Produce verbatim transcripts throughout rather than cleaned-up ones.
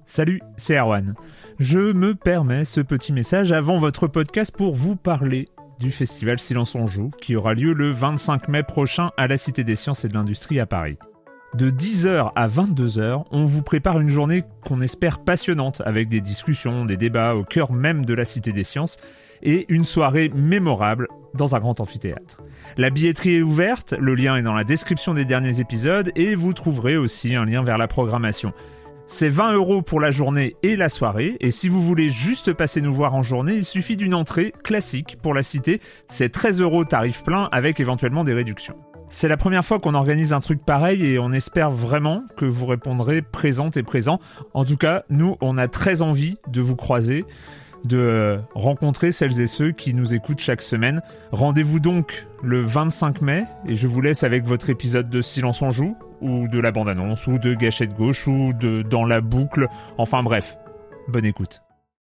Salut, c'est Erwan. Je me permets ce petit message avant votre podcast pour vous parler du festival Silence on Joue qui aura lieu le vingt-cinq mai prochain à la Cité des Sciences et de l'Industrie à Paris. De dix heures à vingt-deux heures, on vous prépare une journée qu'on espère passionnante avec des discussions, des débats au cœur même de la Cité des Sciences et une soirée mémorable dans un grand amphithéâtre. La billetterie est ouverte, le lien est dans la description des derniers épisodes et vous trouverez aussi un lien vers la programmation. C'est vingt euros pour la journée et la soirée, et si vous voulez juste passer nous voir en journée, il suffit d'une entrée classique pour la cité, c'est treize euros tarif plein avec éventuellement des réductions. C'est la première fois qu'on organise un truc pareil et on espère vraiment que vous répondrez présente et présent. En tout cas, nous, on a très envie de vous croiser, de rencontrer celles et ceux qui nous écoutent chaque semaine. Rendez-vous donc le vingt-cinq mai et je vous laisse avec votre épisode de Silence on Joue, ou de la bande-annonce, ou de Gâchette Gauche, ou de Dans la boucle. Enfin bref, bonne écoute.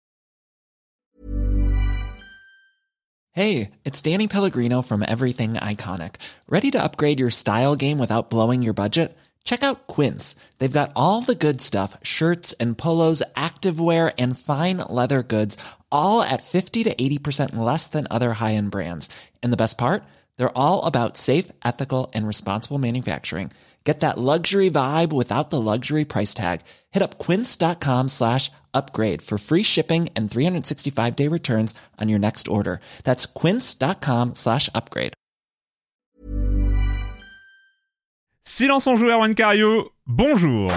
Hey, it's Danny Pellegrino from Everything Iconic. Ready to upgrade your style game without blowing your budget? Check out Quince. They've got all the good stuff, shirts and polos, activewear, and fine leather goods, all at fifty to eighty percent less than other high-end brands. And the best part? They're all about safe, ethical, and responsible manufacturing. Get that luxury vibe without the luxury price tag. Hit up quince.com slash upgrade for free shipping and three sixty-five day returns on your next order. That's quince.com slash upgrade. Silence on Joue, Erwan Cario, bonjour.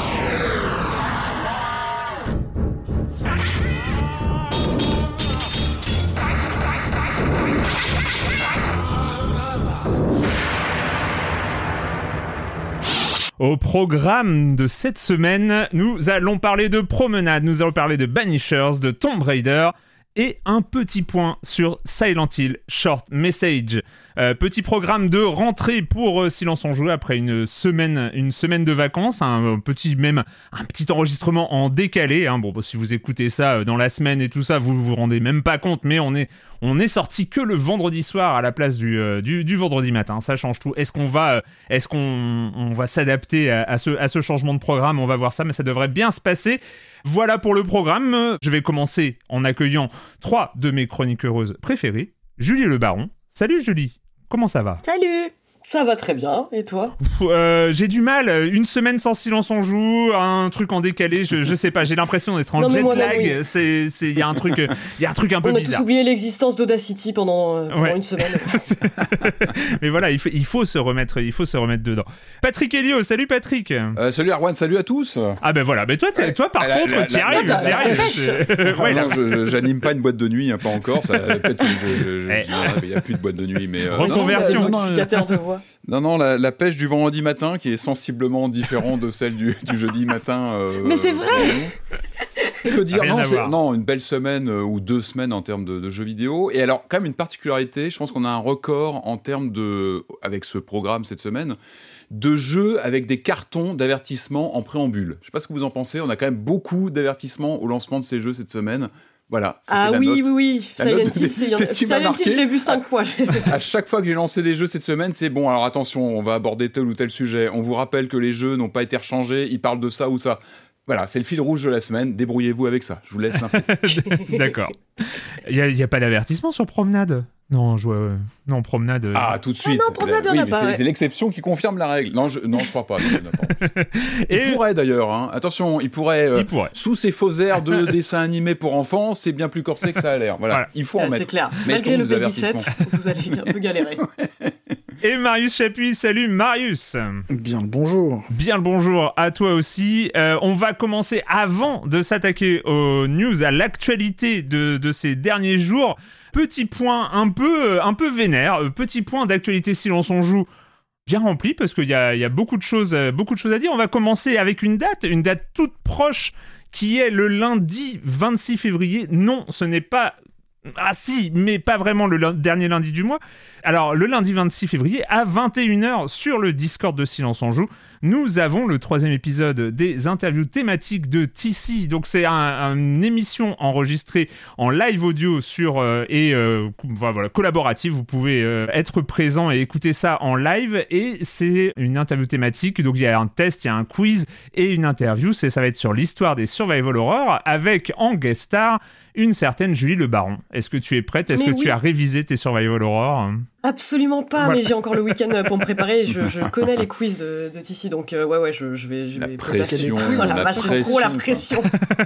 Au programme de cette semaine, nous allons parler de promenade, nous allons parler de Banishers, de Tomb Raider et un petit point sur Silent Hill Short Message. Euh, petit programme de rentrée pour euh, Silence on Joue après une semaine, une semaine de vacances, un petit même un petit enregistrement en décalé. Hein. Bon, bah, si vous écoutez ça euh, dans la semaine et tout ça, vous vous rendez même pas compte, mais on est on est sorti que le vendredi soir à la place du euh, du, du vendredi matin. Ça change tout. Est-ce qu'on va euh, est-ce qu'on on va s'adapter à, à ce à ce changement de programme? On va voir ça, mais ça devrait bien se passer. Voilà pour le programme. Je vais commencer en accueillant trois de mes chroniqueuses préférées. Julie Le Baron. Salut Julie, comment ça va? Salut, ça va très bien, et toi? euh, J'ai du mal, une semaine sans Silence on Joue, un truc en décalé, je, je sais pas, j'ai l'impression d'être en jet lag, oui. c'est, c'est, y a un truc, y a un truc un peu On a bizarre. tous oublié l'existence d'Audacity pendant, pendant ouais. une semaine. Mais voilà, il faut, il faut se remettre, il faut se remettre dedans. Patrick Helio, salut Patrick. Euh, salut Erwan, salut à tous. Ah ben voilà, mais toi, ouais. toi par la, contre, la, t'y arrives, t'y arrives. Ouais, non, je, je, j'anime pas une boîte de nuit, hein, pas encore. Ça, peut-être que je, je, je, eh. il y a plus de boîte de nuit, mais euh, reconversion. Non, non, modificateur de voix. Non, non, la, la pêche du vendredi matin qui est sensiblement différente de celle du, du jeudi matin. Euh, mais c'est vrai. Que dire, non, c'est, non, une belle semaine euh, ou deux semaines en termes de, de jeux vidéo. Et alors, quand même une particularité, je pense qu'on a un record en termes de, avec ce programme cette semaine, de jeux avec des cartons d'avertissement en préambule. Je sais pas ce que vous en pensez, on a quand même beaucoup d'avertissements au lancement de ces jeux cette semaine. Voilà. Ah la oui, note. oui, oui, Silent Hill, c'est, c'est ce qui m'a marqué. Je l'ai vu cinq fois. À chaque fois que j'ai lancé des jeux cette semaine, c'est bon, alors attention, on va aborder tel ou tel sujet. On vous rappelle que les jeux n'ont pas été rechangés, ils parlent de ça ou ça. Voilà, c'est le fil rouge de la semaine, débrouillez-vous avec ça, je vous laisse l'info. D'accord. Il n'y a, a pas d'avertissement sur Promenade? Non, je, euh, non, Promenade... Euh... Ah, tout de suite. Ah non, Promenade, la, on oui, n'a mais pas. C'est, ouais. c'est l'exception qui confirme la règle. Non, je, non, je crois pas. Non, pas. Et... Il pourrait d'ailleurs, hein. Attention, il pourrait, euh, il pourrait, sous ces faux airs de dessins animés pour enfants, c'est bien plus corsé que ça a l'air. Voilà, voilà. Il faut en ah, mettre. C'est clair, Mettons malgré le Baby sept, vous allez un peu galérer. Et Marius Chapuis, salut Marius. Bien le bonjour. Bien le bonjour à toi aussi. Euh, on va commencer, avant de s'attaquer aux news, à l'actualité de, de ces derniers jours. Petit point un peu, un peu vénère, petit point d'actualité Silence on Joue bien rempli, parce qu'il y a, il y a beaucoup de choses, beaucoup de choses à dire. On va commencer avec une date, une date toute proche, qui est le lundi vingt-six février. Non, ce n'est pas... Ah si, mais pas vraiment le l- dernier lundi du mois. Alors, le lundi vingt-six février, à vingt et une heures, sur le Discord de Silence on Joue, nous avons le troisième épisode des interviews thématiques de T C. Donc c'est un, un, une émission enregistrée en live audio sur euh, et euh, voilà, collaborative. Vous pouvez euh, être présent et écouter ça en live. Et c'est une interview thématique. Donc il y a un test, il y a un quiz et une interview. C'est, ça va être sur l'histoire des survival horror avec en guest star une certaine Julie Le Baron. Est-ce que tu es prête ? Est-ce mais que oui. tu as révisé tes survival horror ? Absolument pas, voilà. Mais j'ai encore le week-end pour me préparer. Je, je connais les quiz de, de T C, donc euh, ouais, ouais, je, je vais, je la vais pression, quiz, la, la pression, trop la pression.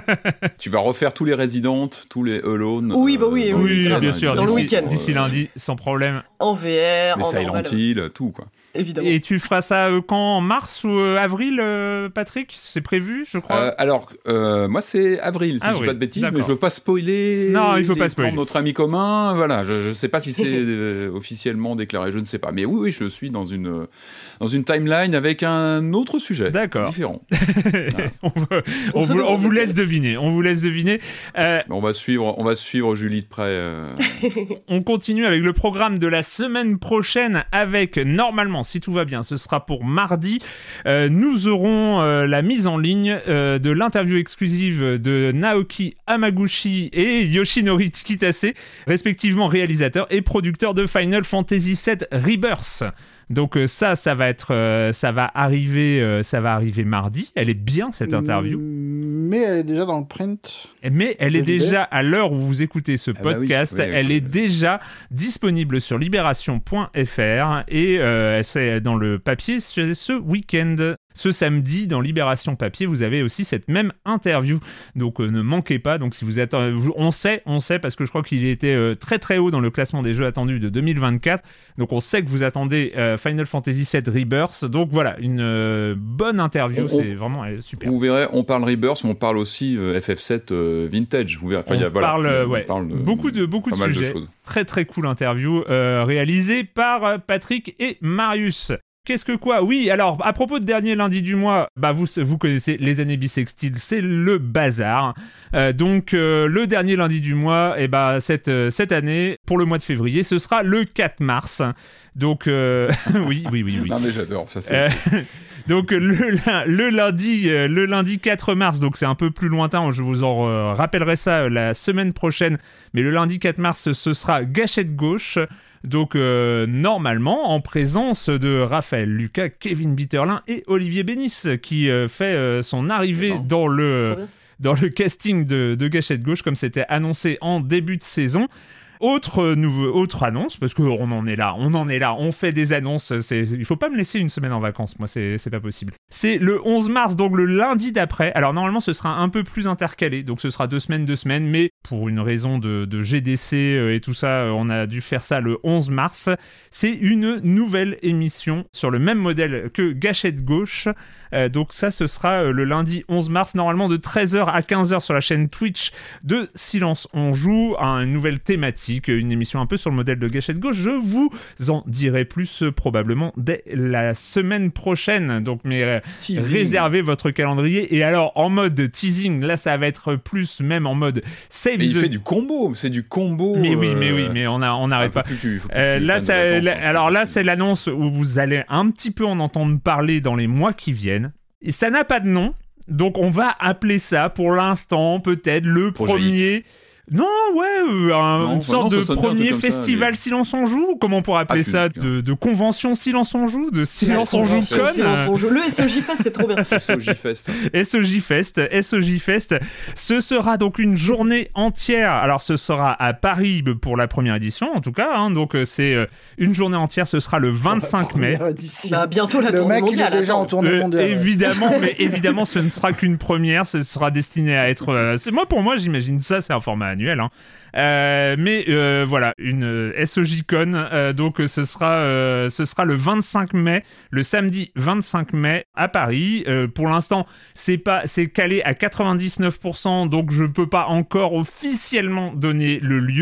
Tu vas refaire tous les Resident, tous les Alone. Oui, bah oui, euh, oui, oui, bien sûr. Dans d'ici, le week-end. D'ici lundi, sans problème. En V R, les en Silent Hill, tout quoi. Évidemment. Et tu feras ça euh, quand, en mars ou euh, avril, euh, Patrick ? C'est prévu, je crois. Euh, alors, euh, moi, c'est avril, si ah, je dis oui. pas de bêtises, D'accord. mais je veux pas spoiler. Non, il faut pas spoiler. Notre ami commun, voilà, je, je sais pas si c'est euh, officiellement déclaré, je ne sais pas. Mais oui, oui, je suis dans une dans une timeline avec un autre sujet. D'accord. Différent. Voilà. on, va, on, on, vous, on vous laisse deviner. On vous laisse deviner. Euh, on va suivre, on va suivre Julie de près. Euh... on continue avec le programme de la semaine prochaine avec normalement. Si tout va bien, ce sera pour mardi. Euh, nous aurons euh, la mise en ligne euh, de l'interview exclusive de Naoki Hamaguchi et Yoshinori Kitase, respectivement réalisateurs et producteurs de Final Fantasy sept Rebirth. Donc euh, ça, ça va être, euh, ça va arriver, euh, ça va arriver mardi. Elle est bien cette interview. Mais elle est déjà dans le print. Mais elle est déjà à l'heure où vous écoutez ce podcast, ah bah oui, oui, elle oui, est oui. déjà disponible sur libération point f r et euh, c'est dans le papier ce week-end. Ce samedi, dans Libération Papier, vous avez aussi cette même interview. Donc euh, ne manquez pas. Donc si vous êtes, euh, on sait, on sait parce que je crois qu'il était euh, très très haut dans le classement des jeux attendus de deux mille vingt-quatre. Donc on sait que vous attendez euh, Final Fantasy sept Rebirth. Donc voilà, une euh, bonne interview. On, c'est vraiment euh, super. Vous verrez, on parle Rebirth, mais on parle aussi euh, F F sept euh, Vintage. Vous verrez, enfin, on, y a, voilà, parle, on, ouais, on parle de, beaucoup de beaucoup de sujets. De choses. Très très cool interview euh, réalisée par Patrick et Marius. Qu'est-ce que quoi ? Oui, alors, à propos de dernier lundi du mois, bah vous, vous connaissez les années bissextiles, c'est le bazar. Euh, donc, euh, le dernier lundi du mois, et bah, cette, euh, cette année, pour le mois de février, ce sera le quatre mars. Donc, euh... oui, oui, oui, oui. Non, mais j'adore, ça c'est... Euh... Donc, le, le, lundi, le lundi quatre mars, donc c'est un peu plus lointain, je vous en rappellerai ça la semaine prochaine, mais le lundi quatre mars, ce sera Gâchette Gauche. Donc, euh, normalement, en présence de Raphaël Lucas, Kevin Bitterlin et Olivier Bénis, qui euh, fait euh, son arrivée dans le, dans le casting de, de Gâchette Gauche, comme c'était annoncé en début de saison. Autre, nouveau, autre annonce, parce qu'on en est là, on en est là, on fait des annonces, c'est, il faut pas me laisser une semaine en vacances, moi c'est, c'est pas possible. C'est le onze mars, donc le lundi d'après, alors normalement ce sera un peu plus intercalé, donc ce sera deux semaines, deux semaines, mais pour une raison de, de G D C et tout ça, on a dû faire ça le onze mars, c'est une nouvelle émission sur le même modèle que Gâchette Gauche, euh, donc ça ce sera le lundi onze mars, normalement de treize heures à quinze heures sur la chaîne Twitch de Silence on Joue, une nouvelle thématique, une émission un peu sur le modèle de Gâchette Gauche. Je vous en dirai plus euh, probablement dès la semaine prochaine. Donc, mais euh, réservez votre calendrier. Et alors, en mode teasing, là, ça va être plus même en mode save. Mais the... il fait du combo, c'est du combo. Mais oui, mais oui, mais on a, on n'arrête ah, pas. Plus, plus, euh, là, ça, la, alors là, c'est l'annonce où vous allez un petit peu en entendre parler dans les mois qui viennent. Et ça n'a pas de nom, donc on va appeler ça pour l'instant peut-être le Projet premier. X. Non, ouais, euh, un, non, une sorte non, de premier festival ça, Silence on Joue. Comment on pourrait appeler ah, ça de, de convention Silence on Joue, de Silence on Joue Con. Silence on Joue. Le S O J Fest, c'est trop bien. S O J Fest. S O J Fest, S O J Fest. Ce sera donc une journée entière. Alors, ce sera à Paris pour la première édition, en tout cas. Hein, donc, c'est euh, une journée entière. Ce sera le vingt-cinq mai. Bah, bientôt la le tournée mec, mondiale. Il est déjà en tournée mondiale. Euh, évidemment, mais évidemment, ce ne sera qu'une première. Ce sera destiné à être. Euh, c'est moi, pour moi, j'imagine ça, c'est un format annuel. Hein. Euh, mais euh, voilà, une euh, S O J Con, euh, donc ce sera, euh, ce sera le vingt-cinq mai, le samedi vingt-cinq mai à Paris. Euh, pour l'instant, c'est pas, c'est calé à quatre-vingt-dix-neuf pour cent, donc je peux pas encore officiellement donner le lieu.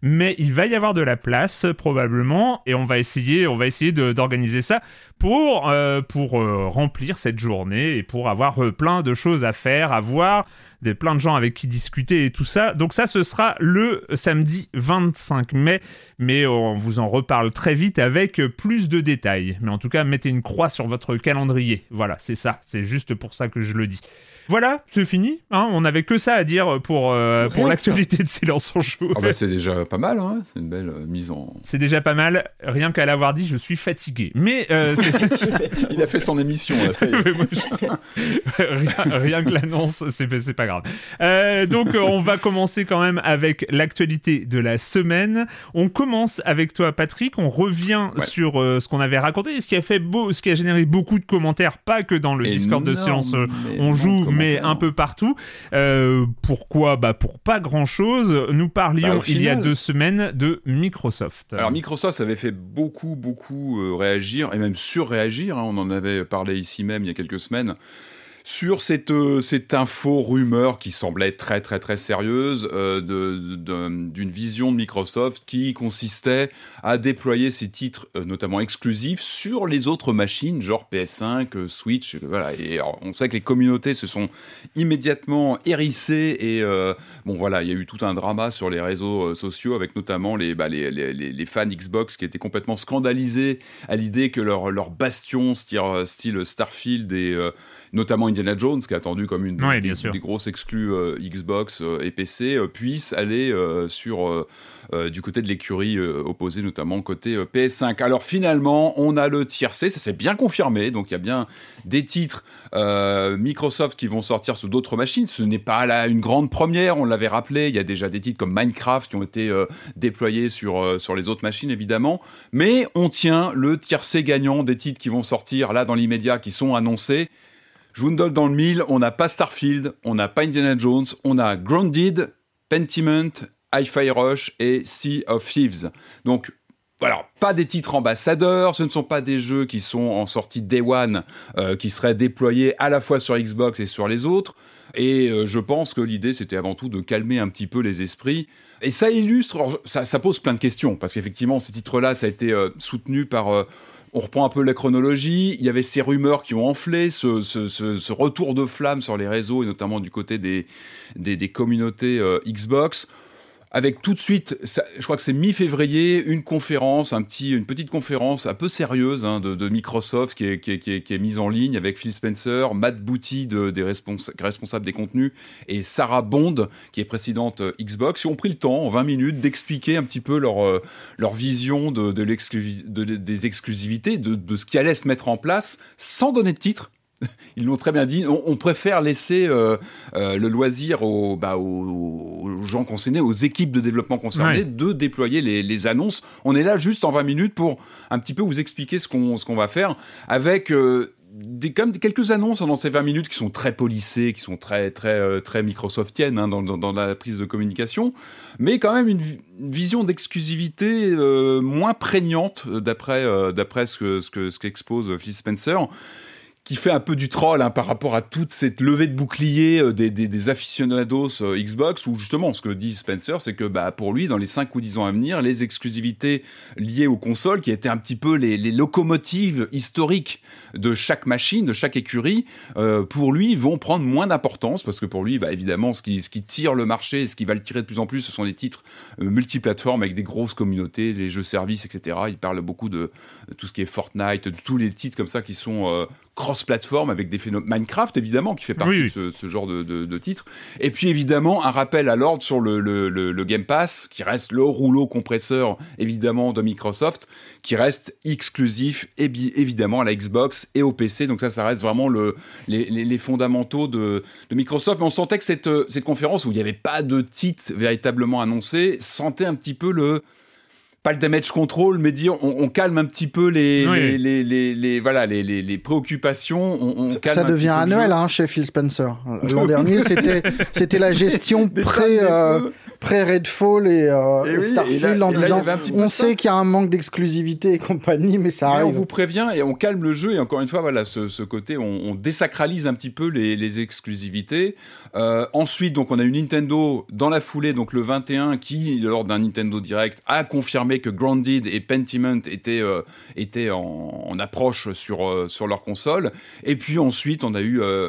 mais il va y avoir de la place probablement, et on va essayer, on va essayer de, d'organiser ça pour, euh, pour euh, remplir cette journée et pour avoir euh, plein de choses à faire, à voir, des, plein de gens avec qui discuter et tout ça. Donc ça, ce sera le samedi vingt-cinq mai, mais on vous en reparle très vite avec plus de détails. Mais en tout cas, mettez une croix sur votre calendrier. Voilà, c'est ça, c'est juste pour ça que je le dis. Voilà, c'est fini. Hein, on n'avait que ça à dire pour, euh, pour l'actualité de Silence on Joue. Oh bah c'est déjà pas mal, hein. C'est une belle euh, mise en... C'est déjà pas mal. Rien qu'à l'avoir dit, je suis fatigué. Mais euh, c'est... Il a fait son émission. Là, ça y est. Moi, je... rien, rien que l'annonce, c'est, c'est pas grave. Euh, donc, on va commencer quand même avec l'actualité de la semaine. On commence avec toi, Patrick. On revient ouais. sur euh, ce qu'on avait raconté, ce qui a fait beau, ce qui a généré beaucoup de commentaires, pas que dans le Discord de Silence on Joue, mais un peu partout. Euh, pourquoi ? Bah pour pas grand-chose. Nous parlions bah, il y a deux semaines de Microsoft. Alors Microsoft avait fait beaucoup, beaucoup euh, réagir, et même surréagir, hein, on en avait parlé ici même il y a quelques semaines, sur cette, euh, cette info-rumeur qui semblait très très très sérieuse euh, de, de, d'une vision de Microsoft qui consistait à déployer ses titres, euh, notamment exclusifs, sur les autres machines, genre P S cinq, euh, Switch, voilà. Et alors, on sait que les communautés se sont immédiatement hérissées et euh, bon voilà, il y a eu tout un drama sur les réseaux euh, sociaux avec notamment les, bah, les, les, les, les fans Xbox qui étaient complètement scandalisés à l'idée que leur, leur bastion style, style Starfield et euh, notamment Indiana Jones, qui est attendu comme une ouais, des, des, des grosses exclus euh, Xbox euh, et P C, euh, puisse aller euh, sur, euh, euh, du côté de l'écurie euh, opposée, notamment côté euh, P S cinq. Alors finalement, on a le tiercé, ça s'est bien confirmé, donc il y a bien des titres euh, Microsoft qui vont sortir sur d'autres machines. Ce n'est pas là une grande première, on l'avait rappelé, il y a déjà des titres comme Minecraft qui ont été euh, déployés sur, euh, sur les autres machines, évidemment, mais on tient le tiercé gagnant des titres qui vont sortir là dans l'immédiat, qui sont annoncés. Je vous donne dans le mille, on n'a pas Starfield, on n'a pas Indiana Jones, on a Grounded, Pentiment, Hi-Fi Rush et Sea of Thieves. Donc, voilà, pas des titres ambassadeurs, ce ne sont pas des jeux qui sont en sortie Day One, euh, qui seraient déployés à la fois sur Xbox et sur les autres. Et euh, je pense que l'idée, c'était avant tout de calmer un petit peu les esprits. Et ça illustre, alors, ça, ça pose plein de questions, parce qu'effectivement, ces titres-là, ça a été euh, soutenu par... Euh, On reprend un peu la chronologie, il y avait ces rumeurs qui ont enflé, ce, ce, ce, ce retour de flamme sur les réseaux, et notamment du côté des, des, des communautés euh, Xbox, avec tout de suite, ça, je crois que c'est mi-février, une conférence, un petit, une petite conférence un peu sérieuse hein, de, de Microsoft qui est, qui, est, qui, est, qui est mise en ligne avec Phil Spencer, Matt Booty, de, des respons- responsables des contenus, et Sarah Bond, qui est présidente euh, Xbox, qui ont pris le temps, en vingt minutes, d'expliquer un petit peu leur, euh, leur vision de, de l'exclusi- de, de, des exclusivités, de, de ce qui allait se mettre en place, sans donner de titre. Ils l'ont très bien dit, on, on préfère laisser euh, euh, le loisir aux, bah, aux, aux gens concernés, aux équipes de développement concernées, ouais. de déployer les, les annonces. On est là juste en vingt minutes pour un petit peu vous expliquer ce qu'on, ce qu'on va faire, avec euh, des, quand même quelques annonces dans ces vingt minutes qui sont très polissées, qui sont très, très, euh, très Microsoftiennes hein, dans, dans, dans la prise de communication, mais quand même une, une vision d'exclusivité euh, moins prégnante, d'après, euh, d'après ce, que, ce, que, ce qu'expose Phil Spencer, qui fait un peu du troll hein, par rapport à toute cette levée de bouclier euh, des, des, des aficionados euh, Xbox, où justement, ce que dit Spencer, c'est que bah, pour lui, dans les cinq ou dix ans à venir, les exclusivités liées aux consoles, qui étaient un petit peu les, les locomotives historiques de chaque machine, de chaque écurie, euh, pour lui, vont prendre moins d'importance, parce que pour lui, bah, évidemment, ce qui, ce qui tire le marché, ce qui va le tirer de plus en plus, ce sont des titres euh, multiplateformes avec des grosses communautés, les jeux services, et cetera. Il parle beaucoup de, de tout ce qui est Fortnite, de tous les titres comme ça qui sont... Euh, cross-platform avec des phénomènes... Minecraft, évidemment, qui fait partie oui, oui. de ce, ce genre de, de, de titre. Et puis, évidemment, un rappel à l'ordre sur le, le, le, le Game Pass, qui reste le rouleau compresseur, évidemment, de Microsoft, qui reste exclusif, et bi- évidemment, à la Xbox et au P C. Donc ça, ça reste vraiment le, les, les, les fondamentaux de, de Microsoft. Mais on sentait que cette, cette conférence, où il n'y avait pas de titre véritablement annoncé, sentait un petit peu le... pas le damage control, mais dire on, on calme un petit peu les oui. les, les, les, les voilà les, les, les préoccupations. On, on calme ça devient annuel hein, chez Phil Spencer. L'an dernier, c'était c'était la gestion pré euh, pré-Redfall et, euh, et, et oui, Starfield et là, en et là, disant on sait qu'il y a un manque d'exclusivité et compagnie, mais ça mais arrive. on vous prévient et on calme le jeu, et encore une fois, voilà, ce, ce côté, on, on désacralise un petit peu les, les exclusivités. Euh, ensuite, donc, on a eu Nintendo dans la foulée, donc le vingt et un, qui, lors d'un Nintendo Direct, a confirmé que Grounded et Pentiment étaient, euh, étaient en, en approche sur, euh, sur leur console. Et puis ensuite, on a eu euh,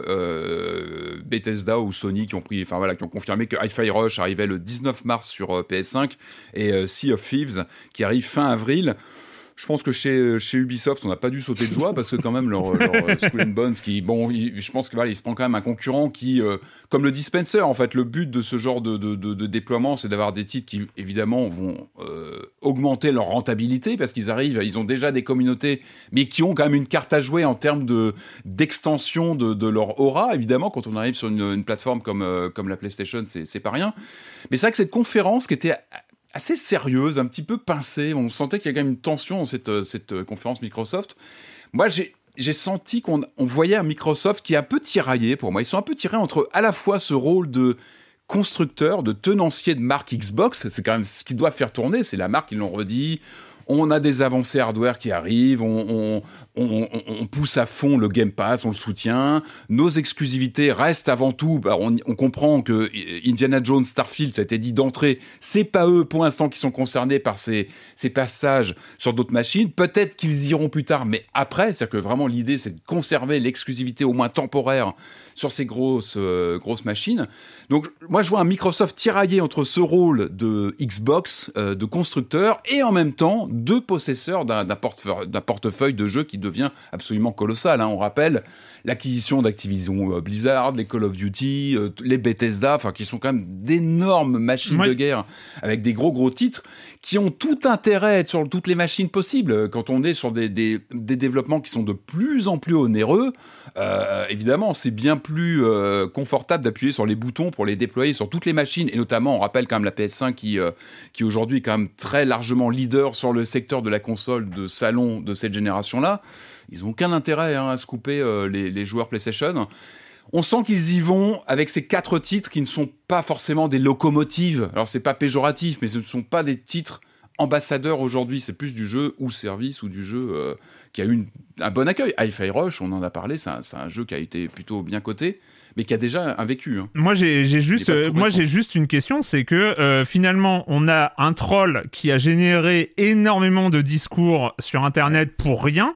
euh, Bethesda ou Sony qui ont pris, enfin voilà, qui ont confirmé que Hi-Fi Rush arrivait le dix-neuf mars sur euh, P S cinq et euh, Sea of Thieves qui arrive fin avril. Je pense que chez, chez Ubisoft, on n'a pas dû sauter de joie parce que quand même leur, leur Skull and Bones, qui, bon, il, je pense qu'il voilà, se prend quand même un concurrent qui, euh, comme le Dispenser, en fait, le but de ce genre de, de, de, de déploiement, c'est d'avoir des titres qui, évidemment, vont euh, augmenter leur rentabilité parce qu'ils arrivent, ils ont déjà des communautés, mais qui ont quand même une carte à jouer en termes de, d'extension de, de leur aura. Évidemment, quand on arrive sur une, une plateforme comme, euh, comme la PlayStation, c'est, c'est pas rien. Mais c'est vrai que cette conférence qui était assez sérieuse, un petit peu pincée. On sentait qu'il y a quand même une tension dans cette, cette conférence Microsoft. Moi, j'ai, j'ai senti qu'on on voyait un Microsoft qui est un peu tiraillé, pour moi. Ils sont un peu tirés entre à la fois ce rôle de constructeur, de tenancier de marque Xbox, c'est quand même ce qui doit faire tourner, c'est la marque, ils l'ont redit. On a des avancées hardware qui arrivent, on, on, on, on pousse à fond le Game Pass, on le soutient. Nos exclusivités restent avant tout. Bah on, on comprend que Indiana Jones, Starfield, ça a été dit d'entrée, c'est pas eux pour l'instant qui sont concernés par ces, ces passages sur d'autres machines. Peut-être qu'ils iront plus tard, mais après, c'est-à-dire que vraiment l'idée, c'est de conserver l'exclusivité au moins temporaire sur ces grosses, euh, grosses machines. Donc, moi, je vois un Microsoft tiraillé entre ce rôle de Xbox, euh, de constructeur, et en même temps, de possesseur d'un, d'un, portefeuille, d'un portefeuille de jeux qui devient absolument colossal. Hein. On rappelle l'acquisition d'Activision Blizzard, les Call of Duty, euh, les Bethesda, enfin, qui sont quand même d'énormes machines ouais. de guerre, avec des gros, gros titres, qui ont tout intérêt à être sur toutes les machines possibles. Quand on est sur des, des, des développements qui sont de plus en plus onéreux, euh, évidemment, c'est bien plus euh, confortable d'appuyer sur les boutons pour les déployer sur toutes les machines, et notamment, on rappelle quand même la P S cinq qui, euh, qui aujourd'hui est quand même très largement leader sur le secteur de la console de salon de cette génération-là. Ils n'ont aucun intérêt hein, à se couper euh, les, les joueurs PlayStation. On sent qu'ils y vont avec ces quatre titres qui ne sont pas forcément des locomotives. Alors, c'est pas péjoratif, mais ce ne sont pas des titres ambassadeurs aujourd'hui. C'est plus du jeu ou service ou du jeu euh, qui a eu une, un bon accueil. Hi-Fi Rush, on en a parlé, c'est un, c'est un jeu qui a été plutôt bien coté, mais qui a déjà un vécu. Hein. Moi, j'ai, j'ai juste, euh, moi, j'ai juste une question, c'est que euh, finalement, on a un troll qui a généré énormément de discours sur Internet pour rien.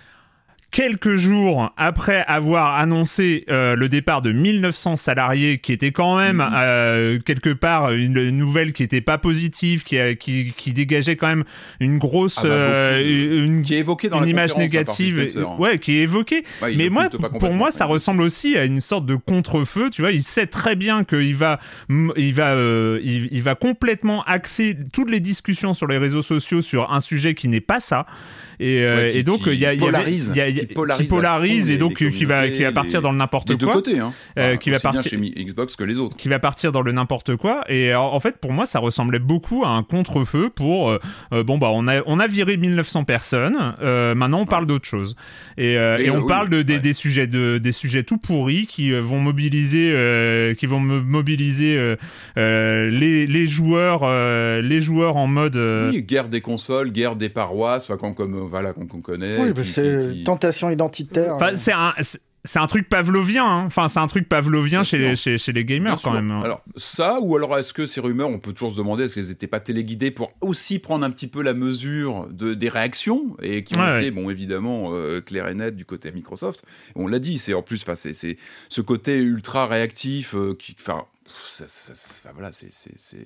Quelques jours après avoir annoncé euh, le départ de mille neuf cents salariés, qui était quand même mmh. euh, quelque part une nouvelle qui était pas positive, qui, a, qui, qui dégageait quand même une grosse, ah bah, euh, une, qui est évoquée dans une la image négative, ouais, qui est évoquée. Ouais, mais moi, pour, pour moi, ça ressemble aussi à une sorte de contre-feu. Tu vois, il sait très bien qu'il va, il va, euh, il, il va complètement axer toutes les discussions sur les réseaux sociaux sur un sujet qui n'est pas ça. Et, euh, ouais, qui, et donc il y a, polarise, y a, y a, qui polarise, qui polarise et donc qui va qui va partir les, dans le n'importe des quoi. Deux côtés, hein. Enfin, euh, qui va partir chez Xbox que les autres. Qui va partir dans le n'importe quoi. Et en fait, pour moi, ça ressemblait beaucoup à un contre-feu pour euh, euh, bon bah on a on a viré mille neuf cents personnes. Euh, maintenant, on parle ouais. d'autre chose. Et, euh, et, et on oui, parle de des, ouais. des sujets de des sujets tout pourris qui vont mobiliser euh, qui vont mobiliser euh, euh, les les joueurs euh, les joueurs en mode euh... oui, guerre des consoles, guerre des paroisses, enfin comme comme voilà qu'on, qu'on connaît. Oui, qui, c'est qui, qui... tentation identitaire. Enfin, c'est un, c'est, c'est un truc pavlovien. Hein. Enfin, c'est un truc pavlovien chez les, chez, chez les gamers, Bien quand sûr. même. Alors, ça, ou alors est-ce que ces rumeurs, on peut toujours se demander, est-ce qu'elles n'étaient pas téléguidées pour aussi prendre un petit peu la mesure de, des réactions, et qui ont ouais, été, ouais. bon, évidemment, euh, claires et nettes du côté Microsoft. On l'a dit, c'est en plus, enfin, c'est, c'est ce côté ultra réactif, euh, qui, enfin, ça, ça, ça, voilà, c'est, c'est, c'est...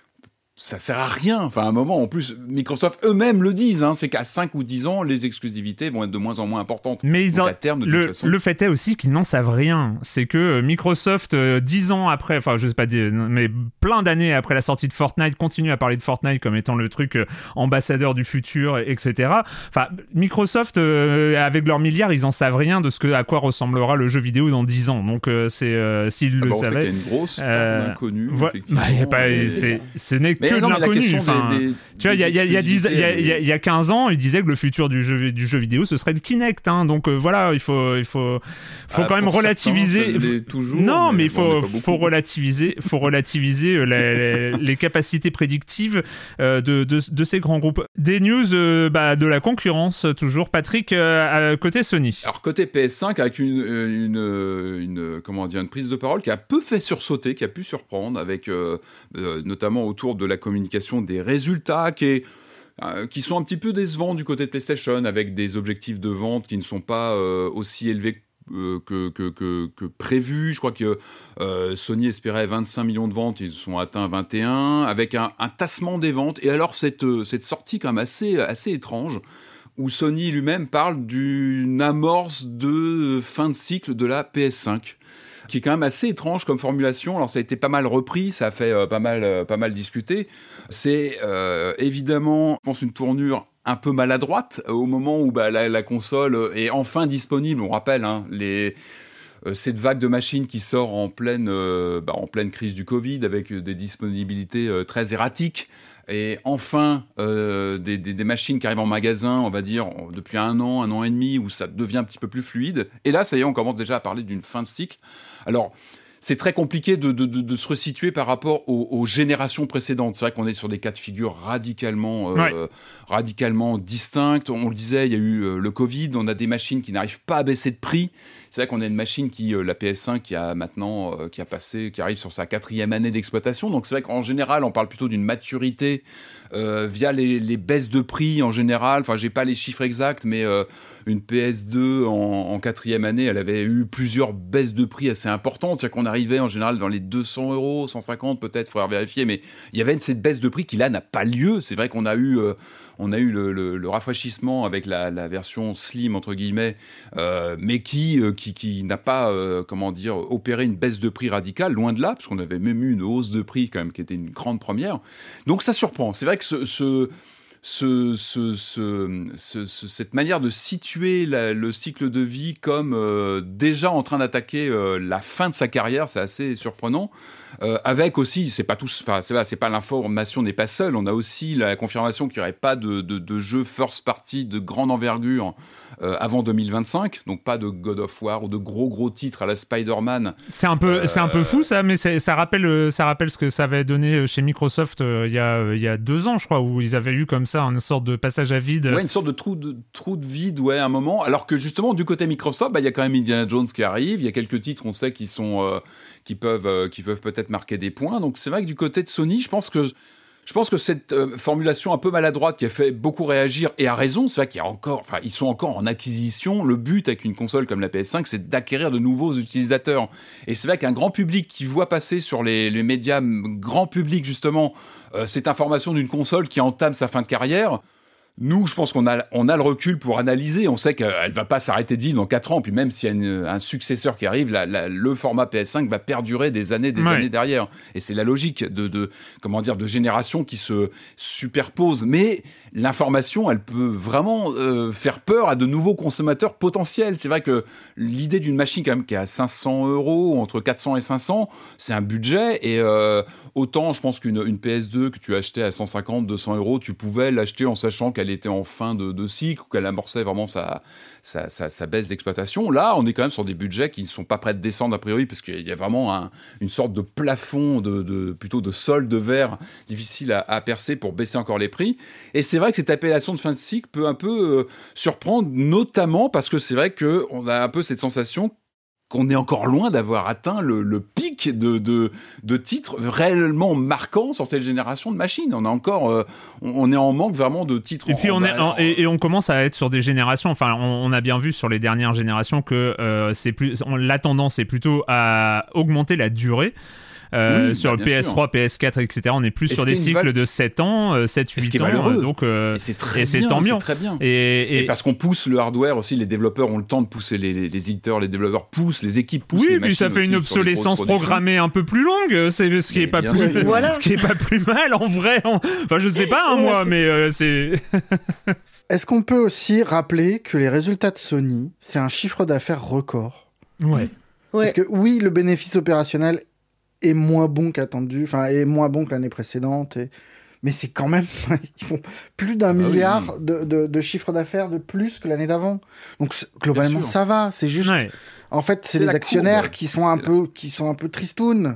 ça sert à rien. Enfin, à un moment, en plus, Microsoft eux-mêmes le disent, hein, c'est qu'à cinq ou dix ans, les exclusivités vont être de moins en moins importantes. Mais ils Donc, en... à terme, de le, toute façon... le fait est aussi qu'ils n'en savent rien. C'est que Microsoft, euh, dix ans après, enfin, je sais pas dire, mais plein d'années après la sortie de Fortnite, continue à parler de Fortnite comme étant le truc euh, ambassadeur du futur, et cetera. Enfin, Microsoft, euh, avec leurs milliards, ils en savent rien de ce que, à quoi ressemblera le jeu vidéo dans dix ans. Donc, euh, c'est, euh, s'ils ah le bah, savaient... On sait qu'il y a une grosse euh, part d'inconnue, voilà. effectivement. Bah, y a pas, mais... c'est, ce n'est mais que non, de l'inconnu. Enfin, des, des, tu vois, il y a, y, a, y, a dix, y, a, y, a, y a quinze ans, il disait que le futur du jeu, du jeu vidéo, ce serait le Kinect. Hein, donc euh, voilà, il faut, il faut, faut ah, quand même relativiser. Certains, toujours, non, mais, mais il faut, faut, faut relativiser, faut relativiser les, les capacités prédictives euh, de, de, de ces grands groupes. Des news euh, bah, de la concurrence, toujours. Patrick, euh, côté Sony. Alors côté P S cinq, avec une, une, une, une, comment dire, une prise de parole qui a peu fait sursauter, qui a pu surprendre, avec euh, euh, notamment autour de la communication des résultats, qui est euh, qui sont un petit peu décevants du côté de PlayStation, avec des objectifs de vente qui ne sont pas euh, aussi élevés euh, que, que, que, que prévu. Je crois que euh, Sony espérait vingt-cinq millions de ventes, ils ont atteint vingt et un, avec un, un tassement des ventes. Et alors cette, cette sortie quand même assez, assez étrange, où Sony lui-même parle d'une amorce de fin de cycle de la P S cinq, qui est quand même assez étrange comme formulation. Alors ça a été pas mal repris, ça a fait euh, pas mal, euh, pas mal discuter. C'est euh, évidemment, je pense, une tournure un peu maladroite au moment où bah, la, la console est enfin disponible. On rappelle hein, les... Euh, cette vague de machines qui sort en pleine, euh, bah, en pleine crise du Covid, avec des disponibilités euh, très erratiques. Et enfin, euh, des, des, des machines qui arrivent en magasin, on va dire, depuis un an, un an et demi, où ça devient un petit peu plus fluide. Et là, ça y est, on commence déjà à parler d'une fin de cycle. Alors, c'est très compliqué de, de, de, de se resituer par rapport aux, aux générations précédentes. C'est vrai qu'on est sur des cas de figure radicalement, euh, ouais. radicalement distincts. On le disait, il y a eu euh, le Covid, on a des machines qui n'arrivent pas à baisser de prix. C'est vrai qu'on a une machine qui, euh, la P S cinq, qui a maintenant, euh, qui a passé, qui arrive sur sa quatrième année d'exploitation. Donc c'est vrai qu'en général, on parle plutôt d'une maturité euh, via les, les baisses de prix en général. Enfin, j'ai pas les chiffres exacts, mais euh, une P S deux en, en quatrième année, elle avait eu plusieurs baisses de prix assez importantes. C'est-à-dire qu'on arrivait en général dans les deux cents euros, cent cinquante peut-être, il faudra vérifier. Mais il y avait cette baisse de prix qui là n'a pas lieu. C'est vrai qu'on a eu euh, on a eu le, le, le rafraîchissement avec la, la version slim entre guillemets, euh, mais qui, euh, qui qui n'a pas euh, comment dire opéré une baisse de prix radicale, loin de là, parce qu'on avait même eu une hausse de prix quand même qui était une grande première. Donc ça surprend. C'est vrai que ce, ce Ce, ce, ce, ce, ce, cette manière de situer la, le cycle de vie comme euh, déjà en train d'attaquer euh, la fin de sa carrière, c'est assez surprenant. Euh, avec aussi, c'est pas tout, enfin c'est pas, c'est pas l'information n'est pas seule. On a aussi la confirmation qu'il n'y aurait pas de, de, de jeu first party de grande envergure euh, avant deux mille vingt-cinq, donc pas de God of War ou de gros gros titres à la Spider-Man. C'est un peu, euh, c'est un peu fou ça, mais c'est, ça rappelle, ça rappelle ce que ça avait donné chez Microsoft euh, il y a, il y a deux ans, je crois, où ils avaient eu comme ça une sorte de passage à vide. Ouais, une sorte de trou de trou de vide, ouais, à un moment. Alors que justement du côté Microsoft, bah il y a quand même Indiana Jones qui arrive, il y a quelques titres, on sait qui sont, euh, qui peuvent, euh, qui peuvent peut-être marquer des points. Donc c'est vrai que du côté de Sony, je pense que Je pense que cette euh, formulation un peu maladroite qui a fait beaucoup réagir, et à raison, c'est vrai qu'il y a encore, enfin, ils sont encore en acquisition. Le but avec une console comme la P S cinq, c'est d'acquérir de nouveaux utilisateurs. Et c'est vrai qu'un grand public qui voit passer sur les, les médias grand public, justement, euh, cette information d'une console qui entame sa fin de carrière, nous, je pense qu'on a, on a le recul pour analyser. On sait qu'elle ne va pas s'arrêter de vivre dans quatre ans. Puis même s'il y a une, un successeur qui arrive, la, la, le format P S cinq va perdurer des années, des ouais. années derrière. Et c'est la logique de, de, comment dire, de générations qui se superposent. Mais l'information, elle peut vraiment euh, faire peur à de nouveaux consommateurs potentiels. C'est vrai que l'idée d'une machine quand même qui est à cinq cents euros, entre quatre cents et cinq cents, c'est un budget. Et euh, autant, je pense qu'une une P S deux que tu achetais à cent cinquante, deux cents euros, tu pouvais l'acheter en sachant qu'elle était en fin de, de cycle, ou qu'elle amorçait vraiment sa, sa, sa, sa baisse d'exploitation. Là, on est quand même sur des budgets qui ne sont pas prêts de descendre a priori, parce qu'il y a vraiment un, une sorte de plafond, de, de, plutôt de sol de verre difficile à, à percer pour baisser encore les prix. Et c'est vrai que cette appellation de fin de cycle peut un peu euh, surprendre, notamment parce que c'est vrai qu'on a un peu cette sensation qu'on est encore loin d'avoir atteint le, le pic de, de, de titres réellement marquants sur cette génération de machines. On a encore, euh, on est en manque vraiment de titres. Et puis en, on est, en, et, et on commence à être sur des générations. Enfin, on, on a bien vu sur les dernières générations que euh, c'est plus, on, la tendance est plutôt à augmenter la durée. Euh, oui, sur bah, le P S trois, sûr. P S quatre, et cetera. On est plus et sur des cycles val... de sept ans, sept huit ans. Malheureux. Donc, euh, et c'est très et bien. C'est tant mieux. C'est très bien. Et, et... et parce qu'on pousse le hardware aussi, les développeurs ont le temps de pousser, les, les, les éditeurs, les développeurs poussent, les équipes poussent. Oui, les et puis ça fait une obsolescence programmée un peu plus longue, c'est ce qui est pas plus, voilà. ce qui est pas plus mal en vrai. Enfin, je sais pas, hein, ouais, moi, c'est... mais euh, c'est. Est-ce qu'on peut aussi rappeler que les résultats de Sony, c'est un chiffre d'affaires record? Ouais. Parce que oui, le bénéfice opérationnel est moins bon qu'attendu, enfin est moins bon que l'année précédente, et mais c'est quand même, ils font plus d'un ah milliard oui. de, de, de chiffre d'affaires de plus que l'année d'avant. Donc globalement, ça va. C'est juste, ouais. en fait, c'est, c'est les actionnaires courbe. qui sont un peu, qui sont un peu tristounes.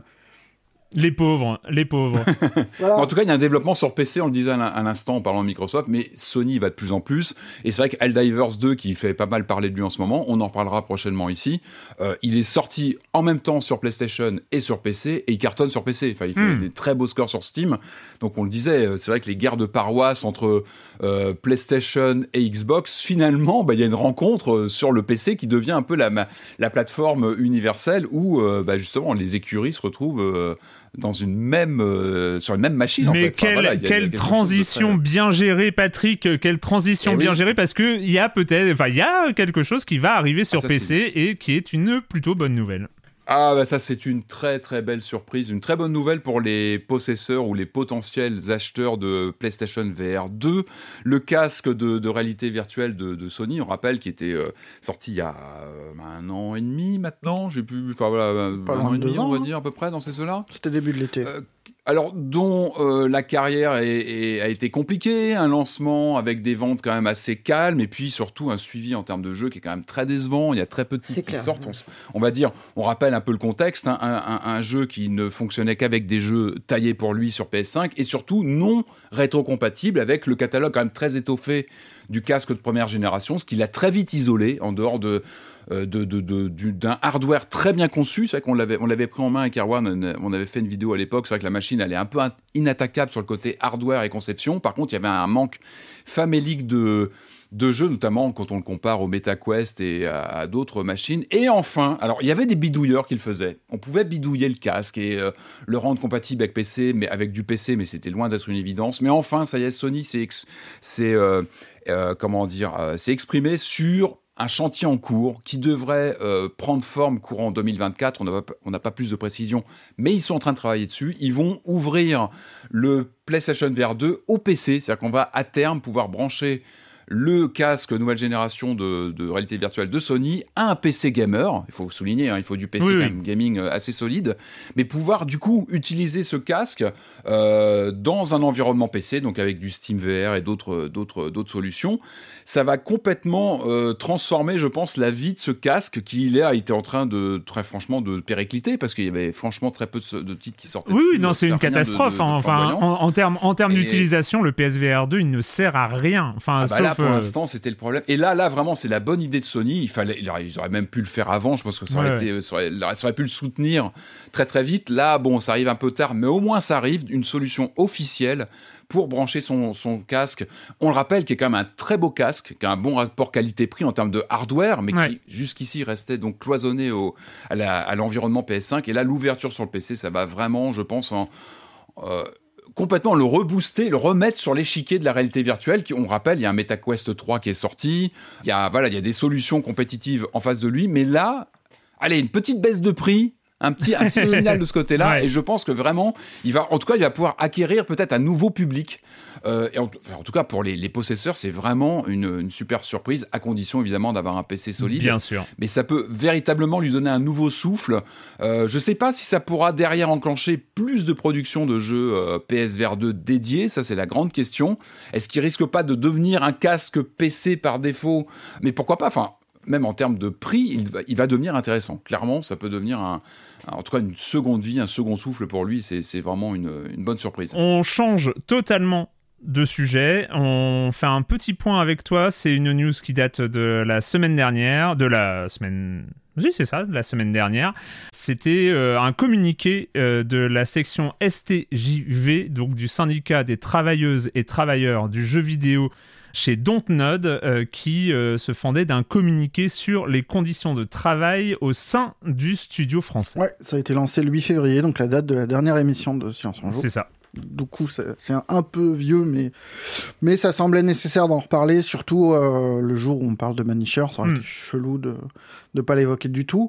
Les pauvres, les pauvres. Voilà. En tout cas, il y a un développement sur P C, on le disait à l'instant en parlant de Microsoft, mais Sony va de plus en plus. Et c'est vrai que Helldivers deux, qui fait pas mal parler de lui en ce moment, on en parlera prochainement ici, euh, il est sorti en même temps sur PlayStation et sur P C, et il cartonne sur P C. Enfin, il fait mm. des très beaux scores sur Steam. Donc on le disait, c'est vrai que les guerres de paroisse entre euh, PlayStation et Xbox, finalement, bah, il y a une rencontre sur le P C qui devient un peu la, la plateforme universelle où euh, bah, justement les écuries se retrouvent... Euh, dans une même euh, sur une même machine. Mais en fait. quelle, enfin, voilà, quelle très... bien gérée, Patrick, quelle transition et bien oui. gérée, parce que il y a peut-être, enfin il y a quelque chose qui va arriver sur ah, ça, P C c'est... et qui est une plutôt bonne nouvelle. Ah bah ça c'est une très très belle surprise, une très bonne nouvelle pour les possesseurs ou les potentiels acheteurs de PlayStation V R deux, le casque de, de réalité virtuelle de, de Sony, on rappelle, qui était euh, sorti il y a euh, un an et demi maintenant, j'ai pu, enfin voilà, Pas un an et demi ans, on va hein. dire à peu près dans ces ceux-là. C'était début de l'été. Euh, Alors, dont euh, la carrière est, est, a été compliquée, un lancement avec des ventes quand même assez calmes, et puis surtout un suivi en termes de jeu qui est quand même très décevant. Il y a très peu de titres qui sortent. On, on va dire, on rappelle un peu le contexte, hein, un, un, un jeu qui ne fonctionnait qu'avec des jeux taillés pour lui sur P S cinq, et surtout non rétrocompatible avec le catalogue quand même très étoffé du casque de première génération, ce qui l'a très vite isolé en dehors de... De, de, de, de, d'un hardware très bien conçu. C'est vrai qu'on l'avait, on l'avait pris en main avec Erwan, on avait fait une vidéo à l'époque, c'est vrai que la machine elle est un peu inattaquable sur le côté hardware et conception. Par contre, il y avait un manque famélique de, de jeux, notamment quand on le compare au MetaQuest et à, à d'autres machines. Et enfin, alors il y avait des bidouilleurs qui le faisaient. On pouvait bidouiller le casque et euh, le rendre compatible avec P C, mais avec du P C, mais c'était loin d'être une évidence. Mais enfin, ça y est, Sony s'est, ex, c'est, euh, euh, comment dire, euh, s'est exprimé sur un chantier en cours qui devrait euh, prendre forme courant deux mille vingt-quatre. On n'a pas, on n'a pas plus de précision, mais ils sont en train de travailler dessus. Ils vont ouvrir le PlayStation V R deux au P C, c'est-à-dire qu'on va à terme pouvoir brancher le casque nouvelle génération de, de réalité virtuelle de Sony à un P C gamer. Il faut souligner, hein, il faut du P C oui, quand même, gaming assez solide, mais pouvoir du coup utiliser ce casque euh, dans un environnement P C, donc avec du Steam V R et d'autres, d'autres, d'autres solutions. Ça va complètement euh, transformer, je pense, la vie de ce casque qui, là, a été en train de, très franchement, de péricliter, parce qu'il y avait franchement très peu de, de titres qui sortaient Oui, dessus, non, c'est une catastrophe. De, de, de enfin, en, en termes en termes et... d'utilisation, le P S V R deux, il ne sert à rien. Enfin, ah bah sauf, là, pour euh... l'instant, c'était le problème. Et là, là, vraiment, c'est la bonne idée de Sony. Il fallait, ils auraient même pu le faire avant. Je pense que ça aurait, ouais, été, ça aurait, ça aurait pu le soutenir très, très vite. Là, bon, ça arrive un peu tard, mais au moins, ça arrive, une solution officielle pour brancher son, son casque. On le rappelle, qui est quand même un très beau casque, qui a un bon rapport qualité-prix en termes de hardware, mais ouais, qui, jusqu'ici, restait donc cloisonné au, à, la, à l'environnement P S cinq. Et là, l'ouverture sur le P C, ça va vraiment, je pense, en... Euh, complètement le rebooster, le remettre sur l'échiquier de la réalité virtuelle. Qui, on rappelle, il y a un MetaQuest trois qui est sorti, il y a, voilà, il y a des solutions compétitives en face de lui, mais là, allez, une petite baisse de prix, un petit, un petit signal de ce côté-là, ouais, et je pense que vraiment, il va, en tout cas, il va pouvoir acquérir peut-être un nouveau public. Euh, et en, enfin, en tout cas, pour les, les possesseurs, c'est vraiment une, une super surprise, à condition évidemment d'avoir un P C solide. Bien sûr. Mais ça peut véritablement lui donner un nouveau souffle. Euh, je ne sais pas si ça pourra derrière enclencher plus de production de jeux euh, P S V R deux dédiés. Ça, c'est la grande question. Est-ce qu'il risque pas de devenir un casque P C par défaut ? Mais pourquoi pas ? Enfin, même en termes de prix, il va, il va devenir intéressant. Clairement, ça peut devenir un, en tout cas une seconde vie, un second souffle pour lui. C'est, c'est vraiment une, une bonne surprise. On change totalement de sujet. On fait un petit point avec toi. C'est une news qui date de la semaine dernière, de la semaine... Oui, c'est ça, de la semaine dernière. C'était euh, un communiqué euh, de la section S T J V, donc du syndicat des travailleuses et travailleurs du jeu vidéo chez Dontnod, euh, qui euh, se fendait d'un communiqué sur les conditions de travail au sein du studio français. Ouais, ça a été lancé le huit février, donc la date de la dernière émission de Silence on Joue. C'est ça. Du coup, c'est, c'est un, un peu vieux, mais, mais ça semblait nécessaire d'en reparler, surtout euh, le jour où on parle de Manicher. Ça aurait mm. été chelou de ne pas l'évoquer du tout.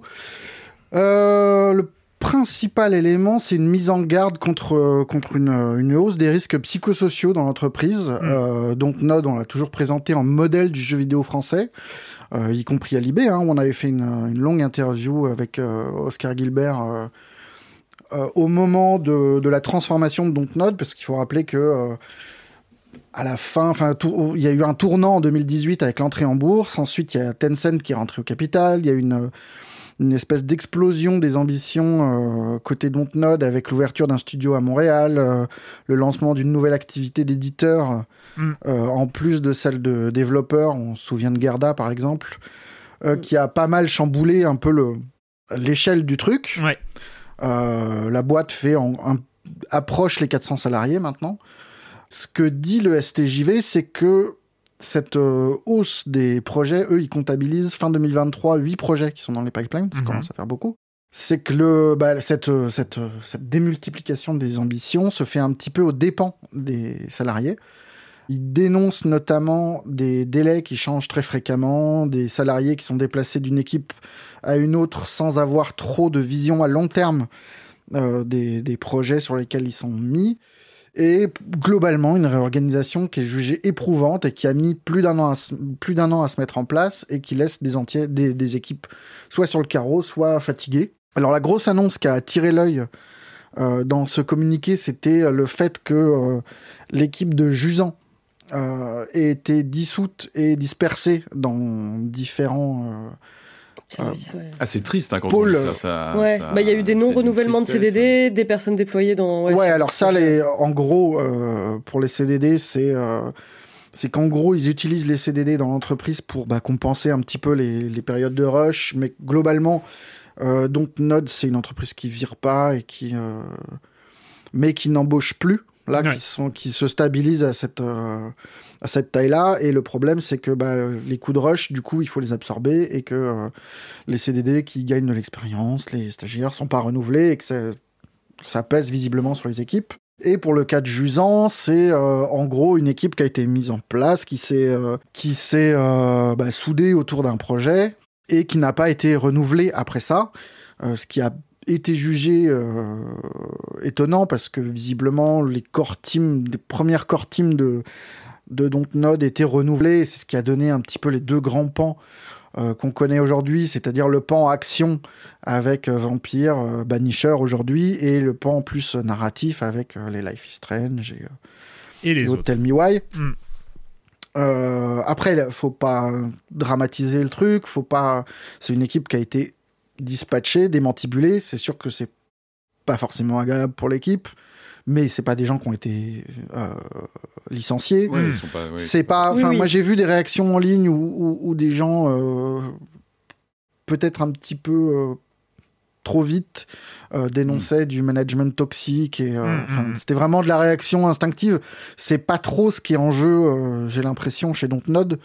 Euh, le principal élément, c'est une mise en garde contre, contre une, une hausse des risques psychosociaux dans l'entreprise. Mm. Euh, donc Node, on l'a toujours présenté en modèle du jeu vidéo français, euh, y compris à l'I B, hein, où on avait fait une, une longue interview avec euh, Oscar Gilbert, euh, euh, au moment de, de la transformation de Dontnod, parce qu'il faut rappeler que euh, à la fin, enfin, il y a eu un tournant en deux mille dix-huit avec l'entrée en bourse. Ensuite, il y a Tencent qui est rentré au capital. Il y a eu une, une espèce d'explosion des ambitions euh, côté Dontnod avec l'ouverture d'un studio à Montréal, euh, le lancement d'une nouvelle activité d'éditeur, mm. euh, en plus de celle de développeur. On se souvient de Gerda, par exemple, euh, mm. qui a pas mal chamboulé un peu le, l'échelle du truc. Ouais. Euh, la boîte fait en, un, approche les quatre cents salariés maintenant. Ce que dit le S T J V, c'est que cette euh, hausse des projets, eux, ils comptabilisent fin deux mille vingt-trois huit projets qui sont dans les pipelines, ça mmh. commence à faire beaucoup. C'est que le, bah, cette, cette, cette démultiplication des ambitions se fait un petit peu aux dépens des salariés. Ils dénoncent notamment des délais qui changent très fréquemment, des salariés qui sont déplacés d'une équipe à une autre sans avoir trop de vision à long terme euh, des, des projets sur lesquels ils sont mis. Et globalement, une réorganisation qui est jugée éprouvante et qui a mis plus d'un an à se, plus d'un an à se mettre en place et qui laisse des, entiers, des, des équipes soit sur le carreau, soit fatiguées. Alors la grosse annonce qui a attiré l'œil euh, dans ce communiqué, c'était le fait que euh, l'équipe de Jusant euh, ait été dissoute et dispersée dans différents... Euh, Service, ouais. Ah, c'est triste hein, quand Paul, on dit ça. ça ouais, ça, bah il y a eu des non-renouvellements de C D D, ouais. des personnes déployées dans. Ouais, ouais alors ça, les, en gros, euh, pour les C D D, c'est euh, c'est qu'en gros, ils utilisent les C D D dans l'entreprise pour bah, compenser un petit peu les, les périodes de rush, mais globalement, euh, donc Node, c'est une entreprise qui vire pas et qui, euh, mais qui n'embauche plus. Là, ouais. qui, sont, qui se stabilisent à cette, euh, à cette taille-là. Et le problème, c'est que bah, les coups de rush, du coup, il faut les absorber et que euh, les C D D qui gagnent de l'expérience, les stagiaires, sont pas renouvelés et que ça, ça pèse visiblement sur les équipes. Et pour le cas de Jusant, c'est euh, en gros une équipe qui a été mise en place, qui s'est, euh, qui s'est euh, bah, soudée autour d'un projet et qui n'a pas été renouvelée après ça, euh, ce qui a été jugé euh, étonnant parce que visiblement les core teams, les premières core teams de, de Dontnod étaient renouvelées et c'est ce qui a donné un petit peu les deux grands pans euh, qu'on connaît aujourd'hui, c'est-à-dire le pan action avec euh, Vampire, euh, Banisher aujourd'hui et le pan plus narratif avec euh, les Life is Strange et, euh, et les et autres Tell Me Why. Mm. Euh, après, faut pas dramatiser le truc, faut pas. C'est une équipe qui a été dispatchés, démantibulés, c'est sûr que c'est pas forcément agréable pour l'équipe, mais c'est pas des gens qui ont été euh, licenciés. Ouais, ils sont pas, ouais, c'est pas. Enfin, oui, oui. Moi j'ai vu des réactions en ligne où, où, où des gens euh, peut-être un petit peu euh, trop vite euh, dénonçaient mmh. du management toxique et euh, mmh, mmh. c'était vraiment de la réaction instinctive. C'est pas trop ce qui est en jeu, euh, j'ai l'impression chez Dontnod,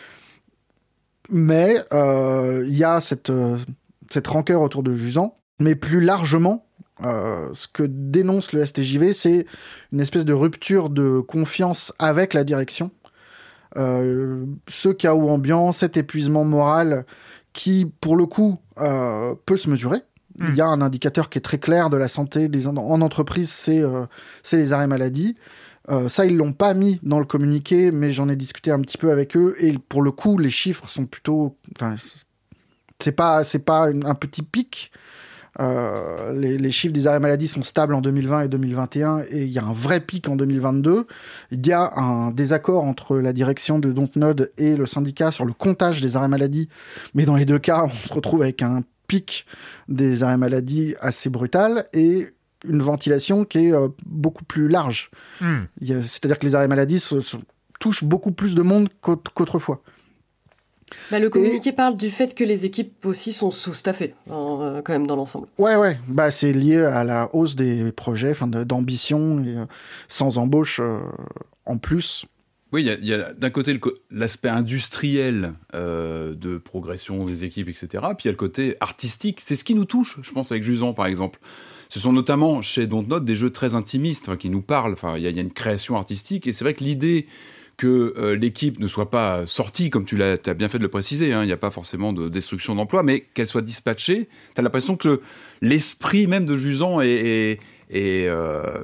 mais il euh, y a cette euh, cette rancœur autour de Jusant, mais plus largement, euh, ce que dénonce le S T J V, c'est une espèce de rupture de confiance avec la direction. Euh, ce chaos ambiant, cet épuisement moral qui, pour le coup, euh, peut se mesurer. Mmh. Il y a un indicateur qui est très clair de la santé des en, en entreprise, c'est, euh, c'est les arrêts maladie. Euh, ça, ils l'ont pas mis dans le communiqué, mais j'en ai discuté un petit peu avec eux, et pour le coup, les chiffres sont plutôt... Enfin, c'est pas, c'est pas un petit pic. Euh, les, les chiffres des arrêts maladie sont stables en deux mille vingt et deux mille vingt et un, et il y a un vrai pic en deux mille vingt-deux. Il y a un désaccord entre la direction de Dontnod et le syndicat sur le comptage des arrêts maladie, mais dans les deux cas, on se retrouve avec un pic des arrêts maladie assez brutal et une ventilation qui est euh, beaucoup plus large. Mmh. Il y a, c'est-à-dire que les arrêts maladie se, se, touchent beaucoup plus de monde qu'autre, qu'autrefois. Bah, le communiqué et... parle du fait que les équipes aussi sont sous-staffées, en, euh, quand même, dans l'ensemble. Ouais, ouais. Bah, c'est lié à la hausse des projets, enfin, de, d'ambition, et, euh, sans embauche euh, en plus. Oui, il y, y a d'un côté le, l'aspect industriel euh, de progression des équipes, et cetera. Puis il y a le côté artistique. C'est ce qui nous touche, je pense, avec Jusant, par exemple. Ce sont notamment, chez Dontnod, des jeux très intimistes, qui nous parlent. Enfin, il y, y a une création artistique. Et c'est vrai que l'idée que euh, l'équipe ne soit pas sortie, comme tu l'as, t'as bien fait de le préciser, hein, il n'y a pas forcément de destruction d'emploi, mais qu'elle soit dispatchée, tu as l'impression que le, l'esprit même de Jusant est, est, est, euh,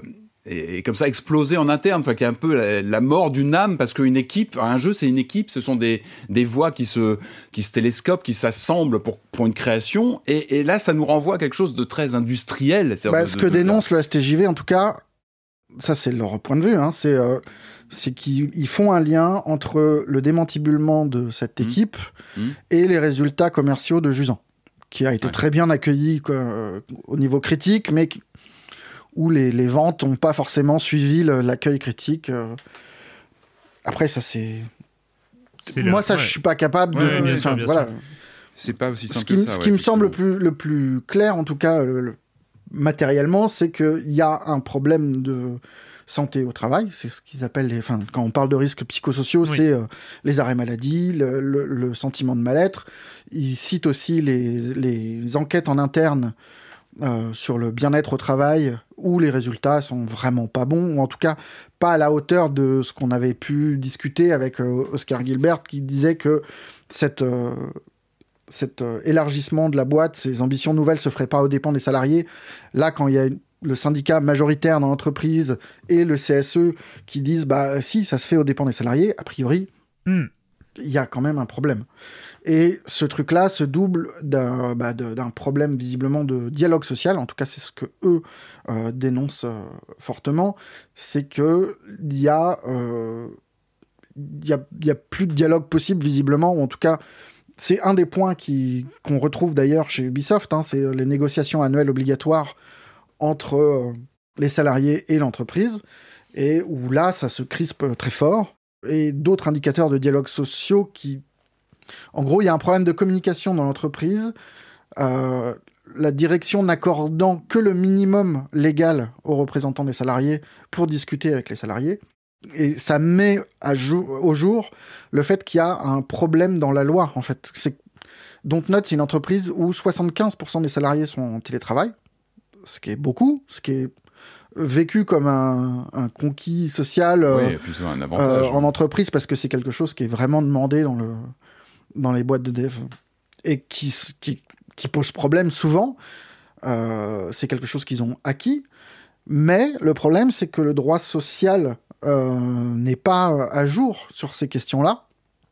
et, et comme ça exploser en interne, enfin qu'il y a un peu la, la mort d'une âme, parce qu'une équipe, un jeu c'est une équipe, ce sont des des voix qui se qui se télescopent, qui s'assemblent pour pour une création, et, et là ça nous renvoie à quelque chose de très industriel. Bah, de, ce de, que de, dénonce de... le S T J V, en tout cas, ça c'est leur point de vue, hein, c'est euh, c'est qu'ils font un lien entre le démantiblement de cette mmh. équipe mmh. et les résultats commerciaux de Jusant, qui a été ouais. très bien accueilli quoi, euh, au niveau critique, mais qui, où les, les ventes n'ont pas forcément suivi le, l'accueil critique. Euh. Après, ça, c'est... c'est Moi, le... ça, ouais. je ne suis pas capable ouais, de... Bien sûr, bien voilà. sûr. C'est pas aussi simple ce qui, que ça. Ce ouais, qui me semble le plus, le plus clair, en tout cas, le, le, matériellement, c'est qu'il y a un problème de santé au travail. C'est ce qu'ils appellent... Les, enfin, quand on parle de risques psychosociaux, oui. c'est euh, les arrêts maladie, le, le, le sentiment de mal-être. Ils citent aussi les, les enquêtes en interne Euh, sur le bien-être au travail, où les résultats sont vraiment pas bons, ou en tout cas pas à la hauteur de ce qu'on avait pu discuter avec euh, Oscar Gilbert, qui disait que cette, euh, cet euh, élargissement de la boîte, ces ambitions nouvelles se feraient pas aux dépens des salariés. Là, quand il y a une, le syndicat majoritaire dans l'entreprise et le C S E qui disent bah si, ça se fait aux dépens des salariés, a priori, il mm. y a quand même un problème. Et ce truc-là se double d'un, bah, de, d'un problème visiblement de dialogue social, en tout cas c'est ce que eux euh, dénoncent euh, fortement, c'est que il y a, euh, y a, y a plus de dialogue possible visiblement, ou en tout cas c'est un des points qui, qu'on retrouve d'ailleurs chez Ubisoft, hein, c'est les négociations annuelles obligatoires entre euh, les salariés et l'entreprise, et où là ça se crispe très fort, et d'autres indicateurs de dialogue sociaux qui... En gros, il y a un problème de communication dans l'entreprise, euh, la direction n'accordant que le minimum légal aux représentants des salariés pour discuter avec les salariés. Et ça met à jour, au jour le fait qu'il y a un problème dans la loi, en fait. C'est... Dontnod, c'est une entreprise où soixante-quinze pour cent des salariés sont en télétravail, ce qui est beaucoup, ce qui est vécu comme un, un conquis social euh, oui, et puis un avantage, euh, en entreprise, parce que c'est quelque chose qui est vraiment demandé dans le... dans les boîtes de dev, et qui, qui, qui pose problème souvent. Euh, c'est quelque chose qu'ils ont acquis, mais le problème, c'est que le droit social euh, n'est pas à jour sur ces questions-là,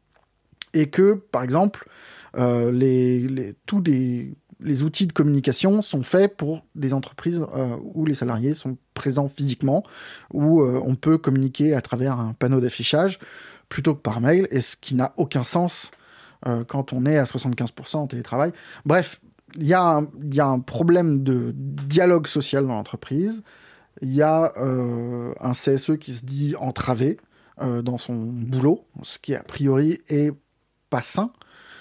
et que, par exemple, euh, les, les, tous les, les outils de communication sont faits pour des entreprises euh, où les salariés sont présents physiquement, où euh, on peut communiquer à travers un panneau d'affichage, plutôt que par mail, et ce qui n'a aucun sens Euh, quand on est à soixante-quinze pour cent en télétravail. Bref, il y, y a un problème de dialogue social dans l'entreprise. Il y a euh, un C S E qui se dit entravé euh, dans son boulot, ce qui a priori est pas sain.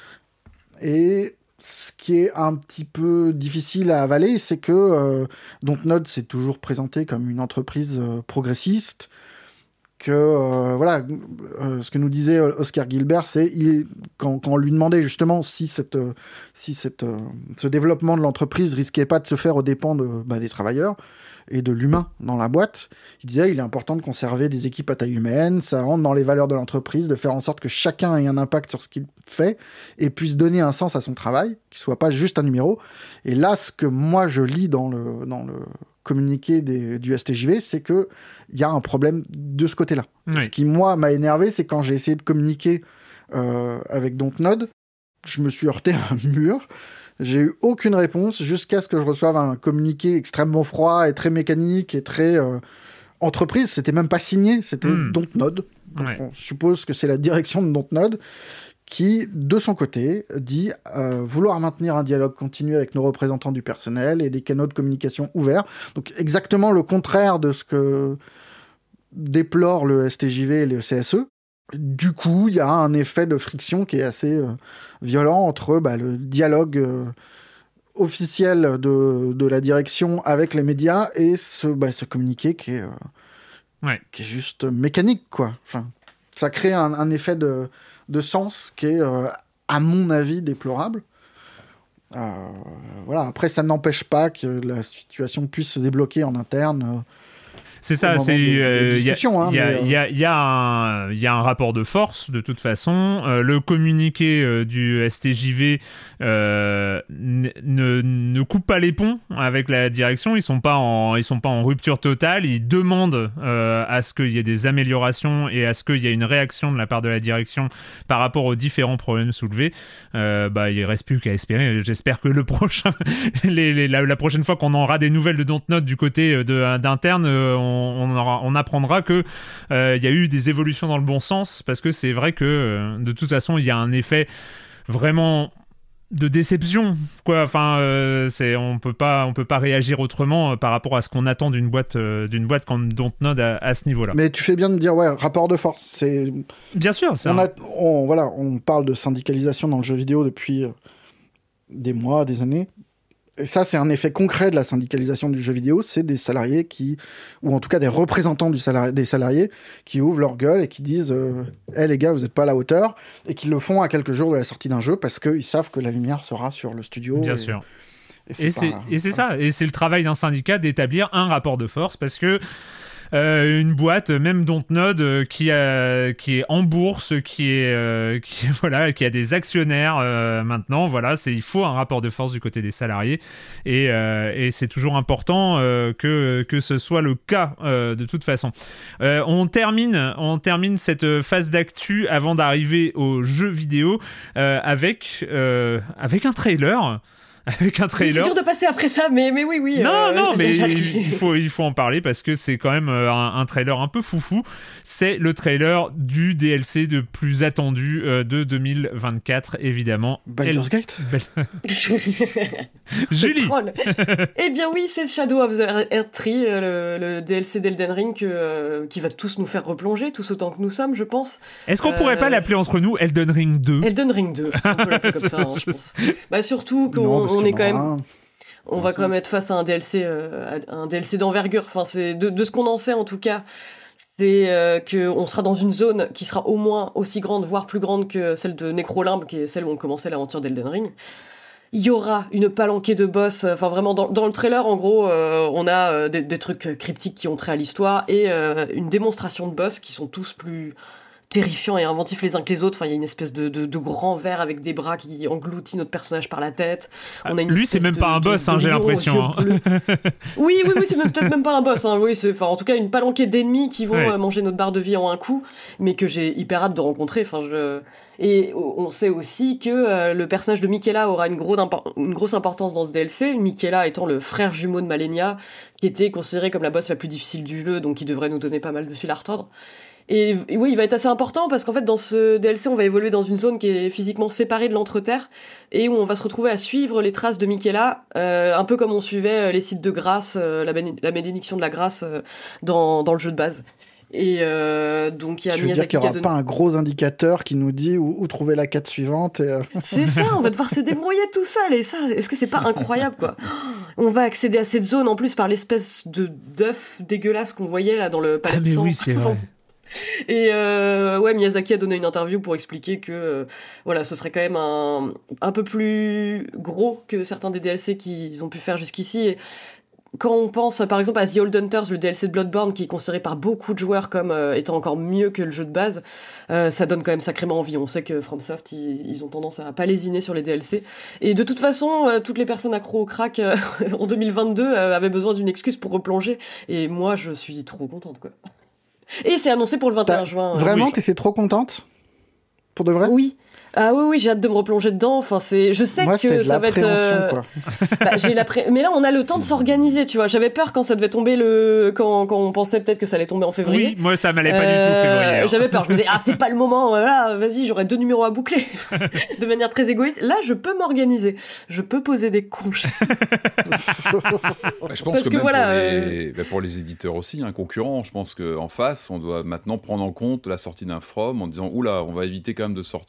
Et ce qui est un petit peu difficile à avaler, c'est que euh, Dontnod s'est toujours présenté comme une entreprise euh, progressiste, que euh, voilà, euh, ce que nous disait Oscar Gilbert, c'est il, quand, quand on lui demandait justement si cette, euh, si cette, euh, ce développement de l'entreprise risquait pas de se faire aux dépens de, bah, des travailleurs et de l'humain dans la boîte, il disait il est important de conserver des équipes à taille humaine, ça rentre dans les valeurs de l'entreprise, de faire en sorte que chacun ait un impact sur ce qu'il fait et puisse donner un sens à son travail, qu'il soit pas juste un numéro. Et là, ce que moi je lis dans le, dans le communiqué des, du S T J V, c'est qu'il y a un problème de ce côté-là. Oui. Ce qui, moi, m'a énervé, c'est quand j'ai essayé de communiquer euh, avec Dontnod, je me suis heurté à un mur, j'ai eu aucune réponse jusqu'à ce que je reçoive un communiqué extrêmement froid et très mécanique et très euh, entreprise, c'était même pas signé, c'était mmh. Dontnod. Donc ouais. On suppose que c'est la direction de Dontnod qui, de son côté, dit euh, vouloir maintenir un dialogue continu avec nos représentants du personnel et des canaux de communication ouverts. Donc exactement le contraire de ce que déplore le S T J V et le C S E. Du coup, il y a un effet de friction qui est assez euh, violent entre bah, le dialogue euh, officiel de, de la direction avec les médias et ce, bah, ce communiqué qui est, euh, ouais. qui est juste mécanique, quoi. Enfin, ça crée un, un effet de... de sens qui est, euh, à mon avis, déplorable. Euh, voilà. Après, ça n'empêche pas que la situation puisse se débloquer en interne. C'est ça, c'est il euh, y, hein, y, euh... y, y, y, y a un rapport de force de toute façon. Euh, le communiqué euh, du S T J V euh, ne, ne coupe pas les ponts avec la direction. Ils sont pas en ils sont pas en rupture totale. Ils demandent euh, à ce qu'il y ait des améliorations et à ce qu'il y ait une réaction de la part de la direction par rapport aux différents problèmes soulevés. Euh, bah il reste plus qu'à espérer. J'espère que le prochain les, les, la, la prochaine fois qu'on aura des nouvelles de Dontnod du côté de, d'interne, on On, aura, on apprendra que il euh, y a eu des évolutions dans le bon sens, parce que c'est vrai que euh, de toute façon il y a un effet vraiment de déception, quoi. Enfin, euh, c'est on peut pas on peut pas réagir autrement euh, par rapport à ce qu'on attend d'une boîte euh, d'une boîte comme Dontnod à, à ce niveau-là. Mais tu fais bien de me dire ouais, rapport de force, c'est bien sûr. C'est on, un... a, on voilà, on parle de syndicalisation dans le jeu vidéo depuis euh, des mois, des années. Et ça, c'est un effet concret de la syndicalisation du jeu vidéo, c'est des salariés qui, ou en tout cas des représentants du salari- des salariés qui ouvrent leur gueule et qui disent euh, « Hey les gars, vous n'êtes pas à la hauteur », et qui le font à quelques jours de la sortie d'un jeu parce qu'ils savent que la lumière sera sur le studio. Bien et, sûr. Et c'est, et pas, c'est, et c'est ça, et c'est le travail d'un syndicat d'établir un rapport de force, parce que Euh, une boîte, même Dontnod, euh, qui a, qui est en bourse, qui est, euh, qui voilà, qui a des actionnaires euh, maintenant. Voilà, c'est il faut un rapport de force du côté des salariés, et, euh, et c'est toujours important euh, que que ce soit le cas euh, de toute façon. Euh, on termine, on termine cette phase d'actu avant d'arriver aux jeux vidéo euh, avec euh, avec un trailer. Avec un trailer. C'est dur de passer après ça, mais, mais oui, oui. Non, euh, non, mais il faut, il faut en parler parce que c'est quand même un, un trailer un peu foufou. C'est le trailer du D L C de plus attendu euh, de deux mille vingt-quatre, évidemment. Baldur's Gate. Bel... Julie. Eh bien oui, c'est Shadow of the Erdtree, le, le D L C d'Elden Ring que, euh, qui va tous nous faire replonger, tous autant que nous sommes, je pense. Est-ce qu'on euh... pourrait pas l'appeler entre nous Elden Ring deux? Elden Ring deux, on peut l'appeler comme ça, hein, je pense. Bah surtout qu'on non, on est quand même... Un... On va quand même être face à un D L C, euh, un D L C d'envergure. Enfin, c'est de, de ce qu'on en sait en tout cas, c'est euh, qu'on sera dans une zone qui sera au moins aussi grande, voire plus grande que celle de Necrolimbe, qui est celle où on commençait l'aventure d'Elden Ring. Il y aura une palanquée de boss. Enfin, vraiment, dans, dans le trailer, en gros, euh, on a euh, des, des trucs cryptiques qui ont trait à l'histoire et euh, une démonstration de boss qui sont tous plus terrifiants et inventifs les uns que les autres. Enfin, il y a une espèce de, de, de grand ver avec des bras qui engloutit notre personnage par la tête. On a une Lui, c'est même de, pas un boss, de, hein, de j'ai l'impression. Hein. oui, oui, oui, c'est même, peut-être même pas un boss. Hein. Oui, c'est, enfin, en tout cas, une palanquée d'ennemis qui vont ouais. euh, manger notre barre de vie en un coup, mais que j'ai hyper hâte de rencontrer. Enfin, je... Et on sait aussi que euh, le personnage de Miquella aura une, gros impor- une grosse importance dans ce D L C. Miquella étant le frère jumeau de Malenia, qui était considéré comme la boss la plus difficile du jeu, donc qui devrait nous donner pas mal de fil à retordre. Et, et oui, il va être assez important parce qu'en fait, dans ce D L C, on va évoluer dans une zone qui est physiquement séparée de l'Entreterre et où on va se retrouver à suivre les traces de Miquella, euh, un peu comme on suivait les sites de grâce, euh, la, béné- la bénédiction de la grâce euh, dans, dans le jeu de base. Et euh, donc il y a tu veux Miyazaki dire qu'il n'y aura donné... pas un gros indicateur qui nous dit où, où trouver la quête suivante et euh... C'est ça, on va devoir se débrouiller tout seul. Et ça, est-ce que c'est pas incroyable, quoi? On va accéder à cette zone en plus par l'espèce de d'œuf dégueulasse qu'on voyait là dans le palais ah, de sang. Mais oui, c'est vrai. Et euh, ouais, Miyazaki a donné une interview pour expliquer que euh, voilà, ce serait quand même un, un peu plus gros que certains des D L C qu'ils ont pu faire jusqu'ici. Et quand on pense par exemple à The Old Hunters, le D L C de Bloodborne, qui est considéré par beaucoup de joueurs comme euh, étant encore mieux que le jeu de base, euh, ça donne quand même sacrément envie. On sait que FromSoft, ils, ils ont tendance à pas lésiner sur les D L C. Et de toute façon, euh, toutes les personnes accro au crack euh, en deux mille vingt-deux euh, avaient besoin d'une excuse pour replonger. Et moi, je suis trop contente, quoi. Et c'est annoncé pour le vingt et un juin. Vraiment, oui. T'étais trop contente? Pour de vrai? Oui. Ah oui, oui, j'ai hâte de me replonger dedans. Enfin, c'est, je sais Moi, que ça va être. Euh... Quoi. Bah, j'ai l'appré... Mais là, on a le temps de s'organiser, tu vois. J'avais peur quand ça devait tomber le, quand, quand on pensait peut-être que ça allait tomber en février. Oui, moi, ça m'allait pas euh... du tout février. Hein. J'avais peur. Je me disais, ah, c'est pas le moment. Voilà, vas-y, j'aurai deux numéros à boucler, de manière très égoïste. Là, je peux m'organiser. Je peux poser des congés. bah, je pense Parce que, que même voilà, pour, euh... les... Bah, pour les éditeurs aussi, un concurrent. Je pense qu'en face, on doit maintenant prendre en compte la sortie d'un From en disant, oula, on va éviter quand même de sortir en face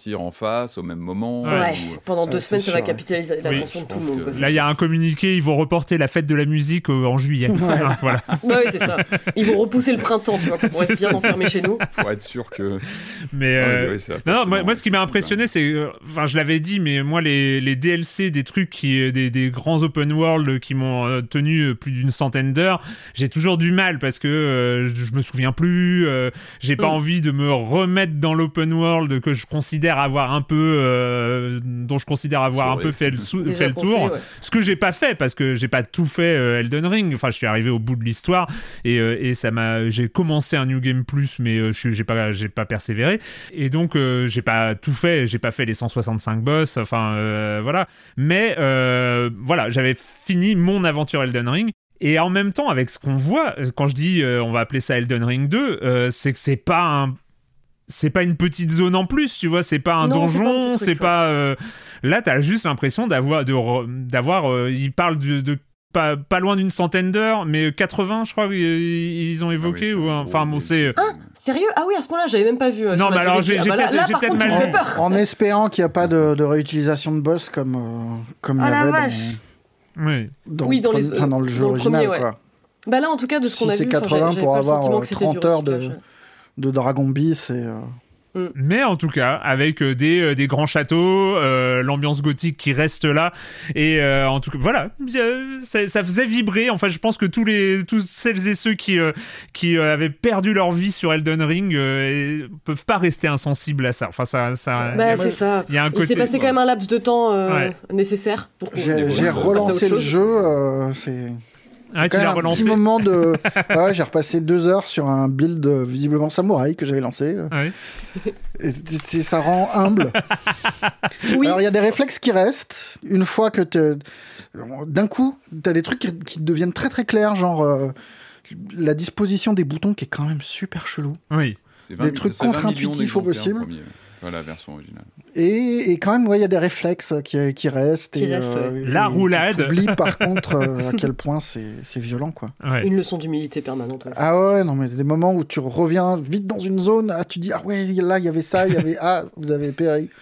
face au même moment. Ouais, ou... pendant deux euh, semaine, ça sûr, va capitaliser oui. l'attention oui, de tout le monde. que... Quoi, Là, il y a un communiqué, ils vont reporter la fête de la musique en juillet. Ouais. Ah, voilà. Ouais, oui, c'est ça. Ils vont repousser le printemps, tu vois, pour être bien enfermés chez nous. Pour être sûr que... Mais euh... ouais, oui, non, non, moi, moi, ce qui m'a impressionné, c'est... Enfin, je l'avais dit, mais moi, les, les D L C, des trucs, qui, des, des grands open world qui m'ont euh, tenu plus d'une centaine d'heures, j'ai toujours du mal parce que euh, je me souviens plus, euh, j'ai pas mm. envie de me remettre dans l'open world que je considère avoir un peu... Euh, dont je considère avoir Sur un peu fait le, sou- fait le tour. Pensé, ouais. Ce que j'ai pas fait, parce que j'ai pas tout fait euh, Elden Ring. Enfin, je suis arrivé au bout de l'histoire et, euh, et ça m'a... J'ai commencé un New Game Plus, mais euh, je, j'ai, pas, j'ai pas persévéré. Et donc, euh, j'ai pas tout fait. J'ai pas fait les cent soixante-cinq boss. Enfin, euh, voilà. Mais, euh, voilà, j'avais fini mon aventure Elden Ring. Et en même temps, avec ce qu'on voit, quand je dis euh, on va appeler ça Elden Ring deux, euh, c'est que c'est pas un... c'est pas une petite zone en plus, tu vois, c'est pas un non, donjon, c'est pas, c'est pas euh... là t'as juste l'impression d'avoir de re... d'avoir euh... ils parlent de, de... Pas, pas loin d'une centaine d'heures, mais quatre-vingts, je crois, ils, ils ont évoqué. Ah oui, ou un... Enfin, bon, c'est. Ah, sérieux ? Ah oui, à ce point-là, j'avais même pas vu. Euh, non, mais alors, j'ai, ah, j'ai bah, peut-être, là, j'ai là, peut-être contre, mal vu. En, en espérant qu'il n'y a pas de, de réutilisation de boss comme, euh, comme il y ah, avait la dans, oui. dans, oui, dans, le, les, enfin, dans le jeu dans original. Le premier, ouais. Quoi. Bah là, en tout cas, de ce si qu'on a c'est vu, quatre-vingts j'avais pour pas avoir le sentiment trente heures de, de Dragon Beast et... Euh... Mais en tout cas, avec euh, des, euh, des grands châteaux, euh, l'ambiance gothique qui reste là, et euh, en tout cas, voilà, ça, ça faisait vibrer. Enfin, je pense que tous les, tous celles et ceux qui, euh, qui euh, avaient perdu leur vie sur Elden Ring euh, peuvent pas rester insensibles à ça. Enfin, ça, ça. Bah, c'est ça. Il y a un côté. Il s'est passé quand même un laps de temps euh, ouais. nécessaire pour. J'ai, j'ai relancé le jeu. Euh, c'est. Ah, tu l'as un relancé. petit moment de. Ouais, j'ai repassé deux heures sur un build euh, visiblement samouraï que j'avais lancé. Ouais. Et, et, ça rend humble. Oui. Alors il y a des réflexes qui restent une fois que t'es... d'un coup, t'as des trucs qui, qui deviennent très très clairs, genre euh, la disposition des boutons qui est quand même super chelou. Oui. C'est vingt, des trucs contre-intuitifs au possible. Voilà, la version originale. Et, et quand même, il ouais, y a des réflexes qui, qui restent. Qui et, reste, euh, ouais. La et roulade. Tu oublies par contre euh, à quel point c'est, c'est violent, quoi. Ouais. Une leçon d'humilité permanente. Ouais. Ah ouais, non, mais des moments où tu reviens vite dans une zone, ah, tu dis, ah ouais, là, il y avait ça, il y avait, ah, vous avez péri.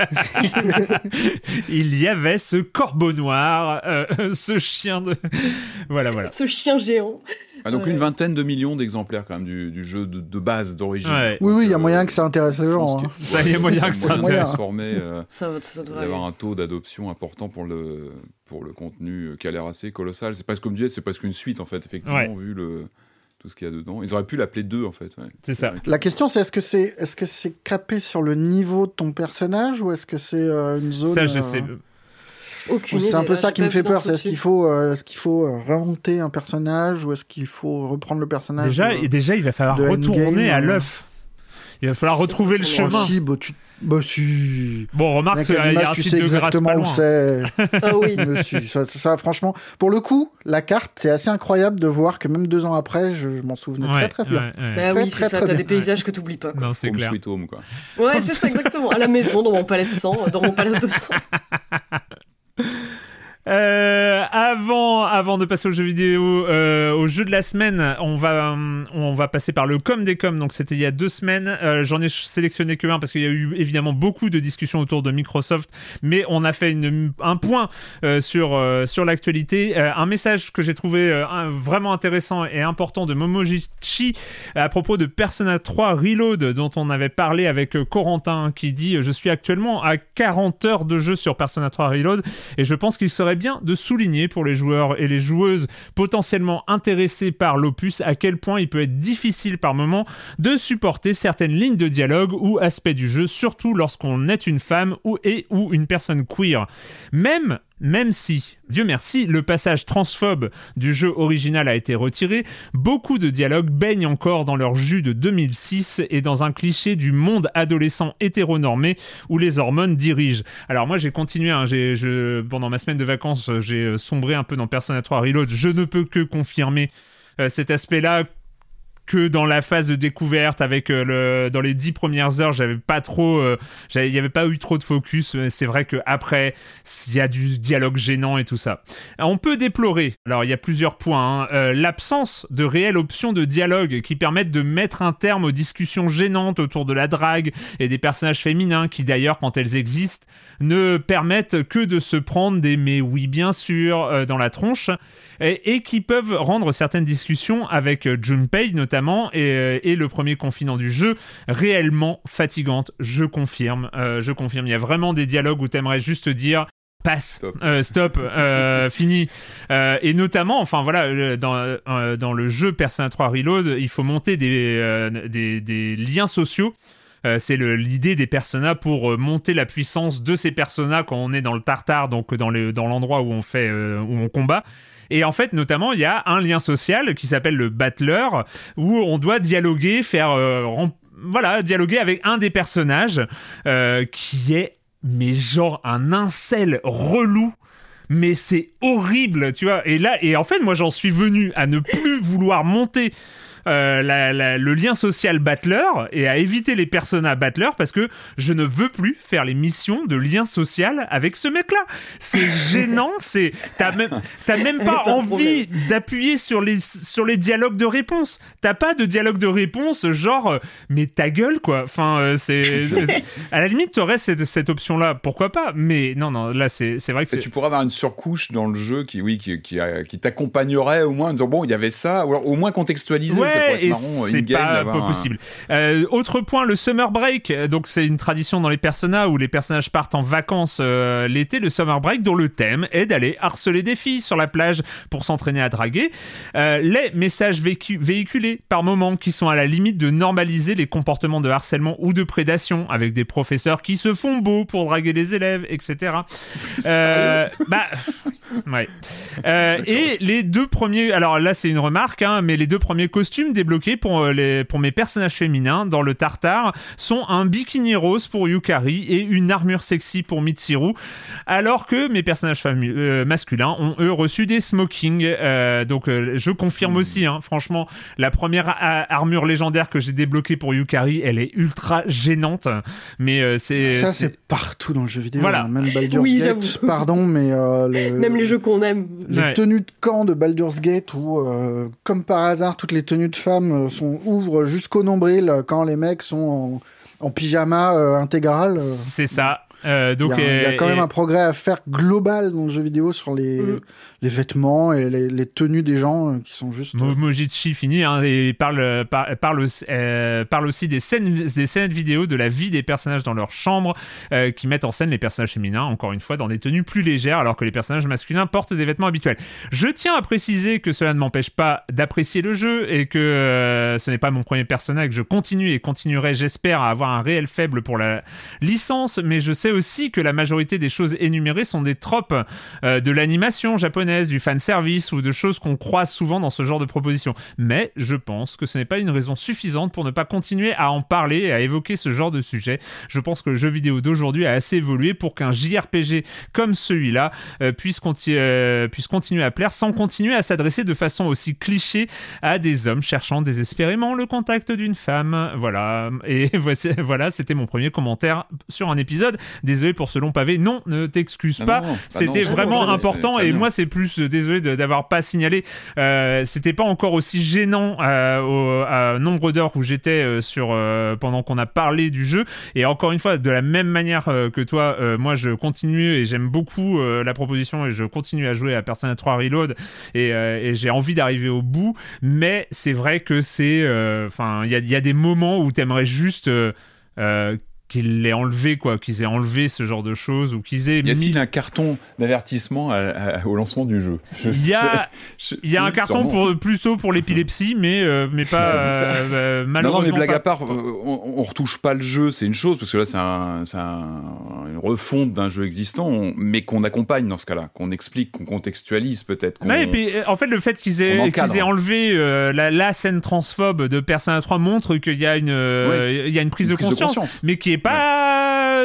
Il y avait ce corbeau noir, euh, ce chien de... voilà, voilà. Ce chien géant. Ah, donc ouais. une vingtaine de millions d'exemplaires quand même du, du jeu de, de base, d'origine. Ouais. Oui, oui, il y a euh, moyen que ça intéresse les gens. Hein. Ça, il y a moyen que ça intéresse. Transformer, euh, ça, ça devrait d'avoir aller. Un taux d'adoption important pour le, pour le contenu qui a l'air assez colossal. C'est presque comme tu dis, c'est presque une suite en fait, effectivement, ouais. vu le... tout ce qu'il y a dedans. Ils auraient pu l'appeler deux en fait. Ouais. C'est ça. La question c'est est-ce que c'est est-ce que c'est capé sur le niveau de ton personnage ou est-ce que c'est euh, une zone Ça je euh... sais. Aucune c'est idée. un peu Là, ça qui me fait peur. C'est est-ce dessus. qu'il faut euh, est-ce qu'il faut euh, remonter un personnage ou est-ce qu'il faut reprendre le personnage Déjà de, et déjà il va falloir retourner endgame, à l'œuf. Il va falloir retrouver le chemin. Oh, si, bah, tu... bah si. Bon, remarque, il y a un tu site sais de grâce exactement pas où loin. c'est. Ah oui. Mais si, ça, ça, franchement, pour le coup, la carte, c'est assez incroyable de voir que même deux ans après, je, je m'en souvenais ouais, très très bien. Ouais, ouais. Bah très, oui, très, c'est ça. très T'as bien. des paysages que t'oublies pas. Quoi. Non, c'est home clair. Sweet home, quoi. Ouais, c'est ça exactement. À la maison, dans mon palais de sang, dans mon palace de sang. Euh, avant, avant de passer au jeu vidéo, euh, au jeu de la semaine, on va, on va passer par le com des coms. Donc c'était il y a deux semaines. Euh, j'en ai sélectionné que un parce qu'il y a eu évidemment beaucoup de discussions autour de Microsoft, mais on a fait une, un point euh, sur sur l'actualité. Euh, un message que j'ai trouvé euh, un, vraiment intéressant et important de Momojichi à propos de Persona trois Reload dont on avait parlé avec Corentin, qui dit: je suis actuellement à quarante heures de jeu sur Persona trois Reload et je pense qu'il serait bien de souligner pour les joueurs et les joueuses potentiellement intéressés par l'opus à quel point il peut être difficile par moments de supporter certaines lignes de dialogue ou aspects du jeu, surtout lorsqu'on est une femme ou, et ou une personne queer. Même Même si, Dieu merci, le passage transphobe du jeu original a été retiré, beaucoup de dialogues baignent encore dans leur jus de deux mille six et dans un cliché du monde adolescent hétéronormé où les hormones dirigent. Alors moi j'ai continué, hein, j'ai, je, pendant ma semaine de vacances, j'ai sombré un peu dans Persona trois Reload, je ne peux que confirmer euh, cet aspect-là que dans la phase de découverte avec euh, le dans les dix premières heures, j'avais pas trop euh, il y avait pas eu trop de focus. C'est vrai que après il y a du dialogue gênant et tout ça. On peut déplorer, alors il y a plusieurs points, hein, euh, l'absence de réelles options de dialogue qui permettent de mettre un terme aux discussions gênantes autour de la drague et des personnages féminins qui d'ailleurs quand elles existent ne permettent que de se prendre des mais oui bien sûr euh, dans la tronche et, et qui peuvent rendre certaines discussions avec Junpei notamment et, et le premier confident du jeu réellement fatigantes. Je confirme, euh, je confirme. Il y a vraiment des dialogues où t'aimerais juste dire passe, stop, euh, stop euh, fini. Euh, et notamment, enfin voilà, dans, euh, dans le jeu Persona trois Reload, il faut monter des, euh, des, des liens sociaux. Euh, c'est le, l'idée des personas pour euh, monter la puissance de ces personas quand on est dans le tartare, donc dans, les, dans l'endroit où on fait, euh, où on combat. Et en fait, notamment, il y a un lien social qui s'appelle le Battler, où on doit dialoguer, faire, euh, rem- voilà, dialoguer avec un des personnages euh, qui est, mais genre un incel relou. Mais c'est horrible, tu vois. Et là, et en fait, moi, j'en suis venu à ne plus vouloir monter Euh, la, la, le lien social Battler et à éviter les personas Battler parce que je ne veux plus faire les missions de lien social avec ce mec-là. C'est gênant, c'est t'as même t'as même pas envie d'appuyer sur les sur les dialogues de réponse. T'as pas de dialogue de réponse genre mais ta gueule quoi. Enfin euh, c'est à la limite t'aurais cette cette option-là, pourquoi pas. Mais non non là c'est c'est vrai que c'est... tu pourrais avoir une surcouche dans le jeu qui oui qui qui, qui t'accompagnerait au moins en disant bon il y avait ça ou alors au moins contextualiser. Ouais, ça pourrait être et marrant, c'est pas, pas un... possible. Euh, autre point, le Summer Break. Donc c'est une tradition dans les Persona où les personnages partent en vacances euh, l'été. Le Summer Break dont le thème est d'aller harceler des filles sur la plage pour s'entraîner à draguer. Euh, les messages vécu- véhiculés par moments qui sont à la limite de normaliser les comportements de harcèlement ou de prédation avec des professeurs qui se font beaux pour draguer les élèves, et cetera. Euh, bah, ouais. Euh, et les deux premiers, alors là c'est une remarque, hein, mais les deux premiers costumes débloqués pour, les, pour mes personnages féminins dans le Tartare sont un bikini rose pour Yukari et une armure sexy pour Mitsuru, alors que mes personnages fami- euh, masculins ont eux reçu des smokings. Euh, donc euh, je confirme aussi, hein, franchement, la première a- armure légendaire que j'ai débloquée pour Yukari, elle est ultra gênante, mais euh, c'est ça c'est... c'est partout dans le jeu vidéo, voilà. hein, même Baldur's oui, Gate, j'avoue. pardon, mais euh, le, même les jeux qu'on aime. Les ouais. tenues de camp de Baldur's Gate où, euh, comme par hasard, toutes les tenues de femmes euh, sont ouvrent jusqu'au nombril euh, quand les mecs sont en, en pyjama euh, intégral. Euh, c'est ça. Euh, donc, il y a, et, il y a quand et... même un progrès à faire global dans le jeu vidéo sur les, mmh. les vêtements et les, les tenues des gens euh, qui sont juste... Mo- Mojichi finit hein, et parle, par, parle, euh, parle aussi des scènes, des scènes vidéo de la vie des personnages dans leur chambre euh, qui mettent en scène les personnages féminins, encore une fois, dans des tenues plus légères alors que les personnages masculins portent des vêtements habituels. Je tiens à préciser que cela ne m'empêche pas d'apprécier le jeu et que euh, ce n'est pas mon premier personnage, que je continue et continuerai, j'espère, à avoir un réel faible pour la licence, mais je sais aussi que la majorité des choses énumérées sont des tropes euh, de l'animation japonaise, du fanservice ou de choses qu'on croise souvent dans ce genre de propositions. Mais je pense que ce n'est pas une raison suffisante pour ne pas continuer à en parler et à évoquer ce genre de sujet. Je pense que le jeu vidéo d'aujourd'hui a assez évolué pour qu'un J R P G comme celui-là euh, puisse, conti- euh, puisse continuer à plaire sans continuer à s'adresser de façon aussi cliché à des hommes cherchant désespérément le contact d'une femme. Voilà. Et voici, voilà, c'était mon premier commentaire sur un épisode. Désolé pour ce long pavé. Non, ne t'excuse ah pas. Non, c'était non, vraiment non, important. Et bien. moi, c'est plus euh, désolé de, d'avoir pas signalé. Euh, c'était pas encore aussi gênant euh, au à nombre d'heures où j'étais euh, sur euh, pendant qu'on a parlé du jeu. Et encore une fois, de la même manière euh, que toi, euh, moi, je continue et j'aime beaucoup euh, la proposition et je continue à jouer à Persona trois Reload et, euh, et j'ai envie d'arriver au bout. Mais c'est vrai que c'est, enfin, euh, il y a, y a des moments où t'aimerais juste euh, euh, qu'ils l'aient enlevé, quoi, qu'ils aient enlevé ce genre de choses ou qu'ils aient y a-t-il mis... un carton d'avertissement à, à, au lancement du jeu? Il y a, je, il y a un carton pour, plutôt pour l'épilepsie, mais, euh, mais pas euh, euh, malheureusement. Non, non, mais blague pas... à part, on, on retouche pas le jeu, c'est une chose, parce que là c'est, un, c'est un, une refonte d'un jeu existant, on, mais qu'on accompagne dans ce cas-là, qu'on explique, qu'on contextualise peut-être. Qu'on, ouais, et puis, en fait, le fait qu'ils aient, qu'ils aient enlevé euh, la, la scène transphobe de Persona trois montre qu'il y a une, euh, ouais, il y a une prise, une de, prise conscience, de conscience, mais qui est pas... Ouais.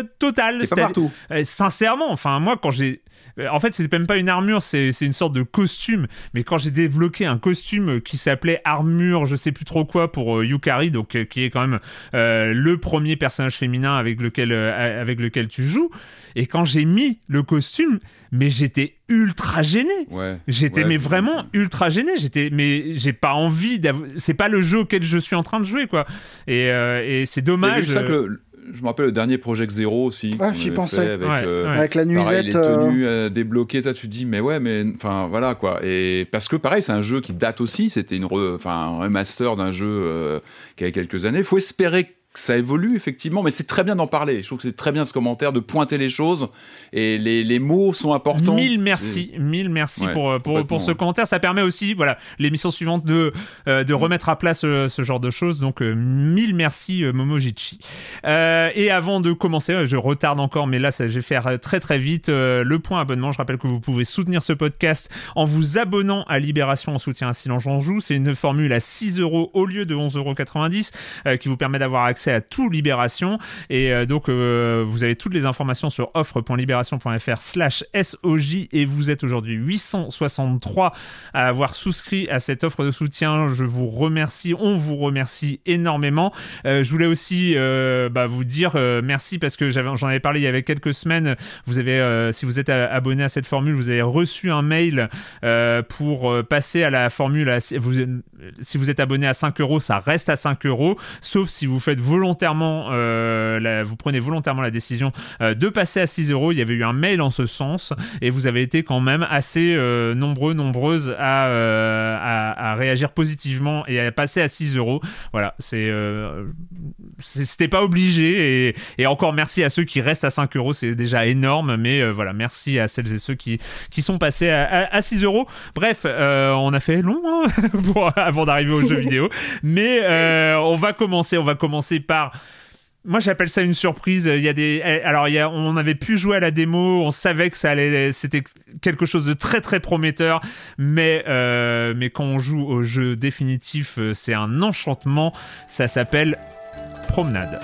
totale. C'est pas partout. Euh, sincèrement, enfin moi quand j'ai, en fait c'est même pas une armure, c'est c'est une sorte de costume. Mais quand j'ai débloqué un costume qui s'appelait armure, je sais plus trop quoi pour euh, Yukari, donc euh, qui est quand même euh, le premier personnage féminin avec lequel euh, avec lequel tu joues. Et quand j'ai mis le costume, mais j'étais ultra gêné. Ouais, j'étais ouais, mais vraiment ultra gêné. J'étais mais j'ai pas envie d'avoir. C'est pas le jeu auquel je suis en train de jouer quoi. Et, euh, et c'est dommage. C'est ça que le... Je me rappelle le dernier Project Zero aussi. Ah, j'y pensais. Avec, ouais, euh, ouais. avec la nuisette. Pareil, les tenues euh... euh, débloquées, ça, tu te dis, mais ouais, mais enfin voilà quoi. Et parce que pareil, c'est un jeu qui date aussi. C'était une re... enfin, un remaster d'un jeu euh, qui avait quelques années. Il faut espérer que ça évolue effectivement, mais c'est très bien d'en parler. Je trouve que c'est très bien ce commentaire de pointer les choses et les, les mots sont importants. Mille merci, c'est... mille merci ouais, pour pour pour ce commentaire. Ça permet aussi, voilà, l'émission suivante de euh, de remettre à plat ce, ce genre de choses. Donc euh, mille merci euh, Momojichi. Euh, et avant de commencer, je retarde encore, mais là ça, je vais faire très très vite euh, le point abonnement. Je rappelle que vous pouvez soutenir ce podcast en vous abonnant à Libération en soutien à Silence on Joue. C'est une formule à six euros au lieu de onze euros quatre-vingt-dix euh, qui vous permet d'avoir accès à tout Libération et euh, donc euh, vous avez toutes les informations sur offre point libération point f r slash S O J et vous êtes aujourd'hui huit cent soixante-trois à avoir souscrit à cette offre de soutien. Je vous remercie, on vous remercie énormément. Euh, je voulais aussi euh, bah, vous dire euh, merci parce que j'avais, j'en avais parlé il y avait quelques semaines. Vous avez, euh, si vous êtes abonné à cette formule, vous avez reçu un mail euh, pour passer à la formule. À, vous, si vous êtes abonné à cinq euros, ça reste à cinq euros, sauf si vous faites volontairement, euh, la, vous prenez volontairement la décision euh, de passer à six euros. Il y avait eu un mail en ce sens et vous avez été quand même assez euh, nombreux, nombreuses à, euh, à, à réagir positivement et à passer à six euros. Voilà, c'est, euh, c'est, c'était pas obligé et, et encore merci à ceux qui restent à cinq euros, c'est déjà énorme, mais euh, voilà, merci à celles et ceux qui, qui sont passés à, à, à six euros. Bref, euh, on a fait long hein, pour, avant d'arriver aux jeux vidéo, mais euh, on va commencer, on va commencer par... Moi, j'appelle ça une surprise. Il y a des, alors il y a, on avait pu jouer à la démo, on savait que ça allait, c'était quelque chose de très très prometteur, mais euh, mais quand on joue au jeu définitif, c'est un enchantement. Ça s'appelle Promenade.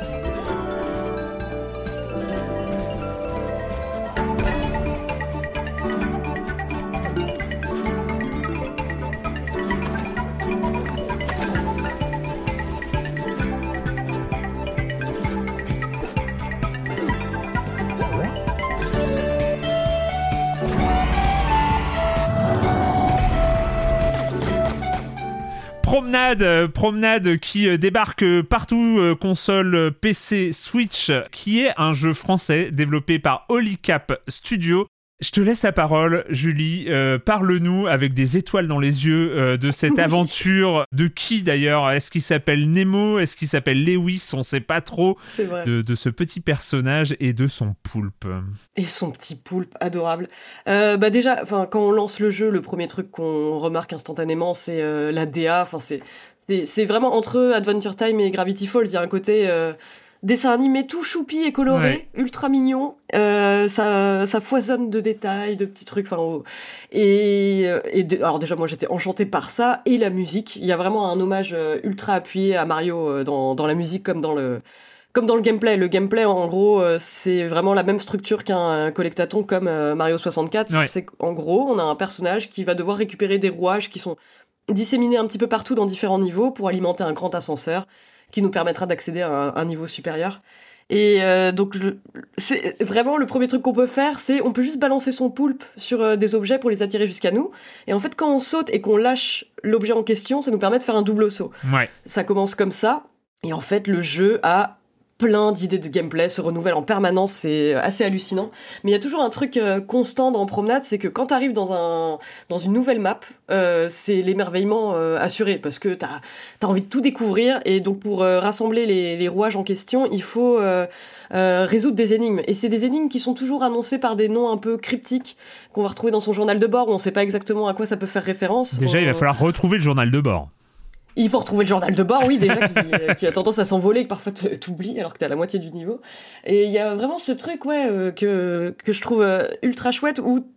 Promenade, euh, promenade qui euh, débarque partout, euh, console, P C, Switch, qui est un jeu français développé par Holycap Studio. Je te laisse la parole, Julie. Euh, parle-nous avec des étoiles dans les yeux euh, de cette aventure. De qui d'ailleurs ? Est-ce qu'il s'appelle Nemo ? Est-ce qu'il s'appelle Lewis ? On ne sait pas trop. C'est vrai. De, de ce petit personnage et de son poulpe. Et son petit poulpe adorable. Euh, bah déjà, quand on lance le jeu, le premier truc qu'on remarque instantanément, c'est euh, la D A. C'est, c'est, c'est vraiment entre Adventure Time et Gravity Falls. Il y a un côté... Euh, dessin animé tout choupi et coloré, ouais. Ultra mignon, euh, ça, ça foisonne de détails, de petits trucs, enfin, oh. et, et de, alors déjà moi j'étais enchantée par ça, et la musique, il y a vraiment un hommage ultra appuyé à Mario dans, dans la musique comme dans le, comme dans le gameplay. Le gameplay en gros c'est vraiment la même structure qu'un collectathon comme Mario soixante-quatre, ouais. C'est qu'en gros on a un personnage qui va devoir récupérer des rouages qui sont disséminés un petit peu partout dans différents niveaux pour alimenter un grand ascenseur, qui nous permettra d'accéder à un, un niveau supérieur. Et euh, donc, le, c'est vraiment le premier truc qu'on peut faire, c'est on peut juste balancer son poulpe sur euh, des objets pour les attirer jusqu'à nous. Et en fait, quand on saute et qu'on lâche l'objet en question, ça nous permet de faire un double saut. Ouais. Ça commence comme ça. Et en fait, le jeu a plein d'idées de gameplay, se renouvelle en permanence, c'est assez hallucinant. Mais il y a toujours un truc euh, constant dans Promenade, c'est que quand t'arrives dans un dans une nouvelle map, euh, c'est l'émerveillement euh, assuré, parce que t'as t'as envie de tout découvrir, et donc pour euh, rassembler les les rouages en question, il faut euh, euh, résoudre des énigmes. Et c'est des énigmes qui sont toujours annoncées par des noms un peu cryptiques qu'on va retrouver dans son journal de bord, où on sait pas exactement à quoi ça peut faire référence. Déjà, on... il va falloir retrouver le journal de bord. Il faut retrouver le journal de bord, oui, déjà, qui, qui a tendance à s'envoler, que parfois t'oublies alors que t'es à la moitié du niveau. Et il y a vraiment ce truc, ouais, euh, que, que je trouve euh, ultra chouette, où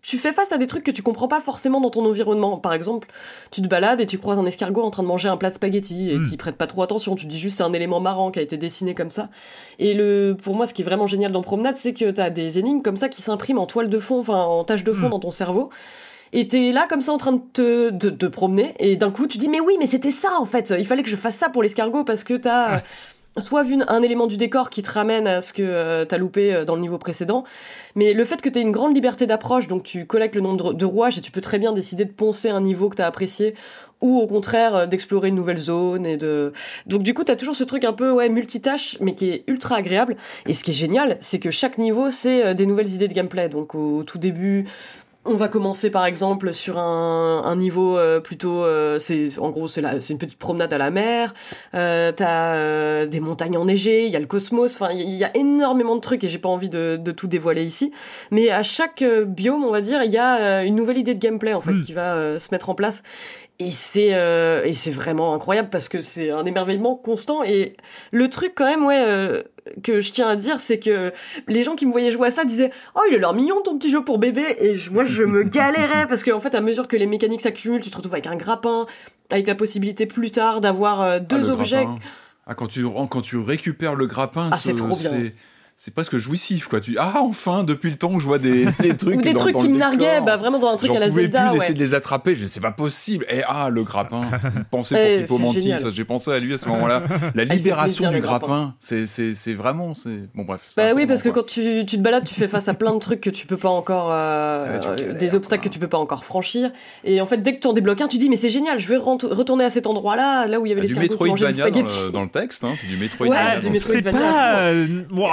tu fais face à des trucs que tu comprends pas forcément dans ton environnement. Par exemple, tu te balades et tu croises un escargot en train de manger un plat de spaghettis et mmh. t'y prêtes pas trop attention. Tu te dis juste c'est un élément marrant qui a été dessiné comme ça. Et le, pour moi, ce qui est vraiment génial dans Promenade, c'est que t'as des énigmes comme ça qui s'impriment en toile de fond, enfin en tache de fond mmh. dans ton cerveau. Et t'es là comme ça en train de te de, de promener et d'un coup tu dis mais oui mais c'était ça en fait. Il fallait que je fasse ça pour l'escargot parce que t'as... Ouais. Soit vu un élément du décor qui te ramène à ce que euh, t'as loupé euh, dans le niveau précédent, mais le fait que t'aies une grande liberté d'approche, donc tu collectes le nombre de, de rouages et tu peux très bien décider de poncer un niveau que t'as apprécié, ou au contraire euh, d'explorer une nouvelle zone et de... Donc du coup t'as toujours ce truc un peu ouais multitâche, mais qui est ultra agréable. Et ce qui est génial, c'est que chaque niveau c'est euh, des nouvelles idées de gameplay. Donc au, au tout début... On va commencer par exemple sur un, un niveau euh, plutôt, euh, c'est en gros c'est, la, c'est une petite promenade à la mer. Euh, t'as euh, des montagnes enneigées, il y a le cosmos. Enfin, il y, y a énormément de trucs et j'ai pas envie de, de tout dévoiler ici. Mais à chaque euh, biome, on va dire, il y a euh, une nouvelle idée de gameplay en fait mmh. qui va euh, se mettre en place. Et c'est euh, et c'est vraiment incroyable parce que c'est un émerveillement constant. Et le truc quand même, ouais. Euh, que je tiens à dire, c'est que les gens qui me voyaient jouer à ça disaient « Oh, il a l'air mignon ton petit jeu pour bébé !» Et je, moi, je me galérais parce qu'en fait, à mesure que les mécaniques s'accumulent, tu te retrouves avec un grappin, avec la possibilité plus tard d'avoir euh, deux ah, objets. Ah, quand tu, quand tu récupères le grappin, ah, c'est, c'est trop bien. C'est... C'est presque jouissif, quoi. Tu ah enfin depuis le temps où je vois des, des trucs ou des dans, trucs dans qui le me larguaient, bah vraiment dans un truc J'en à la Zelda. J'en pouvais plus ouais. essayer de les attraper. Je c'est pas possible. Et ah le grappin. Pensez pour Pipo Mantis. J'ai pensé à lui à ce moment-là. La libération du grappin, grappin. C'est c'est c'est vraiment c'est bon bref. Bah oui parce que quoi. Quand tu tu te balades, tu fais face à plein de trucs que tu peux pas encore euh, ouais, des obstacles quoi. Que tu peux pas encore franchir. Et en fait dès que tu en débloques un, tu dis mais c'est génial. Je vais rent- retourner à cet endroit-là, là où il y avait ah, les escargots qui mangeaient des spaghettis. Dans le texte, hein, c'est du Metroidvania. Ouais, du Metroidvania.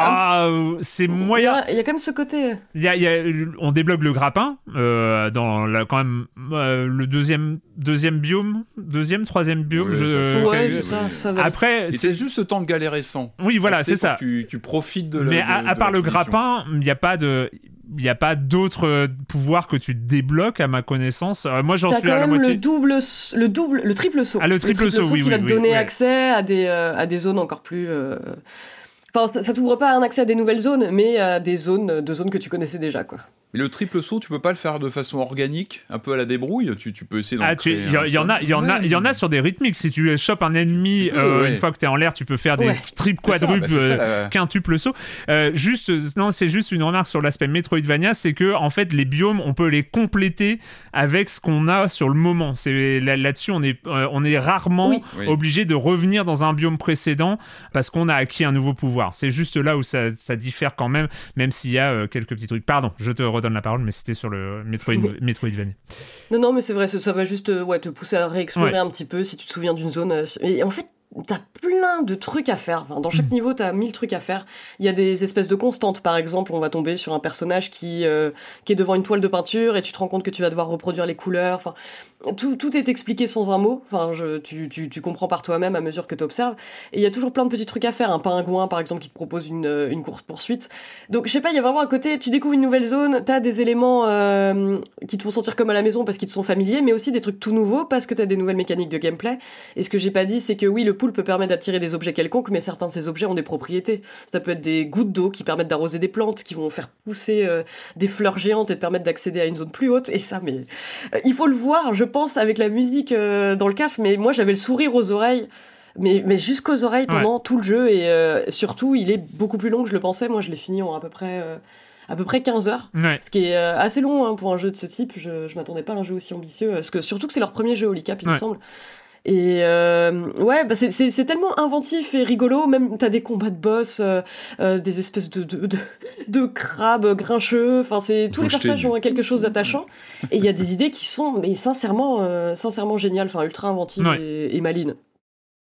C'est moyen. Il y a quand même ce côté. Il y a, il y a, on débloque le grappin euh, dans la, quand même euh, le deuxième deuxième biome, deuxième troisième biome. Oui, je, ça, ouais, euh, c'est ça. ça va après, vite. c'est... c'est juste le temps de galérer sans. Oui, voilà, c'est ça. Tu, tu profites de. Mais la, de, à, à de part le grappin, il n'y a pas de. Il n'y a pas d'autres pouvoirs que tu débloques à ma connaissance. Euh, moi, j'en T'as suis à la moitié. Le double, le double, le triple saut. Ah, le triple, le triple saut, saut oui, qui oui, va te oui, donner oui. accès à des euh, à des zones encore plus. Euh... Enfin, ça, ça t'ouvre pas un accès à des nouvelles zones, mais à des zones, de zones que tu connaissais déjà, quoi. Mais le triple saut, tu peux pas le faire de façon organique, un peu à la débrouille. Tu, tu peux essayer d'en ah, créer. Il y, y en a, il y en a, il y en a sur des rythmiques. Si tu chopes un ennemi peux, euh, ouais. une fois que t'es en l'air, tu peux faire des ouais. triples, quadruples, bah, la... quintuples sauts. Euh, juste, non, c'est juste une remarque sur l'aspect Metroidvania, c'est que en fait les biomes, on peut les compléter avec ce qu'on a sur le moment. C'est là, là-dessus, on est, euh, on est rarement oui. Oui. obligé de revenir dans un biome précédent parce qu'on a acquis un nouveau pouvoir. C'est juste là où ça, ça diffère quand même, même s'il y a euh, quelques petits trucs. Pardon, je te redonne la parole, mais c'était sur le Metroid, Metroidvania. Non, non, mais c'est vrai, ça, ça va juste ouais, te pousser à réexplorer ouais. un petit peu si tu te souviens d'une zone. Et en fait, t'as plein de trucs à faire. Enfin, dans chaque mmh. niveau, t'as mille trucs à faire. Il y a des espèces de constantes. Par exemple, on va tomber sur un personnage qui, euh, qui est devant une toile de peinture et tu te rends compte que tu vas devoir reproduire les couleurs. Enfin, tout, tout est expliqué sans un mot. Enfin, je, tu, tu, tu comprends par toi-même à mesure que t'observes. Et il y a toujours plein de petits trucs à faire. Un pingouin, par exemple, qui te propose une, une course-poursuite. Donc, je sais pas, il y a vraiment un côté, tu découvres une nouvelle zone, t'as des éléments euh, qui te font sentir comme à la maison parce qu'ils te sont familiers, mais aussi des trucs tout nouveaux parce que t'as des nouvelles mécaniques de gameplay. Et ce que j'ai pas dit, c'est que oui, le pool peut permettre d'attirer des objets quelconques, mais certains de ces objets ont des propriétés. Ça peut être des gouttes d'eau qui permettent d'arroser des plantes, qui vont faire pousser euh, des fleurs géantes et te permettre d'accéder à une zone plus haute. Et ça, mais euh, il faut le voir, je pense, avec la musique euh, dans le casque. Mais moi, j'avais le sourire aux oreilles, mais, mais jusqu'aux oreilles pendant ouais. tout le jeu. Et euh, surtout, il est beaucoup plus long que je le pensais. Moi, je l'ai fini en à peu près... Euh, à peu près quinze heures, ouais. ce qui est euh, assez long hein, pour un jeu de ce type. Je, je m'attendais pas à un jeu aussi ambitieux, parce que surtout que c'est leur premier jeu Holycap, il ouais. me semble. Et euh, ouais, bah c'est, c'est, c'est tellement inventif et rigolo. Même t'as des combats de boss, euh, euh, des espèces de, de, de, de crabes grincheux. Enfin, c'est tous les personnages ont quelque chose d'attachant. Et il y a des idées qui sont, mais sincèrement, euh, sincèrement géniales. Enfin, ultra inventives ouais. et, et malines. Patrick ?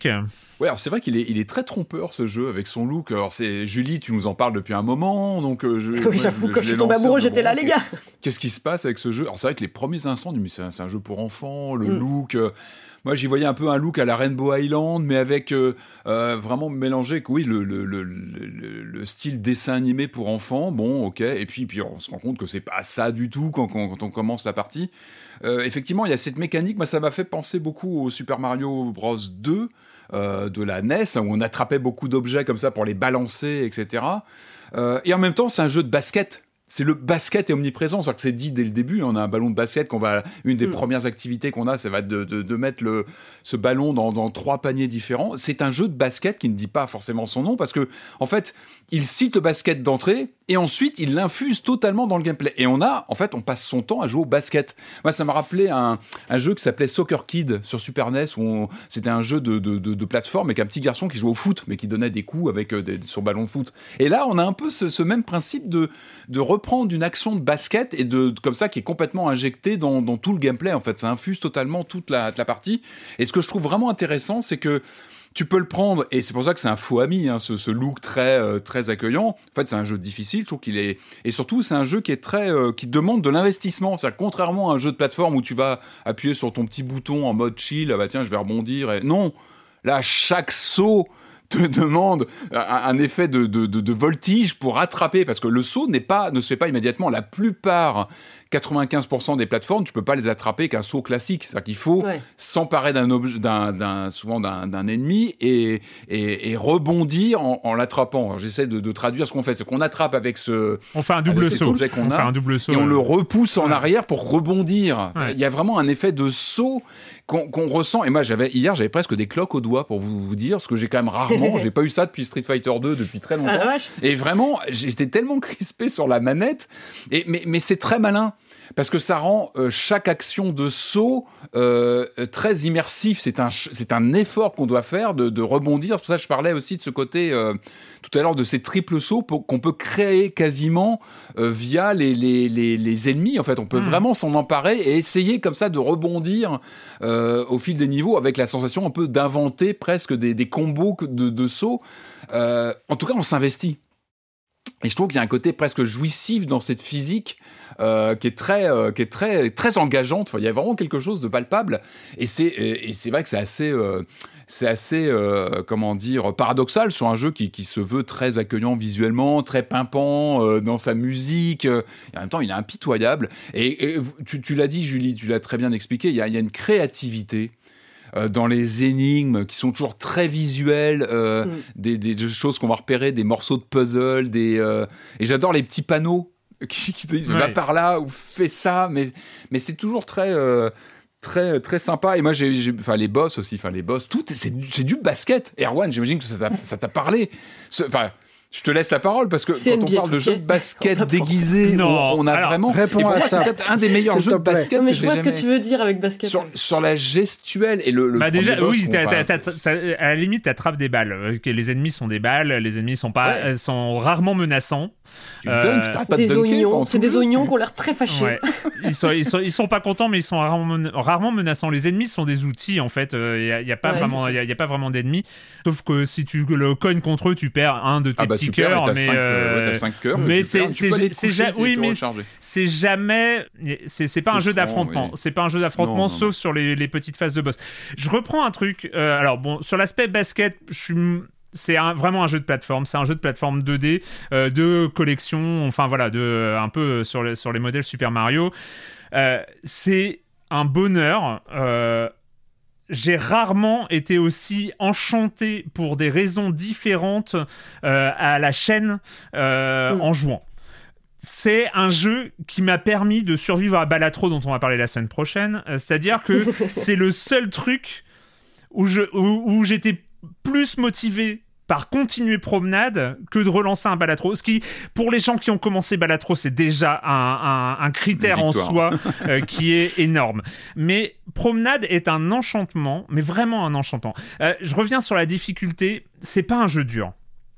Ouais, alors c'est vrai qu'il est, il est très trompeur ce jeu avec son look. Alors c'est Julie, tu nous en parles depuis un moment, donc euh, je. Oui, ouais, j'avoue, je, quand je suis tombé amoureux, j'étais là, les gars. Qu'est-ce qui se passe avec ce jeu ? Alors c'est vrai que les premiers instants, mais c'est un, c'est un jeu pour enfants, le mm. look. Euh, moi, j'y voyais un peu un look à la Rainbow Island, mais avec euh, euh, vraiment mélangé, que, oui, le, le, le, le, le style dessin animé pour enfants. Bon, ok. Et puis, puis on se rend compte que c'est pas ça du tout quand, quand, quand on commence la partie. Euh, effectivement, il y a cette mécanique. Moi, ça m'a fait penser beaucoup au Super Mario Bros deux. Euh, de la N E S, où on attrapait beaucoup d'objets comme ça pour les balancer, et cetera. Euh, et en même temps, c'est un jeu de basket. c'est le basket est omniprésent, c'est-à-dire que c'est dit dès le début, on a un ballon de basket qu'on va, une des mmh. premières activités qu'on a, ça va être de, de, de mettre le, ce ballon dans, dans trois paniers différents. C'est un jeu de basket qui ne dit pas forcément son nom parce que, en fait, il cite le basket d'entrée et ensuite il l'infuse totalement dans le gameplay. Et on a, en fait, on passe son temps à jouer au basket. Moi, ça m'a rappelé un, un jeu qui s'appelait Soccer Kid sur Super N E S où on, c'était un jeu de, de, de, de plateforme avec un petit garçon qui jouait au foot mais qui donnait des coups avec euh, des, son ballon de foot. Et là, on a un peu ce, ce même principe de, de reprendre une action de basket et de, comme ça qui est complètement injectée dans, dans tout le gameplay. En fait, ça infuse totalement toute la, la partie. Et ce que je trouve vraiment intéressant, c'est que tu peux le prendre, et c'est pour ça que c'est un faux ami, hein, ce, ce look très, euh, très accueillant. En fait, c'est un jeu difficile, je trouve qu'il est... Et surtout, c'est un jeu qui est très... Euh, qui demande de l'investissement. C'est-à-dire, contrairement à un jeu de plateforme où tu vas appuyer sur ton petit bouton en mode chill, ah bah tiens, je vais rebondir. Et... Non, là, chaque saut te demande un, un effet de, de, de, de voltige pour rattraper, parce que le saut n'est pas, ne se fait pas immédiatement. La plupart... quatre-vingt-quinze pour cent des plateformes, tu peux pas les attraper qu'un saut classique. C'est-à-dire qu'il faut ouais. s'emparer d'un, obje, d'un, d'un souvent d'un, d'un ennemi et, et, et rebondir en, en l'attrapant. Alors, j'essaie de, de traduire ce qu'on fait. C'est qu'on attrape avec ce... On fait un double saut. Objet qu'on on a, fait un double saut. Et on ouais. le repousse en ouais. arrière pour rebondir. Ouais. Il y a vraiment un effet de saut qu'on, qu'on ressent. Et moi, j'avais, hier, j'avais presque des cloques aux doigts pour vous, vous dire, ce que j'ai quand même rarement. J'ai pas eu ça depuis Street Fighter deux depuis très longtemps. Ah, et vraiment, j'étais tellement crispé sur la manette. Et, mais, mais c'est très malin. Parce que ça rend euh, chaque action de saut euh, très immersif. C'est un, c'est un effort qu'on doit faire de, de rebondir. C'est pour ça que je parlais aussi de ce côté, euh, tout à l'heure, de ces triples sauts pour, qu'on peut créer quasiment euh, via les, les, les, les ennemis. En fait, on peut mmh. vraiment s'en emparer et essayer comme ça de rebondir euh, au fil des niveaux avec la sensation un peu d'inventer presque des, des combos de, de sauts. Euh, en tout cas, on s'investit. Et je trouve qu'il y a un côté presque jouissif dans cette physique euh, qui est très, euh, qui est très, très engageante. Enfin, il y a vraiment quelque chose de palpable. Et c'est, et, et c'est vrai que c'est assez, euh, c'est assez, euh, comment dire, paradoxal sur un jeu qui, qui se veut très accueillant visuellement, très pimpant euh, dans sa musique. Et en même temps, il est impitoyable. Et, et tu, tu l'as dit, Julie, tu l'as très bien expliqué. Il y a, il y a une créativité. Euh, dans les énigmes qui sont toujours très visuelles, euh, mm. des, des, des choses qu'on va repérer, des morceaux de puzzle, des, euh, et j'adore les petits panneaux qui, qui te disent ouais. va par là ou fais ça, mais, mais c'est toujours très, euh, très, très sympa. Et moi, j'ai, j'ai, enfin, les boss aussi, enfin, les boss, tout, c'est, c'est du basket. Erwan, j'imagine que ça t'a, ça t'a parlé. Enfin, je te laisse la parole parce que c'est quand on parle de jeu de basket déguisé, non, on, on a alors, vraiment. Réponds et pour à moi, ça. c'est peut-être un des meilleurs jeux de basket. Non, mais que je j'ai vois ce jamais... que tu veux dire avec basket. Sur, sur la gestuelle et le. le bah déjà, boss, oui, t'as, enfin, t'as, t'as, t'as, à la limite, t'attrapes des balles. Les ennemis sont des balles. Les ennemis sont pas, ouais. sont rarement menaçants. Tu euh, dunks, t'arrêtes pas de des dunker. Oignons, c'est des jeu, oignons tu... qui ont l'air très fâchés. Ouais. Ils sont, ils sont, ils sont pas contents, mais ils sont rarement, men- rarement menaçants. Les ennemis sont des outils en fait. Il euh, y a, y a pas ouais, vraiment, il y, y a pas vraiment d'ennemis. Sauf que si tu le cognes contre eux, tu perds un de tes ah bah, petits cœurs. Mais cinq, euh, ouais, t'as cinq cœurs. Mais c'est, c'est, c'est, c'est, ja- oui, mais c'est jamais, c'est, c'est pas un jeu d'affrontement. Oui. C'est pas un jeu d'affrontement, non, non, sauf non. sur les, les petites phases de boss. Je reprends un truc. Euh, alors bon, sur l'aspect basket, je suis. C'est un, vraiment un jeu de plateforme, c'est un jeu de plateforme deux D, euh, de collection, enfin voilà, de, un peu sur, le, sur les modèles Super Mario. Euh, c'est un bonheur. Euh, j'ai rarement été aussi enchanté pour des raisons différentes euh, à la chaîne euh, mmh. en jouant. C'est un jeu qui m'a permis de survivre à Balatro, dont on va parler la semaine prochaine. Euh, c'est-à-dire que c'est le seul truc où, je, où, où j'étais plus motivé par continuer Promenade que de relancer un Balatro. Ce qui, pour les gens qui ont commencé Balatro, c'est déjà un, un, un critère en soi euh, qui est énorme. Mais Promenade est un enchantement, mais vraiment un enchantement. Euh, je reviens sur la difficulté. C'est pas un jeu dur.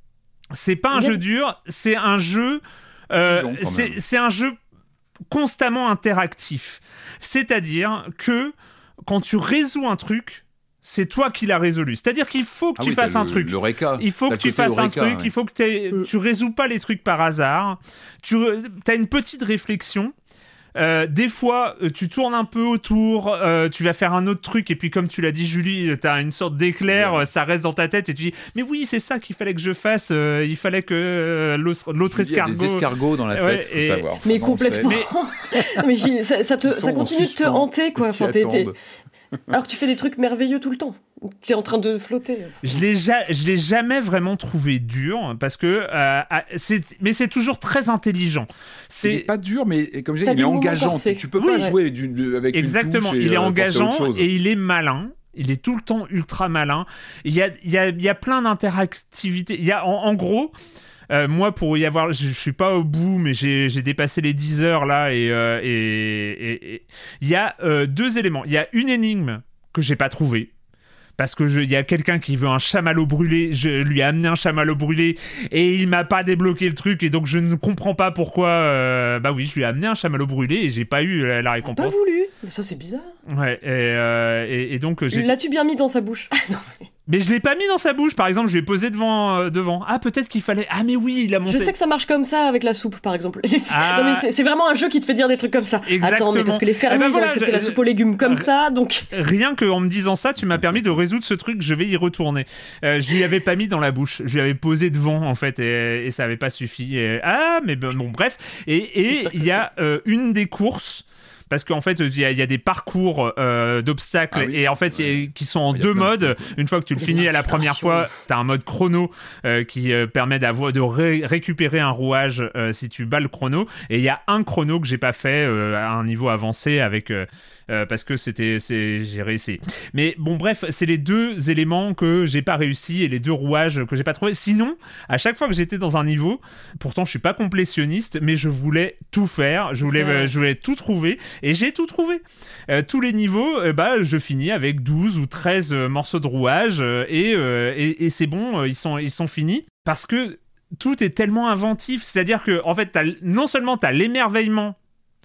C'est pas un oui. jeu dur, c'est un jeu... Euh, c'est, c'est un jeu constamment interactif. C'est-à-dire que quand tu résous un truc, c'est toi qui l'as résolu. C'est-à-dire qu'il faut que ah tu oui, fasses un le, truc. Le réca. Il faut t'as que tu fasses un truc. Ouais. Il faut que mm. tu résous pas les trucs par hasard. Tu as une petite réflexion. Euh, des fois, euh, tu tournes un peu autour, euh, tu vas faire un autre truc, et puis comme tu l'as dit, Julie, t'as une sorte d'éclair, ouais. euh, ça reste dans ta tête, et tu dis, mais oui, c'est ça qu'il fallait que je fasse, euh, il fallait que euh, l'autre, l'autre escargot... Il y a des escargots dans la tête, ouais, faut et... savoir. Mais complètement. mais, mais ça, ça, te, ça continue de te hanter, quoi. Enfin, t'es, t'es... Alors que tu fais des trucs merveilleux tout le temps. Tu es en train de flotter. Je l'ai ja- je l'ai jamais vraiment trouvé dur parce que euh, c'est mais c'est toujours très intelligent. C'est il est pas dur, mais comme j'ai T'as dit, il est des moments engageant. corsés. Tu peux Oui, pas ouais. jouer d'une, avec exactement. une touche et, Il est euh, penser à autre engageant chose. et il est malin. Il est tout le temps ultra malin. Il y a il y a il y a plein d'interactivités. Il y a en, en gros. Euh, moi, pour y avoir, je, je suis pas au bout, mais j'ai, j'ai dépassé les dix heures là, et euh, et il y a euh, deux éléments. Il y a une énigme que j'ai pas trouvée. Parce que il y a quelqu'un qui veut un chamallow brûlé, je lui ai amené un chamallow brûlé et il m'a pas débloqué le truc et donc je ne comprends pas pourquoi. Euh, bah oui, je lui ai amené un chamallow brûlé et j'ai pas eu la, la récompense. Pas voulu, mais ça c'est bizarre. Ouais, et, euh, et, et donc j'ai. L'as-tu bien mis dans sa bouche? Non, mais... mais je l'ai pas mis dans sa bouche, par exemple, je l'ai posé devant, euh, devant. Ah, peut-être qu'il fallait. Ah, mais oui, il a monté. Je sais que ça marche comme ça avec la soupe, par exemple. Ah... Non, mais c'est, c'est vraiment un jeu qui te fait dire des trucs comme ça. Exactement. Attends, mais parce que les fermiers, eh ben voilà, ils ont accepté je... la soupe aux légumes comme ça, donc. Rien qu'en me disant ça, tu m'as permis de résoudre ce truc, je vais y retourner. Euh, je lui avais pas mis dans la bouche, je lui avais posé devant, en fait, et, et ça avait pas suffi. Et... Ah, mais bon, bon bref. Et il y a euh, une des courses. Parce qu'en fait, il y, y a des parcours euh, d'obstacles ah oui, et en fait, y a, qui sont en deux modes. De... Une fois que tu le finis à la première fois, t'as un mode chrono euh, qui euh, permet d'avoir de ré- récupérer un rouage euh, si tu bats le chrono. Et il y a un chrono que j'ai pas fait euh, à un niveau avancé avec euh, euh, parce que c'était c'est j'ai réussi. Mais bon, bref, c'est les deux éléments que j'ai pas réussi et les deux rouages que j'ai pas trouvé. Sinon, à chaque fois que j'étais dans un niveau, pourtant je suis pas complétionniste, mais je voulais tout faire, je voulais euh, je voulais tout trouver. Et j'ai tout trouvé. Euh, tous les niveaux, euh, bah, je finis avec douze ou treize euh, morceaux de rouage euh, et, euh, et, et c'est bon, euh, ils, sont, ils sont finis. Parce que tout est tellement inventif. C'est-à-dire que, en fait, t'as, non seulement tu as l'émerveillement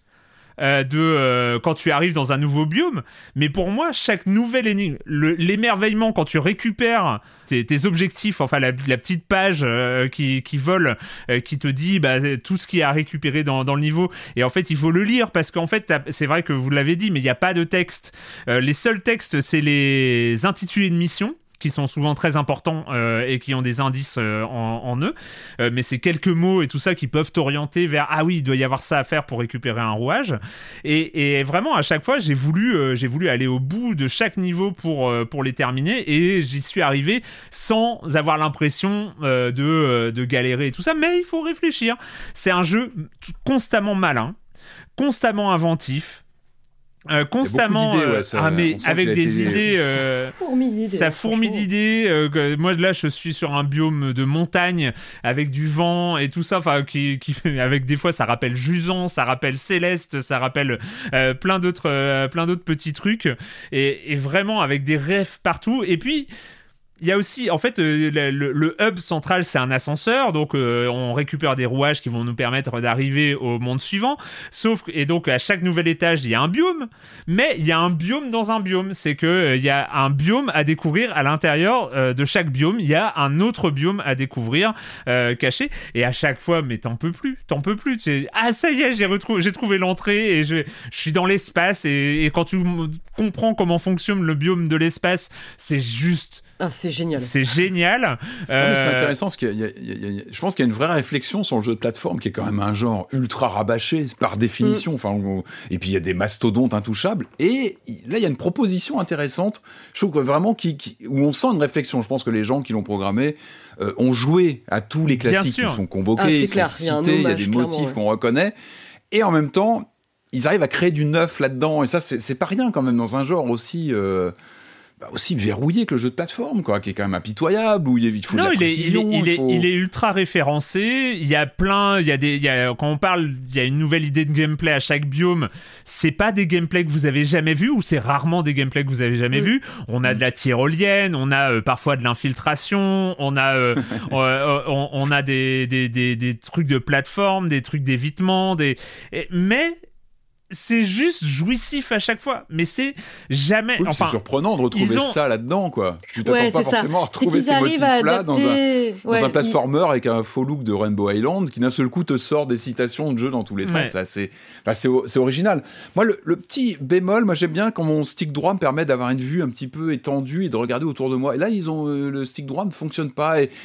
Euh, de euh, quand tu arrives dans un nouveau biome, mais pour moi chaque nouvelle énigme, le, l'émerveillement quand tu récupères tes, tes objectifs, enfin la, la petite page euh, qui, qui vole, euh, qui te dit bah, tout ce qu'il y a à récupérer dans, dans le niveau, et en fait il faut le lire parce qu'en fait c'est vrai que vous l'avez dit, mais il n'y a pas de texte. Euh, les seuls textes c'est les intitulés de mission qui sont souvent très importants euh, et qui ont des indices euh, en, en eux, euh, mais c'est quelques mots et tout ça qui peuvent t'orienter vers ah oui, il doit y avoir ça à faire pour récupérer un rouage. Et, et vraiment à chaque fois j'ai voulu euh, j'ai voulu aller au bout de chaque niveau pour euh, pour les terminer et j'y suis arrivé sans avoir l'impression euh, de euh, de galérer et tout ça, mais il faut réfléchir. C'est un jeu constamment malin, constamment inventif. Euh, constamment ouais, ça, ah mais avec des été... idées euh, ça fourmille d'idées, ça fourmille d'idées euh, moi là je suis sur un biome de montagne avec du vent et tout ça, enfin qui, qui avec des fois ça rappelle Jusant, ça rappelle Céleste, ça rappelle euh, plein d'autres euh, plein d'autres petits trucs et, et vraiment avec des rêves partout. Et puis il y a aussi, en fait, euh, le, le, le hub central, c'est un ascenseur, donc euh, on récupère des rouages qui vont nous permettre d'arriver au monde suivant. Sauf que, et donc à chaque nouvel étage, il y a un biome, mais il y a un biome dans un biome. C'est que euh, il y a un biome à découvrir à l'intérieur euh, de chaque biome. Il y a un autre biome à découvrir euh, caché. Et à chaque fois, mais t'en peux plus, t'en peux plus. Tu... Ah ça y est, j'ai retrouvé, j'ai trouvé l'entrée et je, je suis dans l'espace. Et, et quand tu comprends comment fonctionne le biome de l'espace, c'est juste. Ah, c'est génial. C'est génial. Euh... Non, mais c'est intéressant parce qu'il y a, il y a, il y a, je pense qu'il y a une vraie réflexion sur le jeu de plateforme qui est quand même un genre ultra rabâché par définition. Mm. Enfin, on, et puis il y a des mastodontes intouchables. Et là, il y a une proposition intéressante. Je trouve que vraiment qui, qui, où on sent une réflexion. Je pense que les gens qui l'ont programmé euh, ont joué à tous les classiques qui sont convoqués, ah, ils sont cités. Il y a, hommage, il y a des motifs ouais. qu'on reconnaît. Et en même temps, ils arrivent à créer du neuf là-dedans. Et ça, c'est, c'est pas rien quand même dans un genre aussi. Euh, Bah aussi verrouillé que le jeu de plateforme, quoi, qui est quand même impitoyable, où il faut non, de la il précision. Est, il, est, il, faut... est, il est ultra référencé, il y a plein, il y a des, il y a, quand on parle, il y a une nouvelle idée de gameplay à chaque biome, c'est pas des gameplays que vous avez jamais vus, ou c'est rarement des gameplays que vous avez jamais mmh. vus. On a de la tyrolienne, on a euh, parfois de l'infiltration, on a, euh, euh, on, on a des, des, des, des trucs de plateforme, des trucs d'évitement, des, et, mais c'est juste jouissif à chaque fois, mais c'est jamais. Oui, enfin, c'est surprenant de retrouver ont... ça là-dedans, quoi. Tu t'attends ouais, pas forcément ça. à retrouver ces motifs-là dans un, ouais, dans un platformer il... avec un faux look de Rainbow Island qui d'un seul coup te sort des citations de jeux dans tous les sens. Ouais. C'est, assez... enfin, c'est, c'est original. Moi, le, le petit bémol, moi j'aime bien quand mon stick droit me permet d'avoir une vue un petit peu étendue et de regarder autour de moi. Et là, ils ont euh, le stick droit ne fonctionne pas et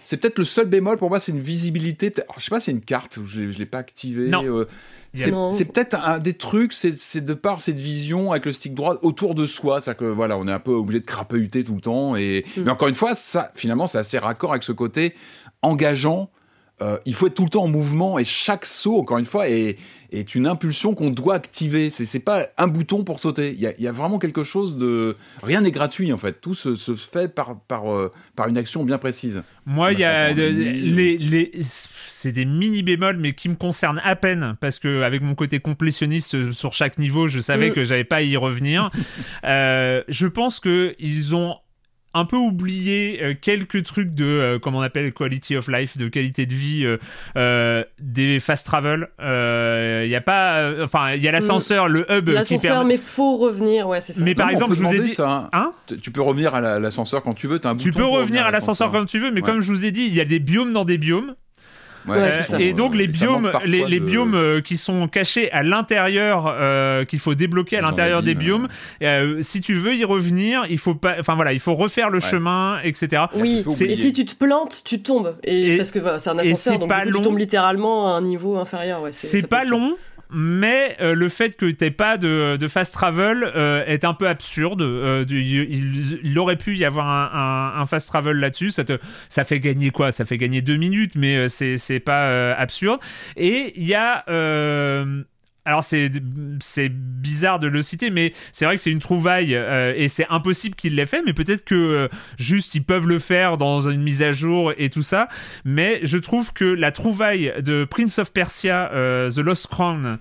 c'est peut-être le seul bémol pour moi, c'est une visibilité. Alors, je sais pas, c'est une carte, je ne l'ai pas activée. Non. Euh, c'est, c'est peut-être un des trucs, c'est, c'est de par cette vision avec le stick droit autour de soi. C'est-à-dire que voilà, on est un peu obligé de crapahuter tout le temps. Et... Mm. Mais encore une fois, ça, finalement, c'est assez raccord avec ce côté engageant. Euh, il faut être tout le temps en mouvement et chaque saut, encore une fois, est, est une impulsion qu'on doit activer. C'est, c'est pas un bouton pour sauter. Il y a, il y a vraiment quelque chose de... Rien n'est gratuit, en fait. Tout se, se fait par, par, euh, par une action bien précise. Moi, il y a de, les, les, c'est des mini bémols, mais qui me concernent à peine, parce que avec mon côté complétionniste sur chaque niveau, je savais mmh. que j'avais pas à y revenir. euh, je pense que ils ont un peu oublié euh, quelques trucs de, euh, comment on appelle, quality of life, de qualité de vie, euh, euh, des fast travel. Il euh, y a pas, enfin, euh, il y a l'ascenseur, mmh. le hub. L'ascenseur, qui permet... mais faut revenir, ouais, c'est ça. Mais par non, exemple, je vous ai dit, ça, hein tu peux revenir à la, l'ascenseur quand tu veux. T'as un tu bouton peux pour revenir à l'ascenseur, l'ascenseur quand tu veux, mais ouais. comme je vous ai dit, il y a des biomes dans des biomes. Ouais, euh, ça, et donc les biomes, les, les de... biomes euh, qui sont cachés à l'intérieur, euh, qu'il faut débloquer à Ils l'intérieur des biomes. Euh, si tu veux y revenir, il faut pas, enfin voilà, il faut refaire le ouais. chemin, et cetera. Oui. Et si tu te plantes, tu tombes. Et, et parce que voilà, c'est un ascenseur, donc du coup, tu tombes littéralement à un niveau inférieur. Ouais, c'est c'est pas long. Mais euh, le fait que t'aies pas de, de fast travel euh, est un peu absurde. Euh, du, il, il aurait pu y avoir un, un, un fast travel là-dessus. Ça te, ça fait gagner quoi ? Ça fait gagner deux minutes, mais euh, c'est, c'est pas euh, absurde. Et il y a... Euh, alors c'est, c'est bizarre de le citer, mais c'est vrai que c'est une trouvaille euh, et c'est impossible qu'ils l'aient fait, mais peut-être que euh, juste ils peuvent le faire dans une mise à jour et tout ça. Mais je trouve que la trouvaille de Prince of Persia, euh, The Lost Crown,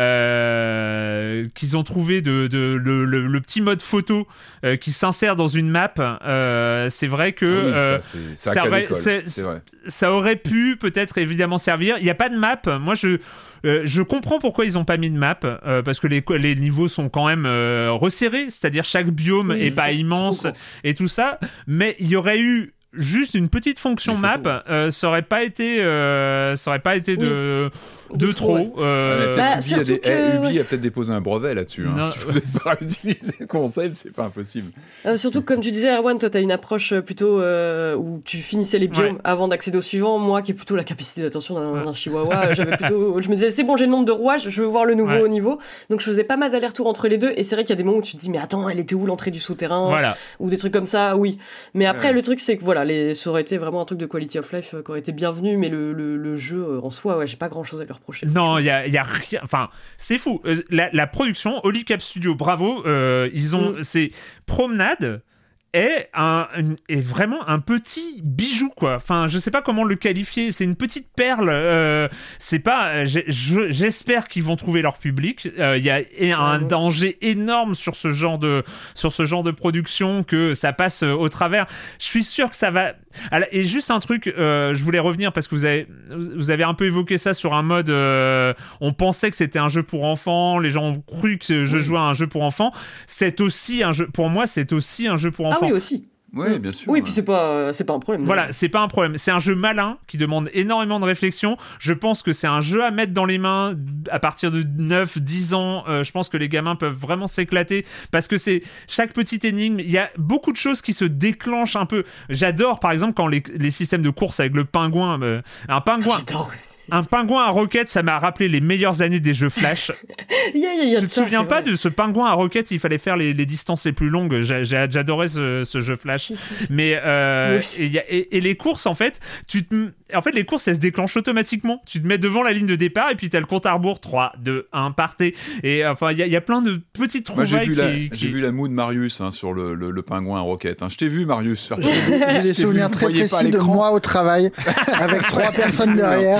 euh, qu'ils ont trouvé de, de le, le, le petit mode photo euh, qui s'insère dans une map, euh, c'est vrai que oui, euh, ça, c'est, ça, aurait, c'est, c'est vrai. ça aurait pu peut-être évidemment servir. Il n'y a pas de map. Moi je Euh, je comprends pourquoi ils n'ont pas mis de map, euh, parce que les, les niveaux sont quand même euh, resserrés, c'est-à-dire chaque biome oui, est pas immense et tout ça, mais il y aurait eu juste une petite fonction map, euh, ça aurait pas été, euh, ça aurait pas été de, oui. de, de trop. trop ouais. euh... bah, Ubi, a, des, que... Ubi a peut-être déposé un brevet là-dessus. Hein. Tu peux pas utiliser le concept, c'est pas impossible. Euh, surtout comme tu disais, Erwan, toi t'as une approche plutôt euh, où tu finissais les biomes ouais. avant d'accéder au suivant. Moi, qui ai plutôt la capacité d'attention d'un, ouais. d'un chihuahua, j'avais plutôt, je me disais c'est bon, j'ai le nombre de rouages, je veux voir le nouveau ouais. niveau. Donc je faisais pas mal d'allers-retours entre les deux. Et c'est vrai qu'il y a des moments où tu te dis mais attends, elle était où l'entrée du souterrain voilà. ou des trucs comme ça. Oui. Mais après ouais. le truc c'est que voilà. Les, ça aurait été vraiment un truc de quality of life euh, qui aurait été bienvenu, mais le, le, le jeu euh, en soi, ouais, j'ai pas grand chose à lui reprocher. Non, il y a, y a rien. Enfin, c'est fou. Euh, la, la production, Holy Cap Studio, bravo. Euh, ils ont. Mm. C'est Promenade. Est, un, est vraiment un petit bijou, quoi. Enfin, je sais pas comment le qualifier. C'est une petite perle. Euh, c'est pas. J'ai, je, j'espère qu'ils vont trouver leur public. Il euh, y a un ouais, danger aussi. énorme sur ce genre de sur ce genre de production que ça passe au travers. Je suis sûr que ça va. Et juste un truc, euh, je voulais revenir parce que vous avez vous avez un peu évoqué ça sur un mode. Euh, on pensait que c'était un jeu pour enfants. Les gens ont cru que je jouais à un jeu pour enfants. C'est aussi un jeu. Pour moi, c'est aussi un jeu pour enfants. Ah oui, aussi. Oui, bien sûr. Oui, ouais. puis c'est pas, c'est pas un problème. Voilà, c'est pas un problème. C'est un jeu malin qui demande énormément de réflexion. Je pense que c'est un jeu à mettre dans les mains à partir de neuf dix ans. Euh, je pense que les gamins peuvent vraiment s'éclater parce que c'est chaque petite énigme. Il y a beaucoup de choses qui se déclenchent un peu. J'adore, par exemple, quand les, les systèmes de course avec le pingouin. Euh, un pingouin. J'adore aussi. Un pingouin à roquette, ça m'a rappelé les meilleures années des jeux Flash. y a, y a, y a tu te ça, souviens pas vrai. de ce pingouin à roquette? Il fallait faire les, les distances les plus longues. J'ai, j'ai, j'adorais ce, ce jeu Flash. Si, si. Mais euh, oui. et, y a, et, et les courses, en fait, tu te, en fait, les courses, elles se déclenchent automatiquement. Tu te mets devant la ligne de départ et puis t'as le compte à rebours trois, deux, un, partez. Et enfin, il y, y a plein de petites trouvailles. Moi, j'ai vu, qui, la, qui... j'ai vu la moue de Marius hein, sur le, le, le pingouin à roquette. Hein. Je t'ai vu, Marius, faire. J'ai des souvenirs très précis de moi au travail avec trois personnes derrière.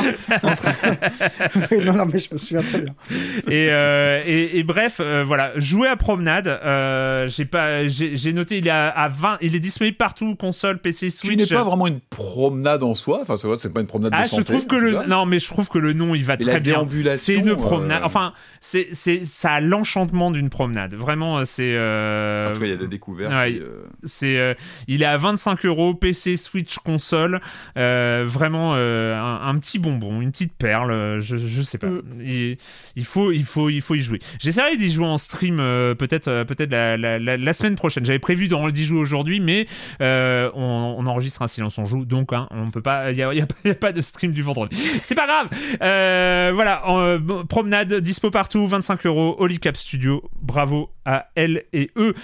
non, non, mais je me souviens très bien. Et, euh, et, et bref, euh, voilà, jouer à Promenade. Euh, j'ai pas, j'ai, j'ai noté, il est à, à vingt, il est disponible partout, console, P C, Switch. Tu n'es pas vraiment une promenade en soi. Enfin, c'est vrai, c'est pas une promenade ah, de santé. Je trouve que le, vois. non, mais je trouve que le nom, il va et très la bien. C'est une promenade. Euh... Enfin, c'est, c'est, ça a l'enchantement d'une promenade. Vraiment, c'est. Euh... En tout cas, il y a des découvertes. Ouais, et, euh... c'est, euh, il est à vingt-cinq euros, P C, Switch, console. Euh, vraiment, euh, un, un petit bonbon. une petite perle. Je, je sais pas. Mm. Il, il faut, il faut, il faut y jouer. J'essaierai d'y jouer en stream euh, peut-être, euh, peut-être la, la, la, la semaine prochaine. J'avais prévu d'y jouer aujourd'hui, mais euh, on, on enregistre un Silence on joue, donc hein, on peut pas. Il y a, y a, y a pas de stream du vendredi. C'est pas grave. Euh, voilà. En, promenade dispo partout, vingt-cinq euros. Holycap Studio. Bravo à elle et eux.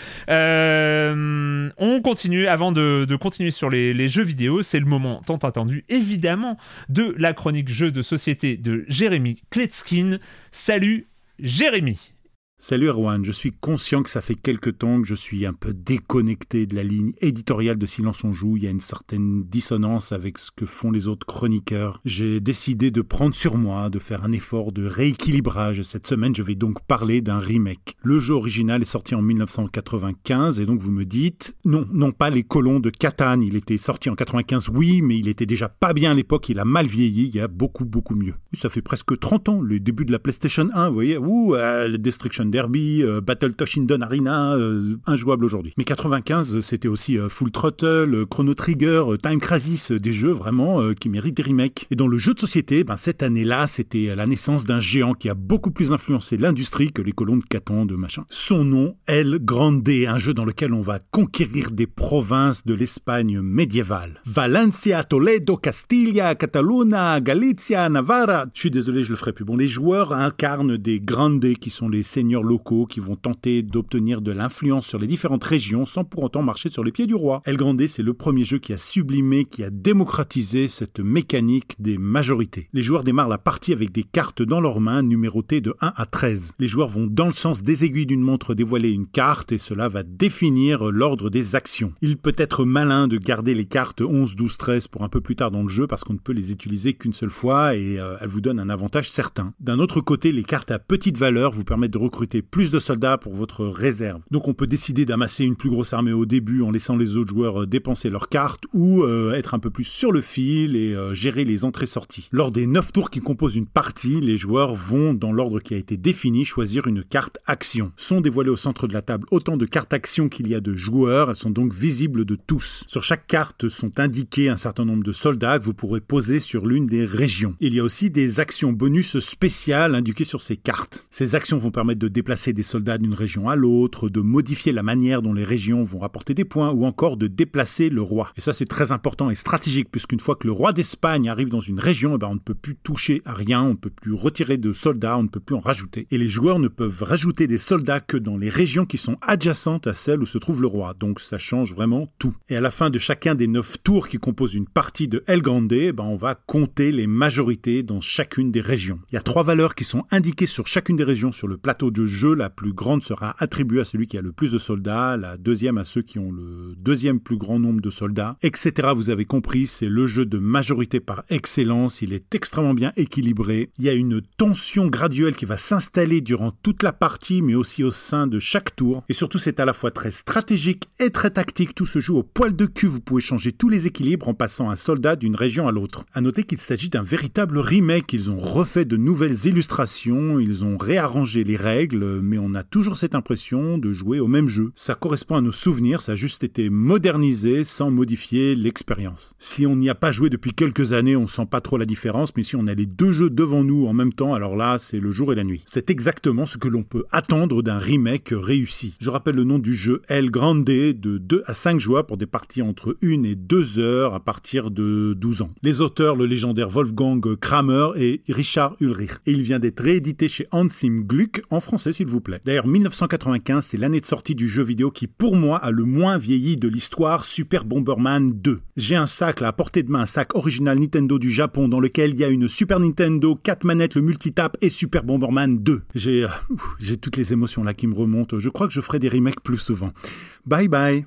Euh, on continue avant de, de continuer sur les, les jeux vidéo. C'est le moment tant attendu, évidemment, de la chronique jeux de société de Jérémy Kletskin. Salut Jérémy. Salut Erwan, je suis conscient que ça fait quelque temps que je suis un peu déconnecté de la ligne éditoriale de Silence on joue. Il y a une certaine dissonance avec ce que font les autres chroniqueurs. J'ai décidé de prendre sur moi, de faire un effort de rééquilibrage. Cette semaine, je vais donc parler d'un remake. Le jeu original est sorti en dix-neuf cent quatre-vingt-quinze et donc vous me dites, non, non pas les colons de Catan. Il était sorti en quatre-vingt-quinze, oui, mais il était déjà pas bien à l'époque. Il a mal vieilli, il y a beaucoup, beaucoup mieux. Ça fait presque trente ans, le début de la PlayStation un, vous voyez, ouh, euh, le Destruction Derby, euh, Battletoads Indon Arena, euh, injouable aujourd'hui. Mais quatre-vingt-quinze, c'était aussi euh, Full Throttle, euh, Chrono Trigger, euh, Time Crisis, euh, des jeux vraiment euh, qui méritent des remakes. Et dans le jeu de société, ben, cette année-là, c'était la naissance d'un géant qui a beaucoup plus influencé l'industrie que les colons de Catan, de machin. Son nom, El Grande, un jeu dans lequel on va conquérir des provinces de l'Espagne médiévale. Valencia, Toledo, Castilla, Catalunya, Galicia, Navarra. Je suis désolé, je le ferai plus. Bon, les joueurs incarnent des Grandes qui sont les seigneurs locaux qui vont tenter d'obtenir de l'influence sur les différentes régions sans pour autant marcher sur les pieds du roi. El Grande, c'est le premier jeu qui a sublimé, qui a démocratisé cette mécanique des majorités. Les joueurs démarrent la partie avec des cartes dans leurs mains numérotées de un à treize. Les joueurs vont dans le sens des aiguilles d'une montre dévoiler une carte et cela va définir l'ordre des actions. Il peut être malin de garder les cartes onze, douze, treize pour un peu plus tard dans le jeu parce qu'on ne peut les utiliser qu'une seule fois et euh, elles vous donnent un avantage certain. D'un autre côté, les cartes à petite valeur vous permettent de recruter plus de soldats pour votre réserve. Donc on peut décider d'amasser une plus grosse armée au début en laissant les autres joueurs dépenser leurs cartes ou euh, être un peu plus sur le fil et euh, gérer les entrées-sorties. Lors des neuf tours qui composent une partie, les joueurs vont, dans l'ordre qui a été défini, choisir une carte action. Sont dévoilées au centre de la table autant de cartes action qu'il y a de joueurs, elles sont donc visibles de tous. Sur chaque carte sont indiqués un certain nombre de soldats que vous pourrez poser sur l'une des régions. Il y a aussi des actions bonus spéciales indiquées sur ces cartes. Ces actions vont permettre de déplacer des soldats d'une région à l'autre, de modifier la manière dont les régions vont rapporter des points ou encore de déplacer le roi. Et ça c'est très important et stratégique puisqu'une fois que le roi d'Espagne arrive dans une région, eh ben, on ne peut plus toucher à rien, on ne peut plus retirer de soldats, on ne peut plus en rajouter. Et les joueurs ne peuvent rajouter des soldats que dans les régions qui sont adjacentes à celles où se trouve le roi. Donc ça change vraiment tout. Et à la fin de chacun des neuf tours qui composent une partie de El Grande, eh ben, on va compter les majorités dans chacune des régions. Il y a trois valeurs qui sont indiquées sur chacune des régions sur le plateau de jeu. La plus grande sera attribuée à celui qui a le plus de soldats, la deuxième à ceux qui ont le deuxième plus grand nombre de soldats, et cetera. Vous avez compris, c'est le jeu de majorité par excellence, il est extrêmement bien équilibré. Il y a une tension graduelle qui va s'installer durant toute la partie, mais aussi au sein de chaque tour. Et surtout, c'est à la fois très stratégique et très tactique. Tout se joue au poil de cul. Vous pouvez changer tous les équilibres en passant un soldat d'une région à l'autre. À noter qu'il s'agit d'un véritable remake. Ils ont refait de nouvelles illustrations, ils ont réarrangé les règles, mais on a toujours cette impression de jouer au même jeu. Ça correspond à nos souvenirs, ça a juste été modernisé sans modifier l'expérience. Si on n'y a pas joué depuis quelques années, on sent pas trop la différence, mais si on a les deux jeux devant nous en même temps, alors là, c'est le jour et la nuit. C'est exactement ce que l'on peut attendre d'un remake réussi. Je rappelle le nom du jeu El Grande, de deux à cinq joueurs pour des parties entre une et deux heures à partir de douze ans. Les auteurs, le légendaire Wolfgang Kramer et Richard Ulrich. Et il vient d'être réédité chez Hansim Gluck en français, s'il vous plaît. D'ailleurs, dix-neuf cent quatre-vingt-quinze, c'est l'année de sortie du jeu vidéo qui, pour moi, a le moins vieilli de l'histoire, Super Bomberman deux. J'ai un sac, là, à portée de main, un sac original Nintendo du Japon, dans lequel il y a une Super Nintendo, quatre manettes, le multitap et Super Bomberman deux. J'ai, euh, j'ai toutes les émotions là qui me remontent. Je crois que je ferai des remakes plus souvent. Bye bye.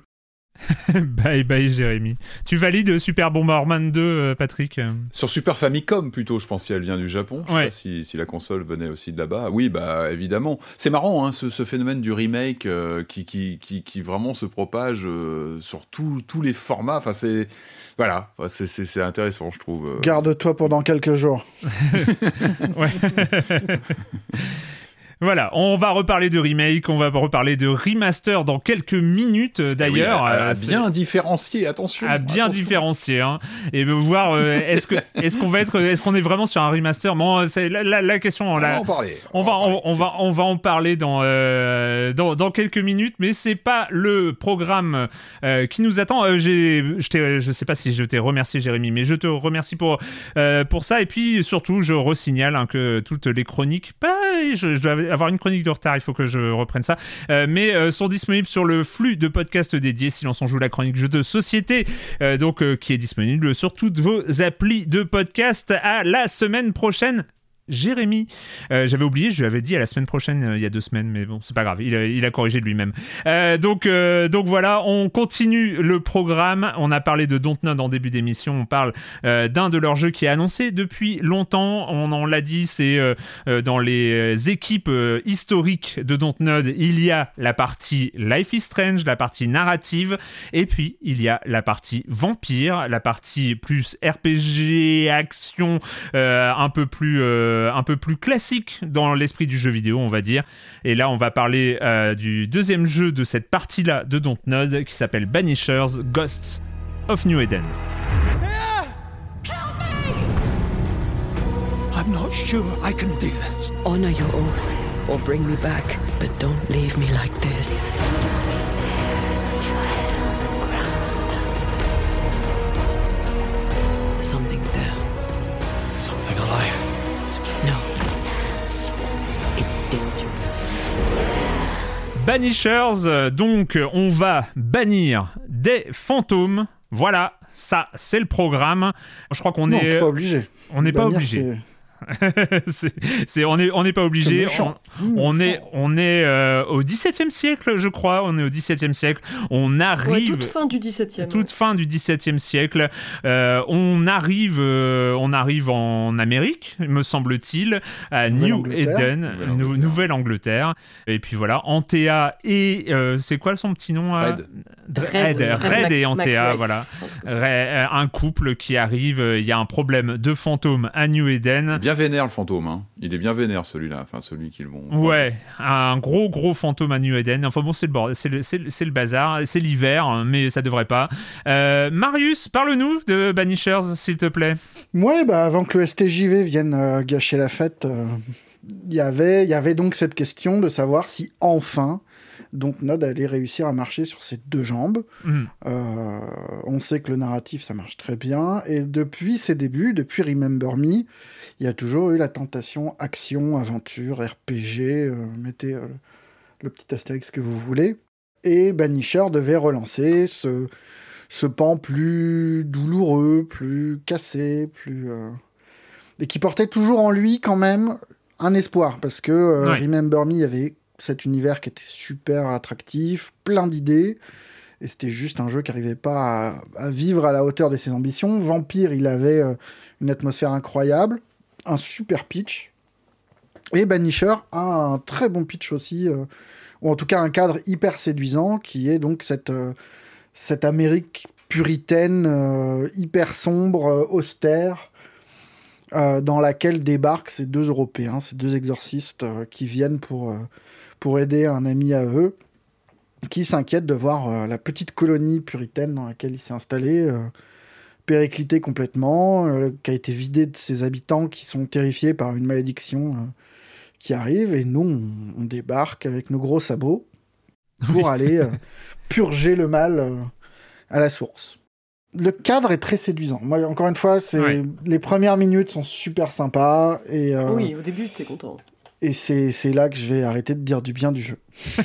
Bye bye Jérémy. Tu valides Super Bomberman deux, euh, Patrick? Sur Super Famicom plutôt, je pense, si elle vient du Japon. Je ouais. sais pas si, si la console venait aussi de là-bas. Oui, bah évidemment. C'est marrant, hein, ce, ce phénomène du remake euh, qui, qui, qui, qui vraiment se propage euh, sur tous les formats. Enfin, c'est... Voilà, c'est, c'est, c'est intéressant, je trouve. Garde-toi pendant quelques jours. Ouais. Voilà, on va reparler de remake, on va reparler de remaster dans quelques minutes d'ailleurs. Oui, à, à c'est... bien différencier, attention. À bien attention. différencier, hein, et voir euh, est-ce que est-ce qu'on va être, est-ce qu'on est vraiment sur un remaster. Bon, c'est la, la, la question. On la, va en parler. On, on va, va, en on, on va, on va en parler dans euh, dans, dans quelques minutes, mais c'est pas le programme euh, qui nous attend. Euh, j'ai, je t'ai, je sais pas si je t'ai remercié, Jérémy, mais je te remercie pour euh, pour ça, et puis surtout, je resignale hein, que toutes les chroniques, bah, je, je dois avoir une chronique de retard, il faut que je reprenne ça, euh, mais euh, sont disponibles sur le flux de podcasts dédiés Silence on joue, la chronique jeu de société, euh, donc euh, qui est disponible sur toutes vos applis de podcast. À la semaine prochaine, Jérémy. Euh, j'avais oublié, je lui avais dit à la semaine prochaine euh, il y a deux semaines, mais bon, c'est pas grave, il a, il a corrigé de lui-même. Euh, donc, euh, donc voilà, on continue le programme. On a parlé de Dontnod en début d'émission, on parle euh, d'un de leurs jeux qui est annoncé depuis longtemps. On en l'a dit, c'est euh, euh, dans les équipes euh, historiques de Dontnod, il y a la partie Life is Strange, la partie narrative, et puis il y a la partie vampire, la partie plus R P G, action, euh, un peu plus... Euh, un peu plus classique dans l'esprit du jeu vidéo, on va dire. Et là, on va parler euh, du deuxième jeu de cette partie-là de Dontnod qui s'appelle Banishers Ghosts of New Eden. Help me! I'm not sure I can do this. Honor your oath or bring me back, but don't leave me like this. Something's there. Something alive. No. It's dangerous. Banishers, donc on va bannir des fantômes. Voilà, ça c'est le programme. Je crois qu'on non, est... Non, pas obligé. On n'est pas obligé. C'est... c'est, c'est, on n'est on est pas obligé. On, on est, on est euh, au dix-septième siècle, je crois. On est au dix-septième siècle. On arrive. Ouais, toute fin du dix-septième. Toute ouais. fin du dix-septième siècle. Euh, on arrive, euh, on arrive en Amérique, me semble-t-il, à New Eden, Nouvelle-Angleterre. Nouvelle-Angleterre. Et puis voilà, Antea et euh, c'est quoi son petit nom euh, Red. Red, Red, Red, Red et Antea, voilà. Red, un couple qui arrive. Il y a un problème de fantôme à New Eden. Bien vénère le fantôme, hein. Il est bien vénère celui-là, enfin celui qu'ils vont. Ouais, un gros gros fantôme à New Eden. Enfin bon, c'est le bordel, c'est le, c'est le, c'est le bazar, c'est l'hiver, mais ça devrait pas. Euh, Marius, parle-nous de Banishers, s'il te plaît. Ouais, bah avant que le S T J V vienne euh, gâcher la fête, euh, y avait, y avait donc cette question de savoir si enfin Dontnod allait réussir à marcher sur ses deux jambes. Mmh. Euh, on sait que le narratif, ça marche très bien. Et depuis ses débuts, depuis Remember Me, il y a toujours eu la tentation action, aventure, R P G, euh, mettez euh, le petit astérix que vous voulez. Et Banisher devait relancer ce, ce pan plus douloureux, plus cassé, plus... Euh... et qui portait toujours en lui quand même un espoir. Parce que euh, ouais. Remember Me, il y avait cet univers qui était super attractif, plein d'idées, et c'était juste un jeu qui n'arrivait pas à, à vivre à la hauteur de ses ambitions. Vampire, il avait euh, une atmosphère incroyable, un super pitch, et Banisher a un très bon pitch aussi, euh, ou en tout cas un cadre hyper séduisant, qui est donc cette, euh, cette Amérique puritaine, euh, hyper sombre, euh, austère, euh, dans laquelle débarquent ces deux Européens, ces deux exorcistes euh, qui viennent pour... Euh, pour aider un ami à eux, qui s'inquiète de voir euh, la petite colonie puritaine dans laquelle il s'est installé euh, péricliter complètement, euh, qui a été vidée de ses habitants qui sont terrifiés par une malédiction euh, qui arrive, et nous, on, on débarque avec nos gros sabots pour oui. aller euh, purger le mal euh, à la source. Le cadre est très séduisant. Moi, encore une fois, c'est... Ouais. les premières minutes sont super sympas. Et, euh... oui, au début, t'es content. Et c'est, c'est là que je vais arrêter de dire du bien du jeu.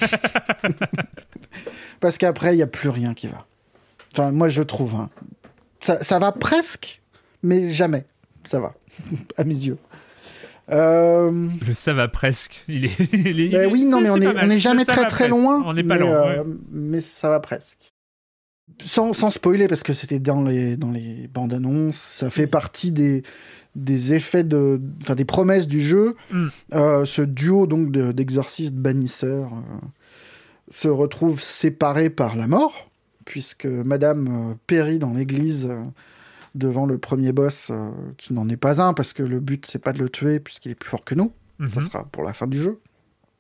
Parce qu'après, il n'y a plus rien qui va. Enfin, moi, je trouve. Hein. Ça, ça va presque, mais jamais. Ça va, à mes yeux. Euh... Le ça va presque. Il est, il est, ben oui, non, mais on n'est on est jamais très très loin. On n'est pas mais, loin. Euh, ouais. Mais ça va presque. Sans, sans spoiler, parce que c'était dans les, dans les bandes annonces, ça fait partie des, des effets, de, enfin des promesses du jeu. Mm. Euh, ce duo donc de, d'exorcistes bannisseurs euh, se retrouve séparé par la mort, puisque Madame euh, périt dans l'église euh, devant le premier boss, euh, qui n'en est pas un, parce que le but c'est pas de le tuer, puisqu'il est plus fort que nous. Mm-hmm. Ça sera pour la fin du jeu.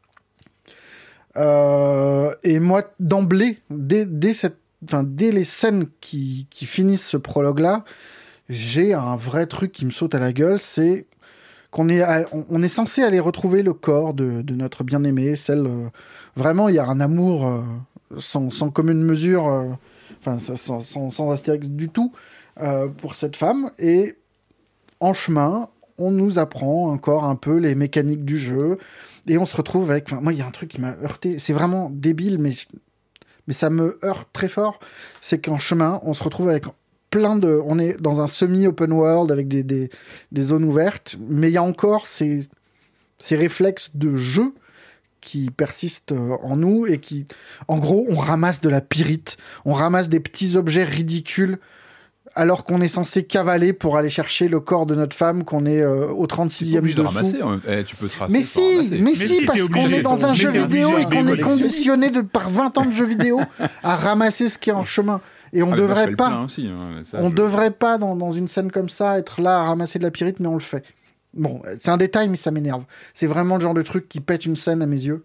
Euh, et moi, d'emblée, dès, dès, cette, enfin, dès les scènes qui, qui finissent ce prologue-là, j'ai un vrai truc qui me saute à la gueule, c'est qu'on est, on, on est censé aller retrouver le corps de, de notre bien-aimé, celle... Euh, vraiment, il y a un amour euh, sans, sans commune mesure, euh, enfin, sans, sans, sans astérix du tout, euh, pour cette femme, et en chemin, on nous apprend encore un peu les mécaniques du jeu, et on se retrouve avec... Enfin, moi, il y a un truc qui m'a heurté, c'est vraiment débile, mais, mais ça me heurte très fort, c'est qu'en chemin, on se retrouve avec plein de... On est dans un semi-open world, avec des, des, des zones ouvertes, mais il y a encore ces, ces réflexes de jeu qui persistent en nous, et qui... En gros, on ramasse de la pyrite, on ramasse des petits objets ridicules, alors qu'on est censé cavaler pour aller chercher le corps de notre femme, qu'on est euh, au trente-sixième dessous. De ramasser, hein. Eh, tu peux tracer. Mais si, mais, mais si, parce qu'on est dans un jeu vidéo et qu'on est conditionné de, par vingt ans de jeux vidéo à ramasser ce qui est en chemin. Et on ah, devrait pas, aussi, hein, ça, on je... devrait pas dans, dans une scène comme ça être là à ramasser de la pyrite, mais on le fait. Bon, c'est un détail, mais ça m'énerve. C'est vraiment le genre de truc qui pète une scène à mes yeux.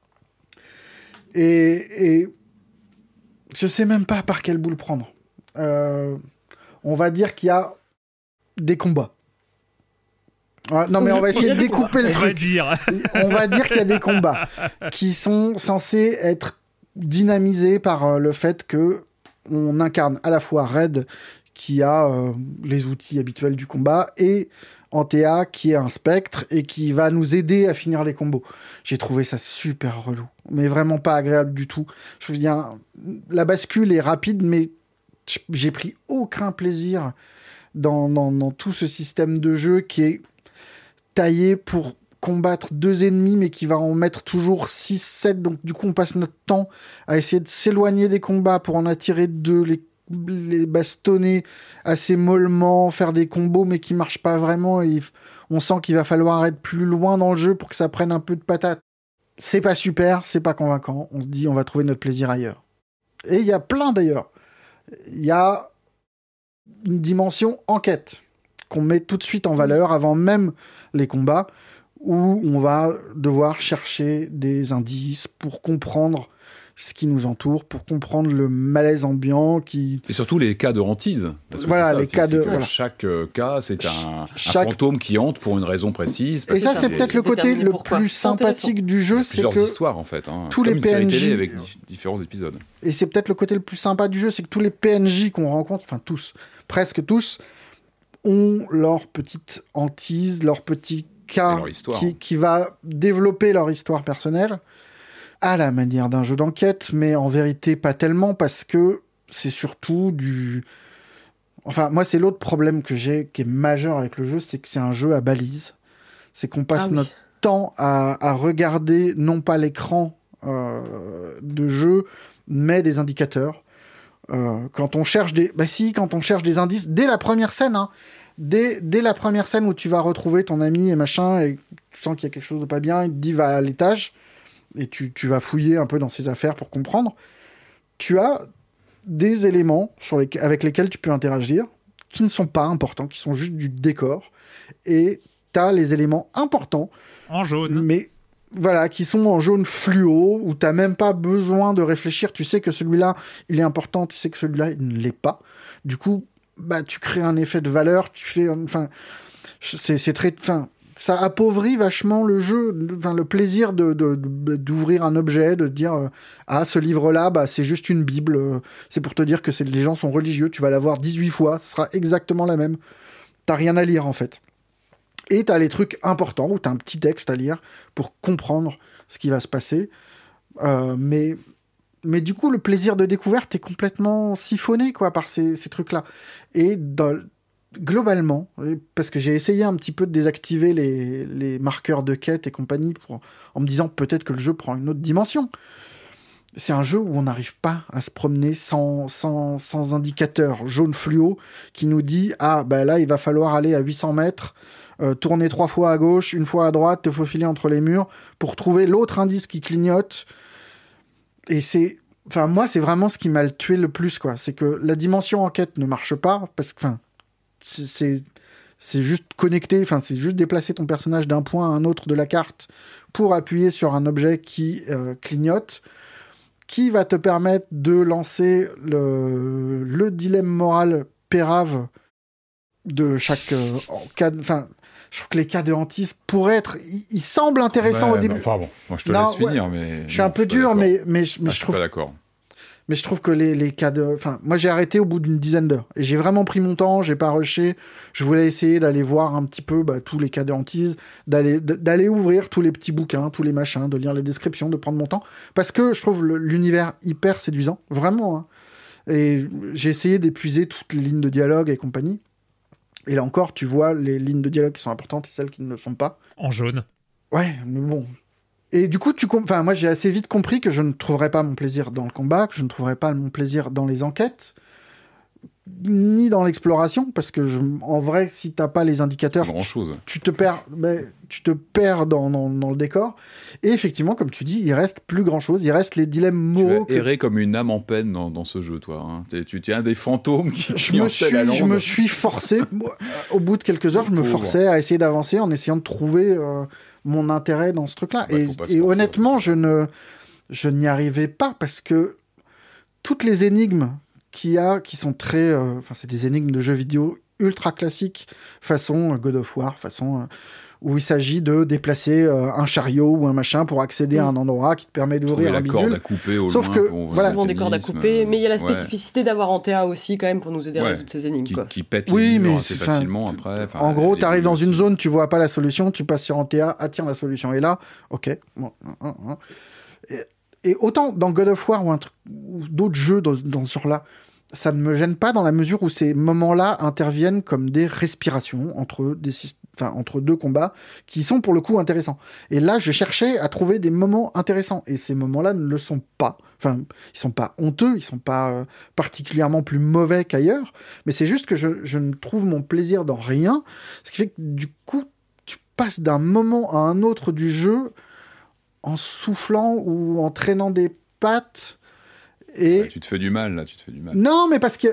Et, et je sais même pas par quel bout le prendre. Euh... On va dire qu'il y a des combats. Ah, non, mais on va essayer de découper le truc. On va dire, on va dire qu'il y a des combats qui sont censés être dynamisés par le fait que on incarne à la fois Red, qui a euh, les outils habituels du combat, et Antea, qui est un spectre et qui va nous aider à finir les combos. J'ai trouvé ça super relou, mais vraiment pas agréable du tout. Je veux dire, la bascule est rapide, mais j'ai pris aucun plaisir dans, dans, dans tout ce système de jeu qui est taillé pour combattre deux ennemis, mais qui va en mettre toujours six sept. Donc du coup, on passe notre temps à essayer de s'éloigner des combats pour en attirer deux, les, les bastonner assez mollement, faire des combos, mais qui marchent pas vraiment. Et on sent qu'il va falloir être plus loin dans le jeu pour que ça prenne un peu de patate. C'est pas super, c'est pas convaincant. On se dit, on va trouver notre plaisir ailleurs. Et il y a plein d'ailleurs. Il y a une dimension enquête qu'on met tout de suite en valeur avant même les combats, où on va devoir chercher des indices pour comprendre ce qui nous entoure, pour comprendre le malaise ambiant qui... Et surtout les cas de hantise. Parce que voilà, c'est ça, les c'est, cas c'est de... que Voilà. Chaque cas, c'est un, chaque... un fantôme qui hante pour une raison précise. Et ça, c'est, c'est peut-être le côté le plus sympathique du jeu, c'est que... Plusieurs histoires, en fait. Hein. Tous c'est les comme une P N J... série télé avec différents épisodes. Et c'est peut-être le côté le plus sympa du jeu, c'est que tous les P N J qu'on rencontre, enfin tous, presque tous, ont leur petite hantise, leur petit cas qui, qui va développer leur histoire personnelle, à la manière d'un jeu d'enquête, mais en vérité pas tellement, parce que c'est surtout du... Enfin, moi, c'est l'autre problème que j'ai, qui est majeur avec le jeu, c'est que c'est un jeu à balises. C'est qu'on passe ah oui. notre temps à, à regarder, non pas l'écran euh, de jeu, mais des indicateurs. Euh, quand on cherche des... Bah si, quand on cherche des indices, dès la première scène, hein, dès, dès la première scène où tu vas retrouver ton ami et machin, et tu sens qu'il y a quelque chose de pas bien, il te dit, va à l'étage, et tu, tu vas fouiller un peu dans ses affaires pour comprendre, tu as des éléments sur les, avec lesquels tu peux interagir, qui ne sont pas importants, qui sont juste du décor, et tu as les éléments importants, en jaune, mais voilà, qui sont en jaune fluo, où tu n'as même pas besoin de réfléchir, tu sais que celui-là, il est important, tu sais que celui-là, il ne l'est pas. Du coup, bah, tu crées un effet de valeur, tu fais... Enfin, c'est, c'est très... Enfin, ça appauvrit vachement le jeu, enfin, le plaisir de, de, de, d'ouvrir un objet, de dire euh, ah, ce livre-là, bah, c'est juste une Bible, euh, c'est pour te dire que c'est, les gens sont religieux, tu vas l'avoir dix-huit fois, ce sera exactement la même. T'as rien à lire, en fait. Et t'as les trucs importants, où t'as un petit texte à lire pour comprendre ce qui va se passer. Euh, mais, mais du coup, le plaisir de découverte est complètement siphonné, quoi, par ces, ces trucs-là. Et dans... globalement, parce que j'ai essayé un petit peu de désactiver les, les marqueurs de quête et compagnie pour, en me disant peut-être que le jeu prend une autre dimension. C'est un jeu où on n'arrive pas à se promener sans, sans, sans indicateur jaune fluo qui nous dit « Ah, bah là, il va falloir aller à huit cents mètres, euh, tourner trois fois à gauche, une fois à droite, te faufiler entre les murs pour trouver l'autre indice qui clignote. » Et c'est... Enfin, moi, c'est vraiment ce qui m'a tué le plus, quoi. C'est que la dimension enquête ne marche pas, parce que... Enfin, c'est, c'est juste connecter, enfin c'est juste déplacer ton personnage d'un point à un autre de la carte pour appuyer sur un objet qui euh, clignote, qui va te permettre de lancer le, le dilemme moral pérave de chaque euh, cas. Enfin, je trouve que les cas de hantise pourraient être. Ils, ils semblent intéressants ouais, au début. Bah, enfin bon, moi je te non, laisse finir, ouais, mais. Je suis un peu dur, mais, mais, mais ah, je, je trouve. Suis pas d'accord. Mais je trouve que les, les cas de... Enfin, moi, j'ai arrêté au bout d'une dizaine d'heures. Et j'ai vraiment pris mon temps, j'ai pas rushé. Je voulais essayer d'aller voir un petit peu bah, tous les cas de hantise, d'aller, d'aller ouvrir tous les petits bouquins, tous les machins, de lire les descriptions, de prendre mon temps. Parce que je trouve l'univers hyper séduisant. Vraiment. Hein. Et j'ai essayé d'épuiser toutes les lignes de dialogue et compagnie. Et là encore, tu vois les lignes de dialogue qui sont importantes et celles qui ne le sont pas. En jaune. Ouais, mais bon... Et du coup, tu com- enfin, moi, j'ai assez vite compris que je ne trouverais pas mon plaisir dans le combat, que je ne trouverais pas mon plaisir dans les enquêtes, ni dans l'exploration, parce que, je... en vrai, si t'as pas les indicateurs, grand tu, chose. tu te perds, mais tu te perds dans, dans, dans le décor. Et effectivement, comme tu dis, il reste plus grand-chose. Il reste les dilemmes moraux. Tu as erré que... comme une âme en peine dans, dans ce jeu, toi. Hein. T'es, tu, tu es un des fantômes qui. Je qui me suis, la je me suis forcé. Au bout de quelques heures, je me forçais à essayer d'avancer en essayant de trouver. Euh... mon intérêt dans ce truc-là. Ouais, et et honnêtement, je, ne, je n'y arrivais pas parce que toutes les énigmes qu'il y a, qui sont très... Enfin, euh, c'est des énigmes de jeux vidéo ultra classiques, façon God of War, façon... Euh, où il s'agit de déplacer euh, un chariot ou un machin pour accéder mmh. à un endroit qui te permet d'ouvrir un bidule. Trouver la corde à couper au Sauf loin. que, pour, voilà. Souvent des cordes à couper, mais il y a la spécificité ouais. d'avoir un T A aussi, quand même, pour nous aider ouais. à résoudre ces énigmes. Qui, quoi. qui pète oui, les mais assez facilement après. En gros, tu arrives dans une zone, tu vois pas la solution, tu passes sur un T A, ah tiens, la solution est là, ok. Et, et autant dans God of War ou, un truc, ou d'autres jeux dans, dans ce genre-là, ça ne me gêne pas dans la mesure où ces moments-là interviennent comme des respirations entre, des, enfin, entre deux combats qui sont pour le coup intéressants. Et là, je cherchais à trouver des moments intéressants. Et ces moments-là ne le sont pas. Enfin, ils sont pas honteux, ils sont pas euh, particulièrement plus mauvais qu'ailleurs. Mais c'est juste que je, je ne trouve mon plaisir dans rien. Ce qui fait que du coup, tu passes d'un moment à un autre du jeu en soufflant ou en traînant des pattes. Et... Ouais, tu te fais du mal, là, tu te fais du mal. Non, mais parce que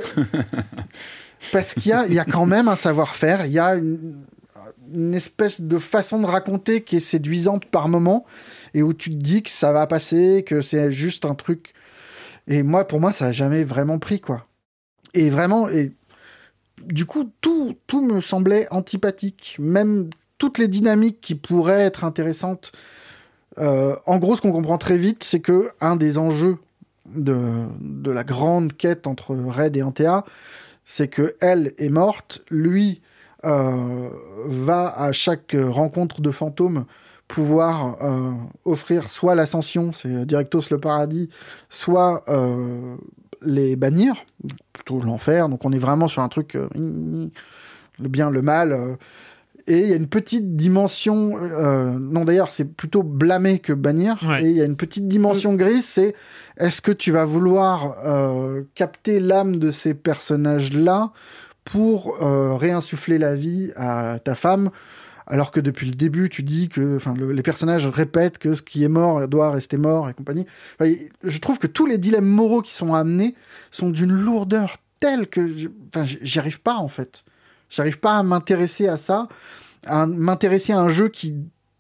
parce qu'il y a, il y a quand même un savoir-faire, il y a une, une espèce de façon de raconter qui est séduisante par moment, et où tu te dis que ça va passer, que c'est juste un truc... Et moi, pour moi, ça n'a jamais vraiment pris, quoi. Et vraiment... Et... Du coup, tout, tout me semblait antipathique. Même toutes les dynamiques qui pourraient être intéressantes. Euh, en gros, ce qu'on comprend très vite, c'est que un des enjeux De, de la grande quête entre Red et Antea, c'est que elle est morte, lui euh, va à chaque rencontre de fantômes pouvoir euh, offrir soit l'ascension, c'est Directos le paradis, soit euh, les bannir, plutôt l'enfer, donc on est vraiment sur un truc euh, le bien, le mal, euh, et il y a une petite dimension, euh, non d'ailleurs c'est plutôt blâmer que bannir, ouais. Et il y a une petite dimension grise, c'est est-ce que tu vas vouloir euh, capter l'âme de ces personnages-là pour euh, réinsuffler la vie à ta femme, alors que depuis le début tu dis que le, les personnages répètent que ce qui est mort doit rester mort et compagnie. Enfin, je trouve que tous les dilemmes moraux qui sont amenés sont d'une lourdeur telle que je, enfin, j'y arrive pas en fait. J'arrive pas à m'intéresser à ça, à m'intéresser à un jeu qui,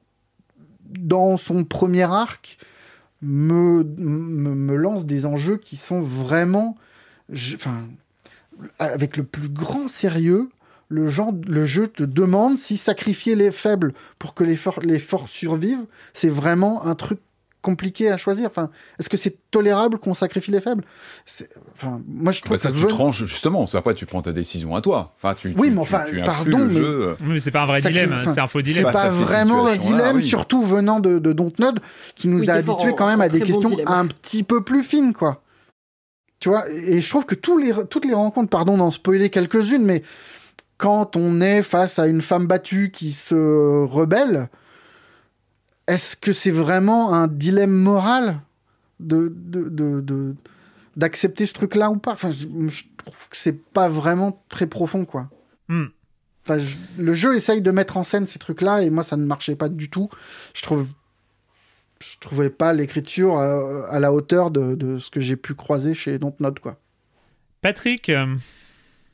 dans son premier arc, me, me, me lance des enjeux qui sont vraiment... Enfin, avec le plus grand sérieux, le, genre, le jeu te demande si sacrifier les faibles pour que les forts, les forts survivent, c'est vraiment un truc compliqué à choisir. Enfin, est-ce que c'est tolérable qu'on sacrifie les faibles ? C'est... Enfin, moi je trouve bah, ça, que tu tranches justement. C'est après tu prends ta décision à toi. Enfin, tu. Oui, tu, mais enfin, tu, tu pardon, le mais... jeu. Oui, mais c'est pas un vrai dilemme. Enfin, c'est un faux dilemme. C'est pas vraiment un dilemme, oui. Surtout venant de, de Dontnod, qui nous oui, a habitués quand même à des questions bon un petit peu plus fines, quoi. Tu vois, et je trouve que tous les, toutes les rencontres, pardon d'en spoiler quelques-unes, mais quand on est face à une femme battue qui se rebelle, est-ce que c'est vraiment un dilemme moral de, de, de, de, d'accepter ce truc-là ou pas ? Enfin, je, je trouve que c'est pas vraiment très profond, quoi. Mm. Enfin, je, le jeu essaye de mettre en scène ces trucs-là, et moi, ça ne marchait pas du tout. Je trouve, je trouvais pas l'écriture à, à la hauteur de, de ce que j'ai pu croiser chez Dontnod, quoi. Patrick, euh,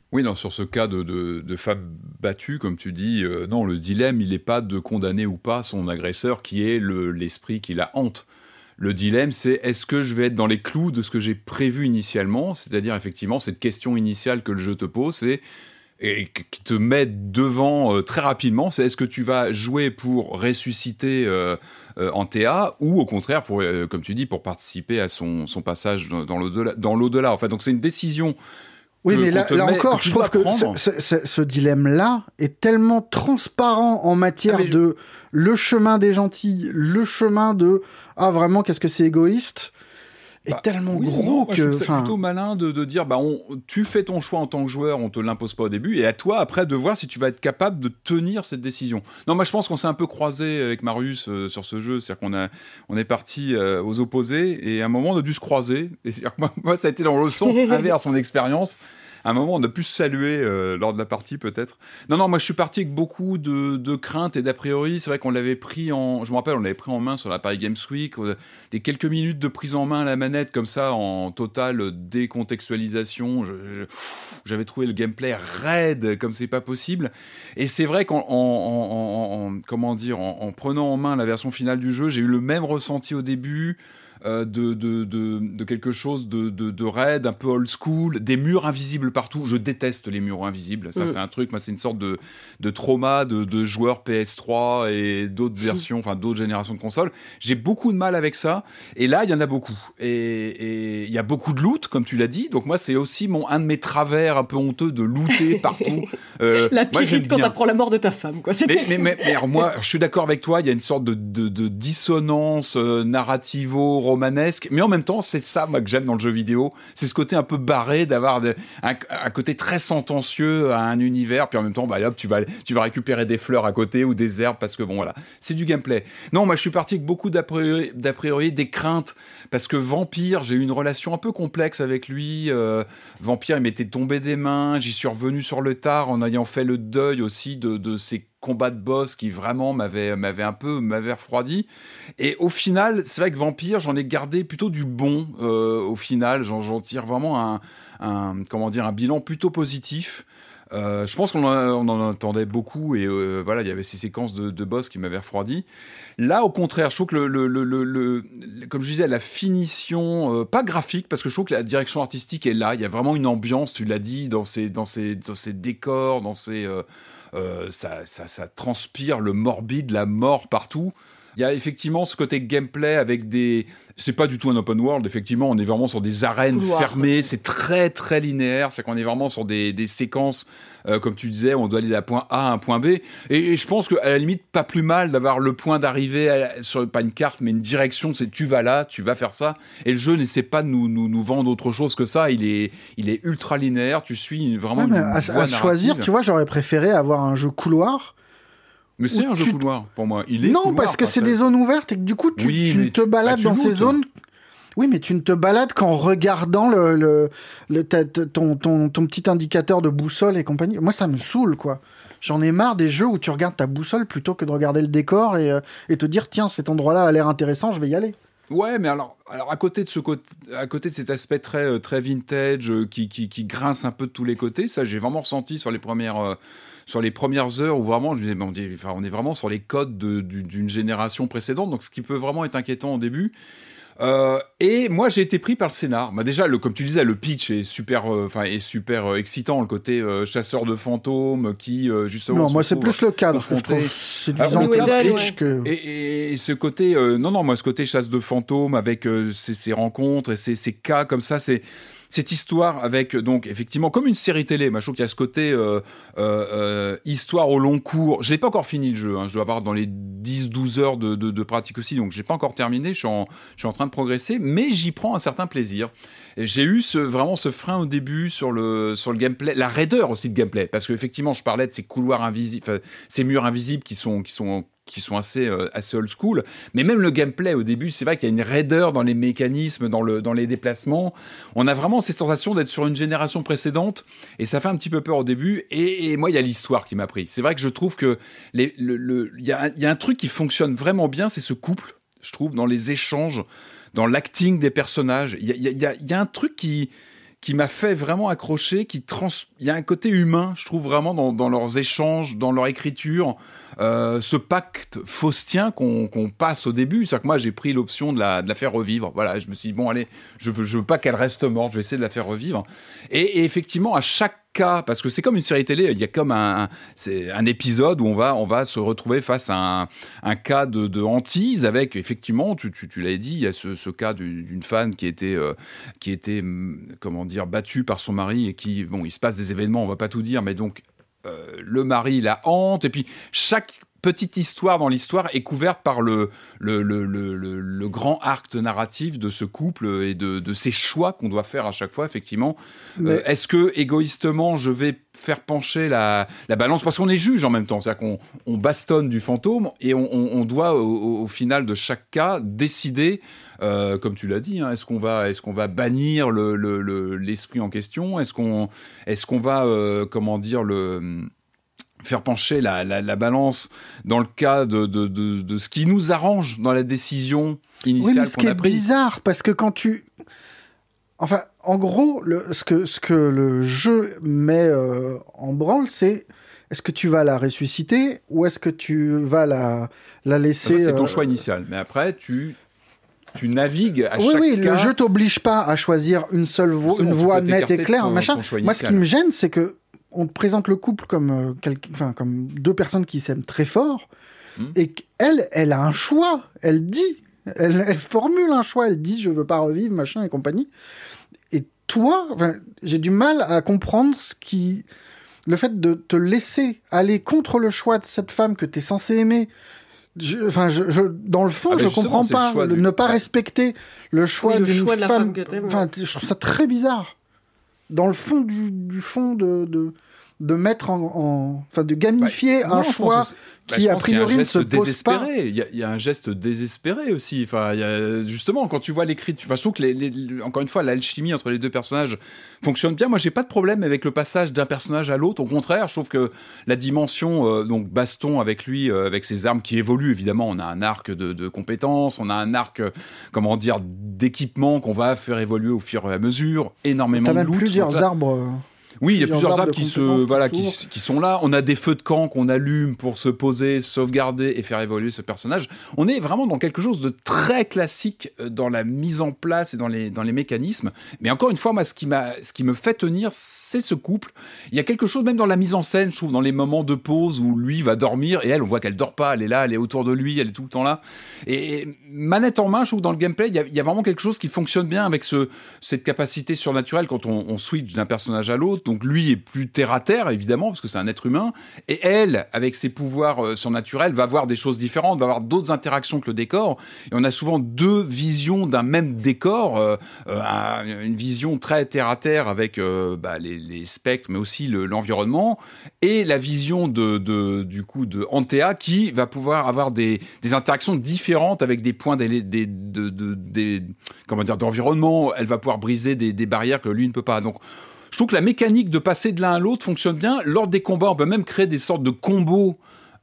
Oui, non, sur ce cas de, de, de femme battue, comme tu dis, euh, non, le dilemme, il n'est pas de condamner ou pas son agresseur, qui est le, l'esprit qui la hante. Le dilemme, c'est est-ce que je vais être dans les clous de ce que j'ai prévu initialement, c'est-à-dire effectivement cette question initiale que le jeu te pose, c'est, et qui te met devant euh, très rapidement, c'est est-ce que tu vas jouer pour ressusciter euh, euh, Antea, ou au contraire, pour, euh, comme tu dis, pour participer à son, son passage dans, dans, l'au-delà, dans l'au-delà. En fait, donc c'est une décision... Oui, que, mais là, là met, encore, que je trouve que ce, ce, ce dilemme-là est tellement transparent en matière ah, je... de le chemin des gentils, le chemin de ah vraiment qu'est-ce que c'est égoïste, est bah, tellement oui, gros non, que. C'est plutôt malin de, de dire bah on, tu fais ton choix en tant que joueur, on te l'impose pas au début, et à toi après de voir si tu vas être capable de tenir cette décision. Non, moi je pense qu'on s'est un peu croisé avec Marius euh, sur ce jeu, c'est-à-dire qu'on a, on est parti euh, aux opposés, et à un moment on a dû se croiser. Et c'est-à-dire que moi, moi ça a été dans le sens inverse son expérience. À un moment, on a pu se saluer euh, lors de la partie, peut-être. Non, non, moi, je suis parti avec beaucoup de, de craintes et d'a priori. C'est vrai qu'on l'avait pris en... Je me rappelle, on l'avait pris en main sur la Paris Games Week. Les quelques minutes de prise en main à la manette, comme ça, en totale décontextualisation. Je, je, j'avais trouvé le gameplay raide, comme c'est pas possible. Et c'est vrai qu'en... En, en, en, comment dire, en, en prenant en main la version finale du jeu, j'ai eu le même ressenti au début... Euh, de, de, de, de quelque chose de, de, de raide, un peu old school, des murs invisibles partout. Je déteste les murs invisibles. Ça, mmh. c'est un truc, moi, c'est une sorte de, de trauma de, de joueurs P S trois et d'autres versions, enfin d'autres générations de consoles. J'ai beaucoup de mal avec ça. Et là, il y en a beaucoup. Et il y a beaucoup de loot, comme tu l'as dit. Donc moi, c'est aussi mon, un de mes travers un peu honteux de looter partout. Euh, la pyrite quand t'apprends la mort de ta femme, quoi. Mais, mais, mais, mais alors, moi, je suis d'accord avec toi. Il y a une sorte de, de, de dissonance euh, narrativo romanesque, mais en même temps, c'est ça, moi, que j'aime dans le jeu vidéo. C'est ce côté un peu barré, d'avoir de, un, un côté très sentencieux à un univers, puis en même temps, bah, hop, tu vas, tu vas récupérer des fleurs à côté ou des herbes, parce que bon, voilà, c'est du gameplay. Non, moi, je suis parti avec beaucoup d'a priori, d'a priori des craintes, parce que Vampire, j'ai eu une relation un peu complexe avec lui. Euh, Vampire, il m'était tombé des mains, j'y suis revenu sur le tard en ayant fait le deuil aussi de, de ces combat de boss qui vraiment m'avait, m'avait un peu m'avait refroidi. Et au final, c'est vrai que Vampire, j'en ai gardé plutôt du bon. Euh, au final, j'en, j'en tire vraiment un, un, comment dire, un bilan plutôt positif. Euh, je pense qu'on en, on en entendait beaucoup et euh, voilà, il y avait ces séquences de, de boss qui m'avaient refroidi. Là, au contraire, je trouve que le, le, le, le, le comme je disais, la finition, euh, pas graphique, parce que je trouve que la direction artistique est là. Il y a vraiment une ambiance, tu l'as dit, dans ces, dans ces, dans ces décors, dans ces, euh, euh, ça, ça, ça transpire le morbide, la mort partout. Il y a effectivement ce côté gameplay avec des... C'est pas du tout un open world, effectivement, on est vraiment sur des arènes Couloir. fermées, c'est très très linéaire, c'est qu'on est vraiment sur des, des séquences, euh, comme tu disais, on doit aller d'un point A à un point B, et, et je pense qu'à la limite, pas plus mal d'avoir le point d'arrivée, à, sur, pas une carte, mais une direction, c'est tu vas là, tu vas faire ça, et le jeu n'essaie pas de nous, nous, nous vendre autre chose que ça, il est, il est ultra linéaire, tu suis vraiment ouais, une à, voie à choisir, tu vois, j'aurais préféré avoir un jeu couloir. Mais c'est un jeu couloir, pour moi. Il est non, couloir, parce que c'est des zones ouvertes et que du coup, tu, oui, tu ne te balades bah, dans ces zones... Oui, mais tu ne te balades qu'en regardant le, le, le, ta, ton, ton, ton petit indicateur de boussole et compagnie. Moi, ça me saoule, quoi. J'en ai marre des jeux où tu regardes ta boussole plutôt que de regarder le décor et, euh, et te dire, tiens, cet endroit-là a l'air intéressant, je vais y aller. Ouais, mais alors, alors à côté de ce côté, à côté de cet aspect très très vintage euh, qui, qui qui grince un peu de tous les côtés, ça j'ai vraiment ressenti sur les premières euh, sur les premières heures où vraiment je me disais, bon, on, dit, enfin, on est vraiment sur les codes de, d'une génération précédente, donc ce qui peut vraiment être inquiétant au début. Euh, et moi j'ai été pris par le scénar. Bah déjà, le, comme tu disais, le pitch est super, enfin euh, est super euh, excitant. Le côté euh, chasseur de fantômes qui euh, justement. Non, moi c'est plus le cadre que je trouve. C'est du pitch que. Et, et, et ce côté, euh, non non, moi ce côté chasse de fantômes avec euh, ces, ces rencontres et ces, ces cas comme ça, c'est. Cette histoire avec, donc, effectivement, comme une série télé, moi, je trouve qu'il y a ce côté euh, euh, euh, histoire au long cours. Je n'ai pas encore fini le jeu, hein. Je dois avoir dans les dix douze heures de, de, de pratique aussi, donc je n'ai pas encore terminé, je suis, en, je suis en train de progresser, mais j'y prends un certain plaisir. Et j'ai eu ce, vraiment ce frein au début sur le, sur le gameplay, la raideur aussi de gameplay, parce qu'effectivement, je parlais de ces couloirs invisibles, ces murs invisibles qui sont... Qui sont qui sont assez euh, assez old school, mais même le gameplay au début, c'est vrai qu'il y a une raideur dans les mécanismes, dans le dans les déplacements. On a vraiment cette sensation d'être sur une génération précédente, et ça fait un petit peu peur au début. Et, et moi, il y a l'histoire qui m'a pris. C'est vrai que je trouve que les le le il y a il y a un truc qui fonctionne vraiment bien, c'est ce couple. Je trouve dans les échanges, dans l'acting des personnages, il y a il y a il y a un truc qui qui m'a fait vraiment accrocher, qui trans... il y a un côté humain, je trouve vraiment dans, dans leurs échanges, dans leur écriture, euh, ce pacte faustien qu'on, qu'on passe au début. C'est-à-dire que moi j'ai pris l'option de la, de la faire revivre. Voilà, je me suis dit bon allez, je veux, je veux pas qu'elle reste morte, je vais essayer de la faire revivre. Et, et effectivement à chaque cas, parce que c'est comme une série télé, il y a comme un, un, c'est un épisode où on va, on va se retrouver face à un, un cas de, de hantise avec, effectivement, tu, tu, tu l'avais dit, il y a ce, ce cas d'une fan qui était, euh, qui était, comment dire, battue par son mari et qui, bon, il se passe des événements, on va pas tout dire, mais donc, euh, le mari la hante, et puis chaque petite histoire dans l'histoire est couverte par le, le, le, le, le, le grand arc narratif de ce couple et de, de ces choix qu'on doit faire à chaque fois, effectivement. Mais... Euh, est-ce que, égoïstement, je vais faire pencher la, la balance, parce qu'on est juge en même temps, c'est-à-dire qu'on on bastonne du fantôme et on, on, on doit, au, au final de chaque cas, décider, euh, comme tu l'as dit, hein, est-ce qu'on va, est-ce qu'on va bannir le, le, le, l'esprit en question, est-ce qu'on, est-ce qu'on va, euh, comment dire, le... faire pencher la, la, la balance dans le cas de, de, de, de ce qui nous arrange dans la décision initiale qu'on a prise. Oui, mais ce qui est bizarre, parce que quand tu... Enfin, en gros, le, ce, que, ce que le jeu met euh, en branle, c'est est-ce que tu vas la ressusciter ou est-ce que tu vas la, la laisser... Ça, c'est ton euh... choix initial, mais après, tu... tu navigues à oui, chaque oui, cas. Le jeu t'oblige pas à choisir une seule vo- une voie nette et claire, ton, machin. Ton Moi, ce qui me gêne, c'est que on te présente le couple comme, euh, quel... enfin, comme deux personnes qui s'aiment très fort, mmh. et qu'elle, elle a un choix. Elle dit, elle, elle formule un choix. Elle dit, je veux pas revivre, machin et compagnie. Et toi, j'ai du mal à comprendre ce qui, le fait de te laisser aller contre le choix de cette femme que t'es censé aimer. Je, enfin, je, je, dans le fond, ah je comprends pas le, du... ne pas respecter le choix oui, le d'une choix femme. femme que t'aimes, enfin, ouais. Je trouve ça très bizarre. Dans le fond du, du fond de, de, de mettre en, en, enfin, de gamifier bah, un non, choix bah, qui a priori ne se pose pas. Il y, a, il y a un geste désespéré aussi. Enfin, il y a, justement, quand tu vois l'écriture, enfin, je trouve que les, les, encore une fois, l'alchimie entre les deux personnages fonctionne bien. Moi, j'ai pas de problème avec le passage d'un personnage à l'autre. Au contraire, je trouve que la dimension euh, donc baston avec lui, euh, avec ses armes qui évoluent. Évidemment, on a un arc de, de compétences, on a un arc, euh, comment dire, d'équipement qu'on va faire évoluer au fur et à mesure. Énormément T'as de même loot, plusieurs donc, arbres. Oui, il y a plusieurs arbres qui se, voilà, qui, qui sont là. On a des feux de camp qu'on allume pour se poser, sauvegarder et faire évoluer ce personnage. On est vraiment dans quelque chose de très classique dans la mise en place et dans les, dans les mécanismes. Mais encore une fois, moi, ce qui m'a, ce qui me fait tenir, c'est ce couple. Il y a quelque chose, même dans la mise en scène, je trouve, dans les moments de pause où lui va dormir et elle, on voit qu'elle dort pas, elle est là, elle est autour de lui, elle est tout le temps là. Et manette en main, je trouve, dans le gameplay, il y a, il y a vraiment quelque chose qui fonctionne bien avec ce, cette capacité surnaturelle quand on, on switch d'un personnage à l'autre. Donc lui est plus terre à terre, évidemment, parce que c'est un être humain. Et elle, avec ses pouvoirs euh, surnaturels, va voir des choses différentes, va avoir d'autres interactions que le décor. Et on a souvent deux visions d'un même décor. Euh, euh, une vision très terre à terre avec euh, bah, les, les spectres, mais aussi le, l'environnement. Et la vision de, de, du coup, de Antea, qui va pouvoir avoir des, des interactions différentes avec des points des, des, de, de, des, comment dire, d'environnement. Elle va pouvoir briser des, des barrières que lui ne peut pas. Donc, je trouve que la mécanique de passer de l'un à l'autre fonctionne bien. Lors des combats, on peut même créer des sortes de combos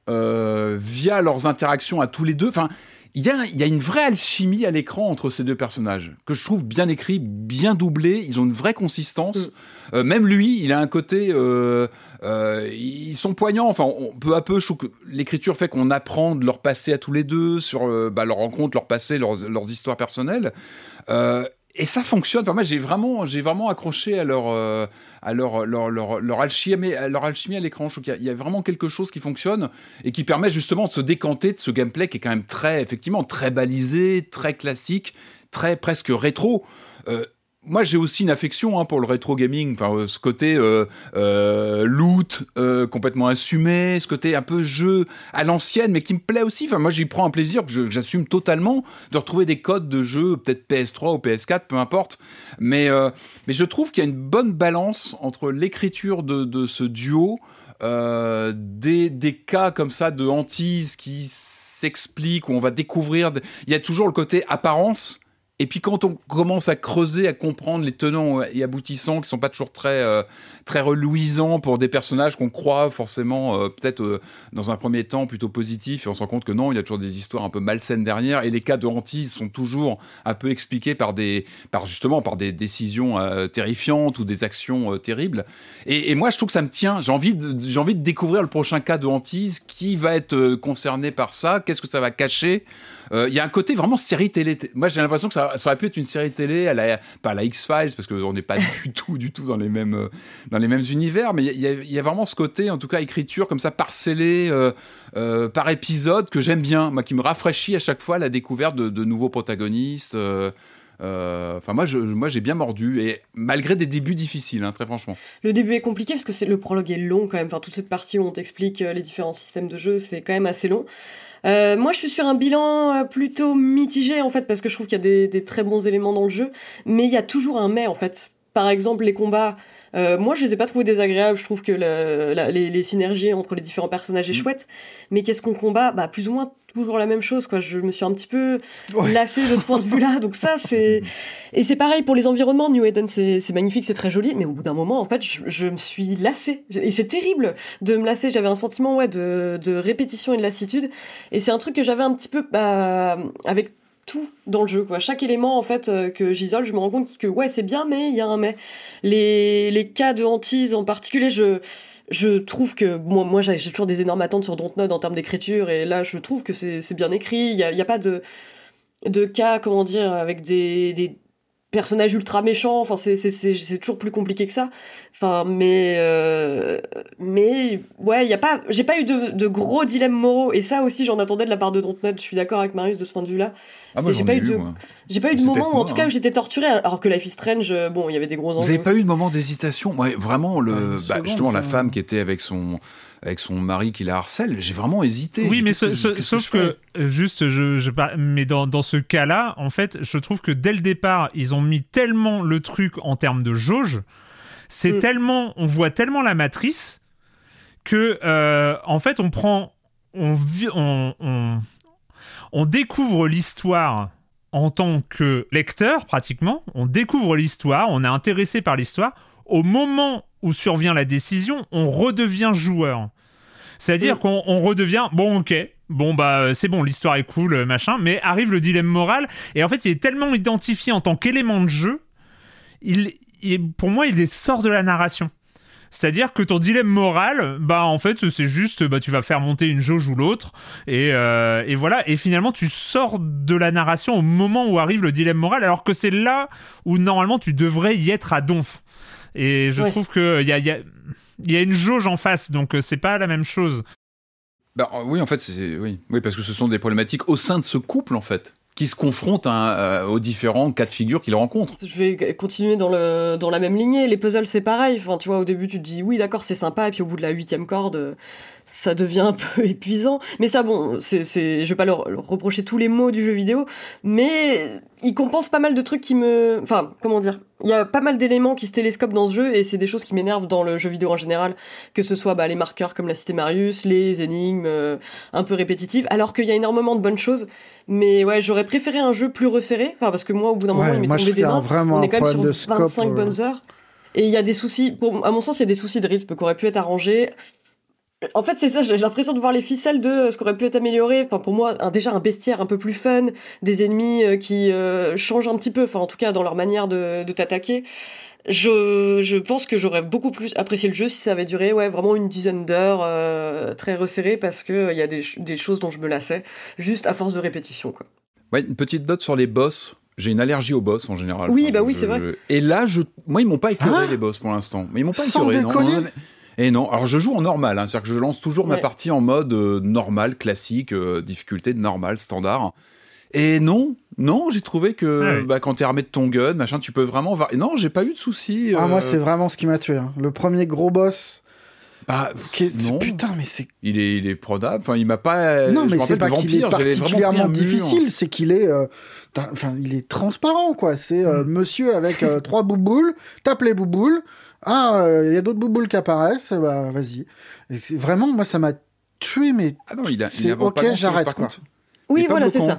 euh, via leurs interactions à tous les deux. Enfin, il y a, y a une vraie alchimie à l'écran entre ces deux personnages que je trouve bien écrit, bien doublé. Ils ont une vraie consistance. Mmh. Euh, même lui, il a un côté... Euh, euh, ils sont poignants. Enfin, on, peu à peu, je trouve que l'écriture fait qu'on apprend de leur passé à tous les deux, sur euh, bah, leur rencontre, leur passé, leurs, leurs histoires personnelles. Euh, Et ça fonctionne. Enfin, moi, j'ai vraiment, j'ai vraiment accroché à leur, euh, à leur, leur, leur, leur alchimie, à leur alchimie à l'écran. Je trouve qu'il y a, il y a vraiment quelque chose qui fonctionne et qui permet justement de se décanter de ce gameplay qui est quand même très, effectivement, très balisé, très classique, très presque rétro. Euh, Moi, j'ai aussi une affection hein, pour le rétro gaming, enfin, euh, ce côté euh, euh, loot euh, complètement assumé, ce côté un peu jeu à l'ancienne, mais qui me plaît aussi. Enfin, moi, j'y prends un plaisir que, je, que j'assume totalement de retrouver des codes de jeu, peut-être P S trois ou P S quatre, peu importe. Mais, euh, mais je trouve qu'il y a une bonne balance entre l'écriture de, de ce duo, euh, des, des cas comme ça de hantise qui s'expliquent, où on va découvrir... De... Il y a toujours le côté apparence Et puis quand on commence à creuser, à comprendre les tenants et aboutissants qui sont pas toujours très euh, très reluisants pour des personnages qu'on croit forcément euh, peut-être euh, dans un premier temps plutôt positifs, et on se rend compte que non, il y a toujours des histoires un peu malsaines derrière, et les cas de hantise sont toujours un peu expliqués par des par justement par des décisions euh, terrifiantes ou des actions euh, terribles. Et, et moi, je trouve que ça me tient. J'ai envie de j'ai envie de découvrir le prochain cas de hantise, qui va être euh, concerné par ça, qu'est-ce que ça va cacher. Il euh, y a un côté vraiment série télé. Moi, j'ai l'impression que ça, ça aurait pu être une série télé, à la, pas à la X-Files, parce qu'on n'est pas du tout, du tout dans les mêmes, euh, dans les mêmes univers, mais il y, y, y a vraiment ce côté, en tout cas, écriture comme ça, parcellée euh, euh, par épisode, que j'aime bien, moi, qui me rafraîchit à chaque fois la découverte de, de nouveaux protagonistes. Euh, Enfin, euh, moi, je, moi, j'ai bien mordu, et malgré des débuts difficiles, hein, très franchement. Le début est compliqué parce que c'est, le prologue est long quand même. Enfin, toute cette partie où on t'explique les différents systèmes de jeu, c'est quand même assez long. Euh, moi, je suis sur un bilan plutôt mitigé en fait, parce que je trouve qu'il y a des, des très bons éléments dans le jeu, mais il y a toujours un mais en fait. Par exemple, les combats. Euh, moi, je les ai pas trouvés désagréables. Je trouve que la, la, les, les synergies entre les différents personnages est mmh. chouette. Mais qu'est-ce qu'on combat ? Bah, plus ou moins toujours la même chose, quoi. Je me suis un petit peu ouais. lassée de ce point de vue-là. Donc ça, c'est... Et c'est pareil pour les environnements. New Eden, c'est, c'est magnifique, c'est très joli. Mais au bout d'un moment, en fait, je, je me suis lassée. Et c'est terrible de me lasser. J'avais un sentiment, ouais, de, de répétition et de lassitude. Et c'est un truc que j'avais un petit peu, bah, avec tout dans le jeu, quoi. Chaque élément en fait euh, que j'isole, je me rends compte que ouais c'est bien, mais il y a un mais. Les les cas de hantise en particulier, je je trouve que moi moi j'ai toujours des énormes attentes sur Dontnod en termes d'écriture, et là je trouve que c'est c'est bien écrit. Il y a il y a pas de de cas, comment dire, avec des des personnages ultra méchants. Enfin c'est c'est c'est c'est toujours plus compliqué que ça. Enfin, mais euh, mais ouais, il y a pas, j'ai pas eu de, de gros dilemmes moraux, et ça aussi j'en attendais de la part de Dontnod. Je suis d'accord avec Marius de ce point de vue-là. Ah moi, j'ai pas eu, eu de, moi. j'ai pas eu de moment, en tout cas, où j'étais torturée, alors que Life is Strange, bon, il y avait des gros enjeux. Vous avez pas eu de moment d'hésitation? Ouais, vraiment le, ouais, bah, seconde, justement, ça. la femme qui était avec son avec son mari qui la harcèle, j'ai vraiment hésité. Oui, mais ce, ce, que, sauf que, que, juste, je, je, mais dans, dans ce cas-là, en fait, je trouve que dès le départ, ils ont mis tellement le truc en termes de jauge, c'est mm. tellement, on voit tellement la matrice que, euh, en fait, on prend, on, on, on, on découvre l'histoire en tant que lecteur, pratiquement. On découvre l'histoire, on est intéressé par l'histoire. Au moment où survient la décision, on redevient joueur. C'est-à-dire mmh. qu'on on redevient, bon, ok, bon, bah, c'est bon, l'histoire est cool, machin, mais arrive le dilemme moral, et en fait, il est tellement identifié en tant qu'élément de jeu, il, il, pour moi, il sort de la narration. C'est-à-dire que ton dilemme moral, bah en fait c'est juste, bah tu vas faire monter une jauge ou l'autre, et, euh, et voilà, et finalement tu sors de la narration au moment où arrive le dilemme moral, alors que c'est là où normalement tu devrais y être à donf. Et je ouais. trouve qu'il y a, y, a, y a une jauge en face, donc c'est pas la même chose. Bah, oui, en fait, c'est, oui. oui, parce que ce sont des problématiques au sein de ce couple, en fait, qui se confrontent à, euh, aux différents cas de figure qu'ils rencontrent. Je vais continuer dans, le, dans la même lignée. Les puzzles, c'est pareil. Enfin, tu vois, au début, tu te dis, oui, d'accord, c'est sympa, et puis au bout de la huitième corde, ça devient un peu épuisant. Mais ça, bon, c'est, c'est, je vais pas leur, leur reprocher tous les mots du jeu vidéo, mais il compense pas mal de trucs qui me... Enfin, comment dire ? Il y a pas mal d'éléments qui se télescopent dans ce jeu, et c'est des choses qui m'énervent dans le jeu vidéo en général, que ce soit bah, les marqueurs comme l'a cité Marius, les énigmes euh, un peu répétitives, alors qu'il y a énormément de bonnes choses. Mais ouais, j'aurais préféré un jeu plus resserré, enfin parce que moi, au bout d'un ouais, moment, il m'est tombé des mains. On est quand même sur de vingt-cinq scope, bonnes euh... heures, et il y a des soucis, pour, à mon sens, il y a des soucis de rythme qui auraient pu être arrangés. En fait, c'est ça, j'ai l'impression de voir les ficelles de ce qui aurait pu être amélioré. Enfin, pour moi, un, déjà un bestiaire un peu plus fun, des ennemis euh, qui euh, changent un petit peu, enfin, en tout cas, dans leur manière de, de t'attaquer. Je, je pense que j'aurais beaucoup plus apprécié le jeu si ça avait duré, ouais, vraiment une dizaine d'heures, euh, très resserré, parce que il y a des, des choses dont je me lassais, juste à force de répétition, quoi. Ouais, une petite note sur les boss. J'ai une allergie aux boss en général. Oui, enfin, bah je, oui, c'est vrai. Je... Et là, je, moi, ils m'ont pas écœuré, ah les boss, pour l'instant. Mais ils m'ont pas Sans écœuré, non, non, non. Et non, alors je joue en normal, hein, c'est-à-dire que je lance toujours ouais. ma partie en mode euh, normal, classique, euh, difficulté de normal, standard. Et non, non, j'ai trouvé que ouais. bah, quand t'es armé de ton gun, machin, tu peux vraiment... Var... Non, j'ai pas eu de soucis. Euh... Ah, moi, c'est vraiment ce qui m'a tué. Hein. Le premier gros boss... Bah, qui est... non. Putain, mais c'est... Il est, il est prodable, enfin, il m'a pas... Non, je mais c'est pas vampire, qu'il est particulièrement difficile, c'est qu'il est... Euh... Enfin, il est transparent, quoi. C'est euh, mm. monsieur avec euh, trois bouboules, tape les bouboules... Ah, il euh, y a d'autres bouboules qui apparaissent, bah vas-y. Et c'est, vraiment, moi, ça m'a tué, mais ah non, il a, c'est il ok, pas j'arrête, quoi. Oui, voilà, c'est ça.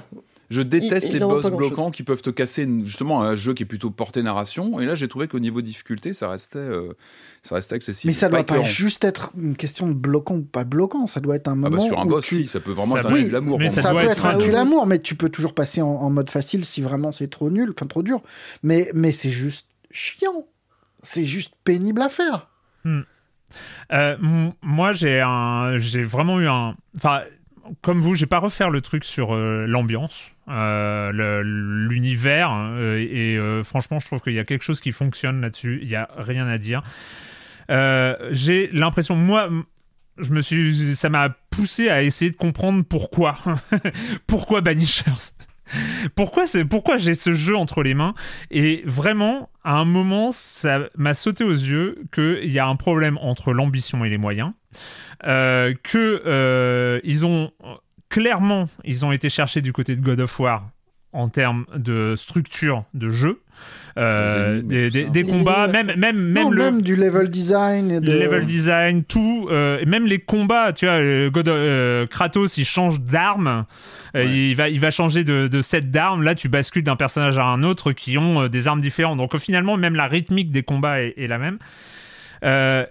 Je déteste il, les il boss bloquants qui peuvent te casser une, justement un jeu qui est plutôt porté narration. Et là, j'ai trouvé qu'au niveau difficulté, ça restait, euh, ça restait accessible. Mais ça pas doit pas juste être une question de bloquant ou pas bloquant. Ça doit être un moment. Ah bah sur un où boss, tu... si, ça peut vraiment ça être un oui, de l'amour. mais Ça, ça peut doit être, être un un- tue l'amour, mais tu peux toujours passer en, en mode facile si vraiment c'est trop nul, enfin trop dur. Mais, mais c'est juste chiant. C'est juste pénible à faire. Hmm. Euh, m- moi, j'ai un, j'ai vraiment eu un, enfin, comme vous, j'ai pas refaire le truc sur euh, l'ambiance, euh, le- l'univers, euh, et euh, franchement, je trouve qu'il y a quelque chose qui fonctionne là-dessus. Il y a rien à dire. Euh, j'ai l'impression, moi, je me suis, ça m'a poussé à essayer de comprendre pourquoi, pourquoi Banishers. Pourquoi, c'est, pourquoi j'ai ce jeu entre les mains. Et vraiment, à un moment, ça m'a sauté aux yeux qu'il y a un problème entre l'ambition et les moyens. Euh, que euh, ils ont clairement, ils ont été cherchés du côté de God of War en termes de structure de jeu. Euh, des, des, des combats, même même même non, le même du level design, et de... le level design, tout, euh, et même les combats. Tu vois, euh, God, euh, Kratos, il change d'arme, euh, ouais. il va il va changer de, de set d'armes. Là, tu bascules d'un personnage à un autre qui ont euh, des armes différentes. Donc, euh, finalement, même la rythmique des combats est, est la même. Euh,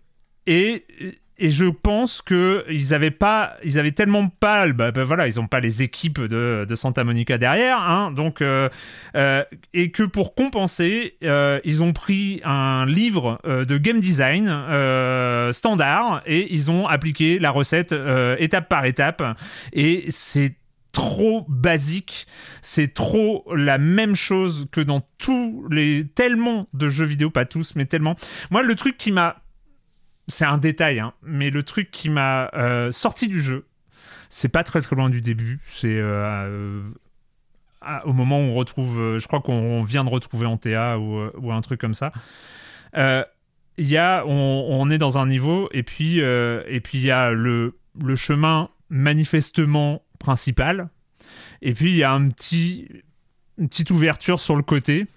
et Et je pense que ils avaient pas, ils avaient tellement pas, bah, bah voilà, ils ont pas les équipes de, de Santa Monica derrière, hein, donc euh, euh, et que pour compenser, euh, ils ont pris un livre euh, de game design euh, standard et ils ont appliqué la recette euh, étape par étape, et c'est trop basique, c'est trop la même chose que dans tous les tellement de jeux vidéo, pas tous, mais tellement. Moi, le truc qui m'a c'est un détail, hein, mais le truc qui m'a euh, sorti du jeu, c'est pas très très loin du début. C'est euh, euh, au moment où on retrouve, euh, je crois qu'on vient de retrouver Antea ou, euh, ou un truc comme ça. Il euh, y a, on, on est dans un niveau et puis euh, et puis il y a le le chemin manifestement principal et puis il y a un petit une petite ouverture sur le côté.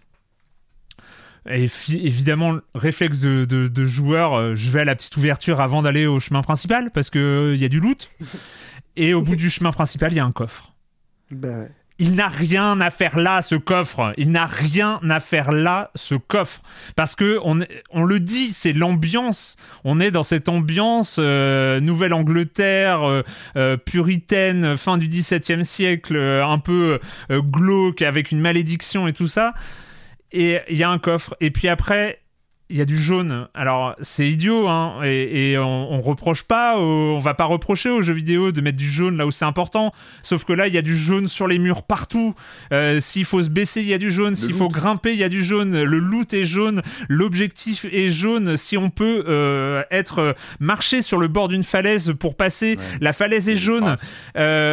Et fi- évidemment, réflexe de, de, de joueur, euh, je vais à la petite ouverture avant d'aller au chemin principal parce qu'il euh, y a du loot. Et au bout du chemin principal, il y a un coffre. Ben ouais. Il n'a rien à faire là, ce coffre. Il n'a rien à faire là, ce coffre. Parce que on, on le dit, c'est l'ambiance. On est dans cette ambiance euh, Nouvelle-Angleterre, euh, euh, puritaine, fin du dix-septième siècle, euh, un peu euh, glauque, avec une malédiction et tout ça. Et il y a un coffre. Et puis après, il y a du jaune. Alors, c'est idiot, hein. Et, et on, on reproche pas, au, on va pas reprocher aux jeux vidéo de mettre du jaune là où c'est important. Sauf que là, il y a du jaune sur les murs partout. Euh, s'il faut se baisser, il y a du jaune. Le s'il loot. faut grimper, il y a du jaune. Le loot est jaune. L'objectif est jaune. Si on peut euh, être euh, marcher sur le bord d'une falaise pour passer, ouais. La falaise est jaune. Euh,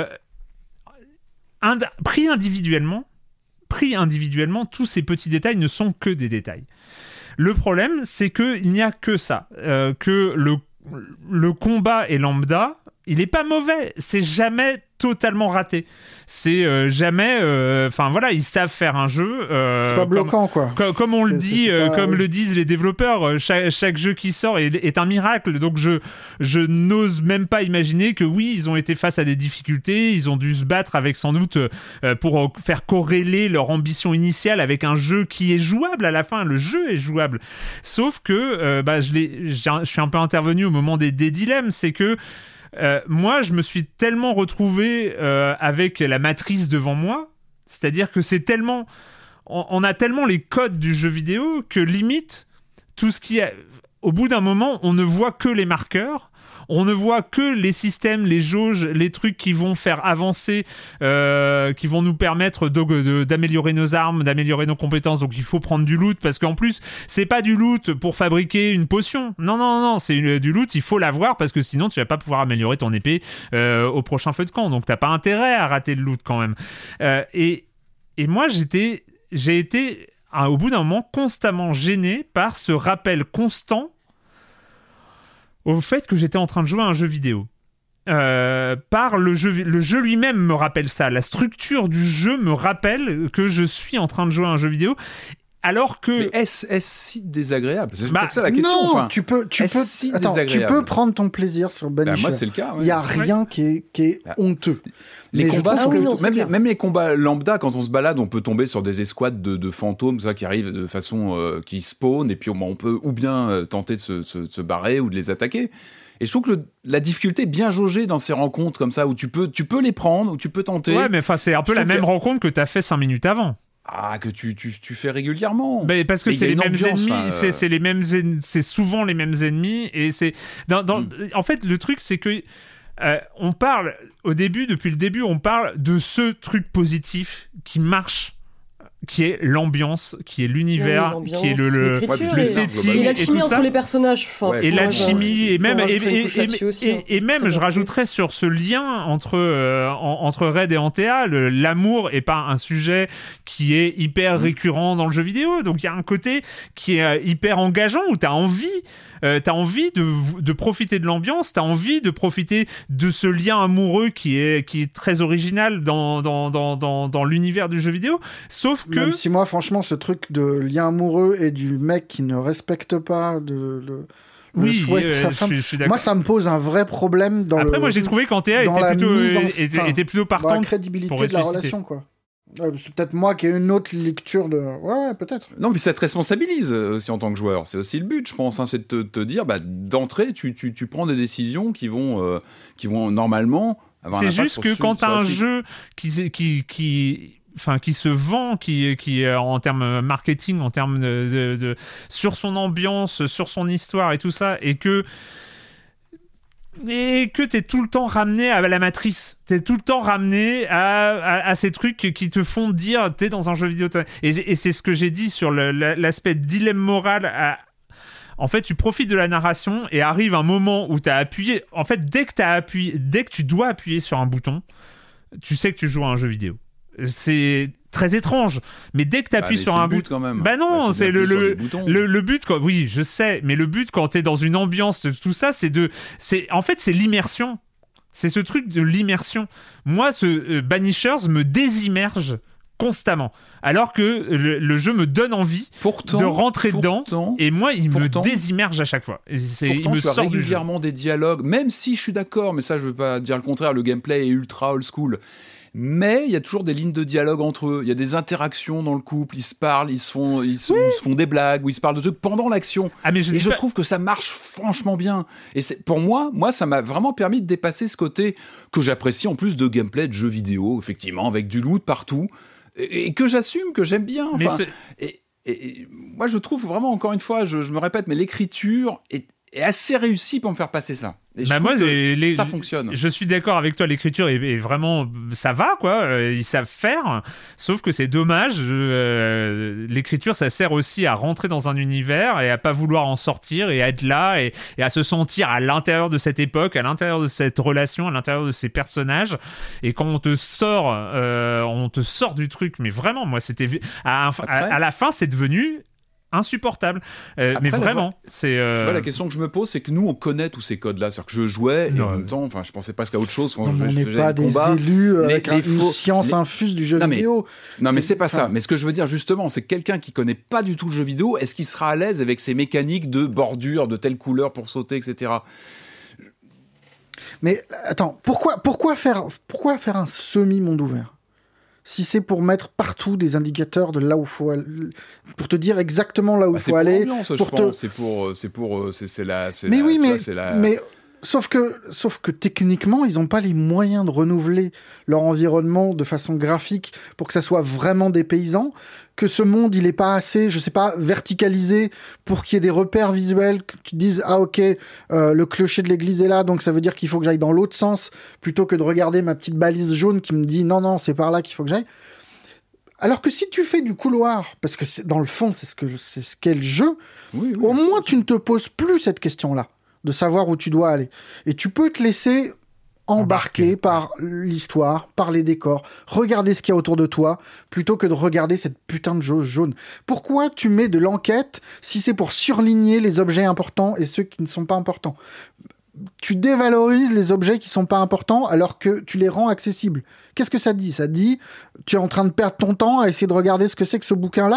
ind- pris individuellement, pris individuellement, tous ces petits détails ne sont que des détails. Le problème, c'est qu'il n'y a que ça, euh, que le, le combat est lambda, il n'est pas mauvais, c'est jamais totalement raté. C'est euh, jamais... Enfin euh, voilà, ils savent faire un jeu... Euh, c'est pas bloquant, comme, quoi. Comme, comme on c'est, le dit, euh, pas, comme oui. le disent les développeurs, chaque, chaque jeu qui sort est, est un miracle. Donc je, je n'ose même pas imaginer que oui, ils ont été face à des difficultés, ils ont dû se battre avec sans doute euh, pour faire corréler leur ambition initiale avec un jeu qui est jouable à la fin. Le jeu est jouable. Sauf que euh, bah, je, l'ai, je suis un peu intervenu au moment des, des dilemmes, c'est que Euh, moi, je me suis tellement retrouvé euh, avec la matrice devant moi, c'est-à-dire que c'est tellement... On, on a tellement les codes du jeu vidéo que limite, tout ce qui est... Au bout d'un moment, on ne voit que les marqueurs, on ne voit que les systèmes, les jauges, les trucs qui vont faire avancer, euh, qui vont nous permettre de, de, d'améliorer nos armes, d'améliorer nos compétences. Donc il faut prendre du loot, parce qu'en plus, c'est pas du loot pour fabriquer une potion. Non, non, non, c'est une, du loot, il faut l'avoir, parce que sinon tu vas pas pouvoir améliorer ton épée euh, au prochain feu de camp. Donc t'as pas intérêt à rater le loot quand même. Euh, et, et moi, j'étais, j'ai été, au bout d'un moment, constamment gêné par ce rappel constant au fait que j'étais en train de jouer à un jeu vidéo. Euh, par le jeu, le jeu lui-même me rappelle ça. La structure du jeu me rappelle que je suis en train de jouer à un jeu vidéo. Alors que mais est-ce, est-ce si désagréable? C'est bah, peut-être ça la question. Non, enfin, tu peux, tu peux, si attends, tu peux prendre ton plaisir sur Banisher. Bah, moi, c'est le cas. Il ouais. y a rien ouais. qui est, qui est bah, honteux. Les mais combats, sont ah oui, non, même, les, même les combats lambda, quand on se balade, on peut tomber sur des escouades de, de fantômes, ça qui arrivent de façon euh, qui spawn, et puis on, on peut ou bien euh, tenter de se, se, se barrer ou de les attaquer. Et je trouve que le, la difficulté est bien jaugée dans ces rencontres comme ça, où tu peux, tu peux les prendre, où tu peux tenter. Ouais, mais enfin, c'est un peu je la même que... rencontre que t'as fait cinq minutes avant. Ah, que tu, tu, tu fais régulièrement. Mais parce que mais c'est les mêmes ambiance, ennemis, euh... c'est, c'est les mêmes, en... c'est souvent les mêmes ennemis, et c'est dans, dans... Mm. En fait, le truc, c'est que euh, on parle au début, depuis le début, on parle de ce truc positif qui marche, qui est l'ambiance, qui est l'univers, oui, qui est le, le, ouais, le setting et l'alchimie et entre ça. les personnages. Enfin, et l'alchimie, et même, et, et, et, aussi, et, hein. et même, je rajouterais sur ce lien entre, euh, en, entre Red et Antea, le, l'amour est pas un sujet qui est hyper récurrent dans le jeu vidéo, donc il y a un côté qui est hyper engageant, où t'as envie Euh, t'as envie de, de profiter de l'ambiance, t'as envie de profiter de ce lien amoureux qui est, qui est très original dans, dans, dans, dans, dans l'univers du jeu vidéo, sauf que... Même si moi, franchement, ce truc de lien amoureux et du mec qui ne respecte pas de, le... Oui, le souhait de euh, sa femme. Je suis, je suis moi, ça me pose un vrai problème dans Après, le... moi, j'ai trouvé qu'Antea était plutôt, en... était, était plutôt partante dans la crédibilité de la relation, quoi. Ouais, c'est peut-être moi qui ai une autre lecture de... Ouais, ouais, peut-être. Non, mais ça te responsabilise aussi en tant que joueur. C'est aussi le but, je pense. Hein, c'est de te, te dire, bah, d'entrée, tu, tu, tu prends des décisions qui vont, euh, qui vont normalement avoir un impact. C'est juste que quand t'as un jeu qui... qui, qui... Enfin, qui se vend, qui, qui en termes marketing, en termes de, de, de, sur son ambiance, sur son histoire et tout ça, et que et que t'es tout le temps ramené à la matrice, t'es tout le temps ramené à, à, à ces trucs qui te font dire t'es dans un jeu vidéo. Et, et c'est ce que j'ai dit sur le, l'aspect dilemme moral. À, en fait, tu profites de la narration et arrive un moment où t'as appuyé. En fait, dès que t'as appuyé, dès que tu dois appuyer sur un bouton, tu sais que tu joues à un jeu vidéo. C'est très étrange, mais dès que tu appuies bah, sur un bouton, bah non, bah, c'est le le, le le but quoi. Oui, je sais, mais le but quand t'es dans une ambiance de tout ça, c'est de, c'est en fait c'est l'immersion. C'est ce truc de l'immersion. Moi, ce euh, Banishers me désimmerge constamment, alors que le, le jeu me donne envie pourtant, de rentrer pourtant, dedans, et moi il pourtant, me désimmerge à chaque fois. C'est, pourtant, il me tu as sort régulièrement des dialogues, même si je suis d'accord, mais ça je veux pas dire le contraire, le gameplay est ultra old school. Mais il y a toujours des lignes de dialogue entre eux, il y a des interactions dans le couple, ils se parlent, ils se font, ils se, oui. se font des blagues, ou ils se parlent de trucs pendant l'action. Ah, mais je et je pas... trouve que ça marche franchement bien. Et c'est, pour moi, moi, ça m'a vraiment permis de dépasser ce côté que j'apprécie en plus de gameplay de jeux vidéo, effectivement, avec du loot partout, et, et que j'assume, que j'aime bien. Enfin, et, et, et moi, je trouve vraiment, encore une fois, je, je me répète, mais l'écriture est, est assez réussie pour me faire passer ça. Et bah moi, les, les, ça fonctionne. Je suis d'accord avec toi, l'écriture est, est vraiment, ça va quoi, ils savent faire. Sauf que c'est dommage. Euh, l'écriture, ça sert aussi à rentrer dans un univers et à pas vouloir en sortir et à être là et, et à se sentir à l'intérieur de cette époque, à l'intérieur de cette relation, à l'intérieur de ces personnages. Et quand on te sort, euh, on te sort du truc. Mais vraiment, moi, c'était à, à, à la fin, c'est devenu insupportable. Euh, Après, mais vraiment, fois, c'est. Euh... Tu vois, la question que je me pose, c'est que nous, on connaît tous ces codes-là. C'est-à-dire que je jouais et non, en même temps, enfin, je pensais presque à autre chose. Quand non, je, on je n'est pas des combats, élus avec les, les une faux, science les... infuse du jeu non, vidéo. Mais, non, mais c'est, c'est pas ça. Mais ce que je veux dire justement, c'est que quelqu'un qui connaît pas du tout le jeu vidéo, est-ce qu'il sera à l'aise avec ces mécaniques de bordure, de telle couleur pour sauter, et cetera. Mais attends, pourquoi, pourquoi faire, pourquoi faire un semi-monde ouvert ? Si c'est pour mettre partout des indicateurs de là où faut aller, pour te dire exactement là où il bah, faut aller, pour te... c'est pour, c'est pour, c'est, c'est la, c'est mais la, oui, mais, vois, c'est la... mais sauf que, sauf que techniquement, ils n'ont pas les moyens de renouveler leur environnement de façon graphique pour que ça soit vraiment dépaysant. Que ce monde, il est pas assez, je sais pas, verticalisé pour qu'il y ait des repères visuels, que tu te dises, ah ok, euh, le clocher de l'église est là, donc ça veut dire qu'il faut que j'aille dans l'autre sens, plutôt que de regarder ma petite balise jaune qui me dit, non, non, c'est par là qu'il faut que j'aille. Alors que si tu fais du couloir, parce que c'est, dans le fond, c'est ce, que, c'est ce qu'est le jeu, oui, oui, au moins tu ne te poses plus cette question-là, de savoir où tu dois aller. Et tu peux te laisser embarqué par l'histoire, par les décors, regarder ce qu'il y a autour de toi, plutôt que de regarder cette putain de jauge jaune. Pourquoi tu mets de l'enquête si c'est pour surligner les objets importants et ceux qui ne sont pas importants ? Tu dévalorises les objets qui sont pas importants alors que tu les rends accessibles. Qu'est-ce que ça dit ? Ça dit, tu es en train de perdre ton temps à essayer de regarder ce que c'est que ce bouquin-là ?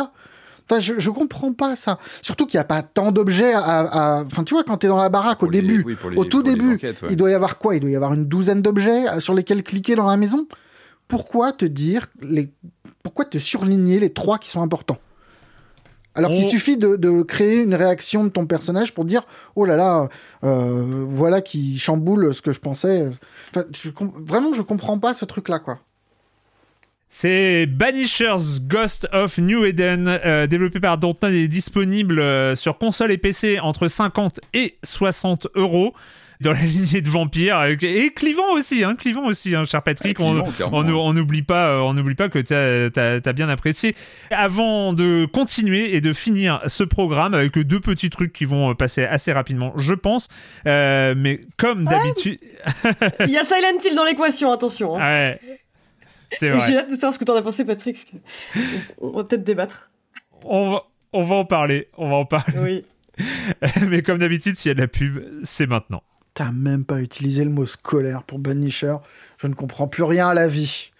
Enfin, je, je comprends pas ça. Surtout qu'il n'y a pas tant d'objets à, à... Enfin, tu vois, quand t'es dans la baraque, au les, début, oui, les, au tout début, enquêtes, ouais. il doit y avoir quoi ? Il doit y avoir une douzaine d'objets sur lesquels cliquer dans la maison. Pourquoi te dire... les Pourquoi te surligner les trois qui sont importants ? Alors On... qu'il suffit de, de créer une réaction de ton personnage pour dire « Oh là là, euh, voilà qui chamboule ce que je pensais. » Enfin, je, vraiment, je comprends pas ce truc-là, quoi. C'est Banishers Ghost of New Eden, euh, développé par Dontnod et disponible euh, sur console et P C entre cinquante et soixante euros dans la lignée de vampires et clivant aussi, hein, clivant aussi, hein, cher Patrick. Ouais, clivant, on, on, on n'oublie pas, on n'oublie pas que t'as, t'as, t'as bien apprécié. Avant de continuer et de finir ce programme avec deux petits trucs qui vont passer assez rapidement, je pense, euh, mais comme d'habitude, il y a Silent Hill dans l'équation, attention. Hein. Ouais. C'est vrai. J'ai hâte de savoir ce que t'en as pensé, Patrick. On va peut-être débattre. On va, on va en parler. On va en parler. Oui. Mais comme d'habitude, s'il y a de la pub, c'est maintenant. T'as même pas utilisé le mot scolaire pour Banisher. Je ne comprends plus rien à la vie.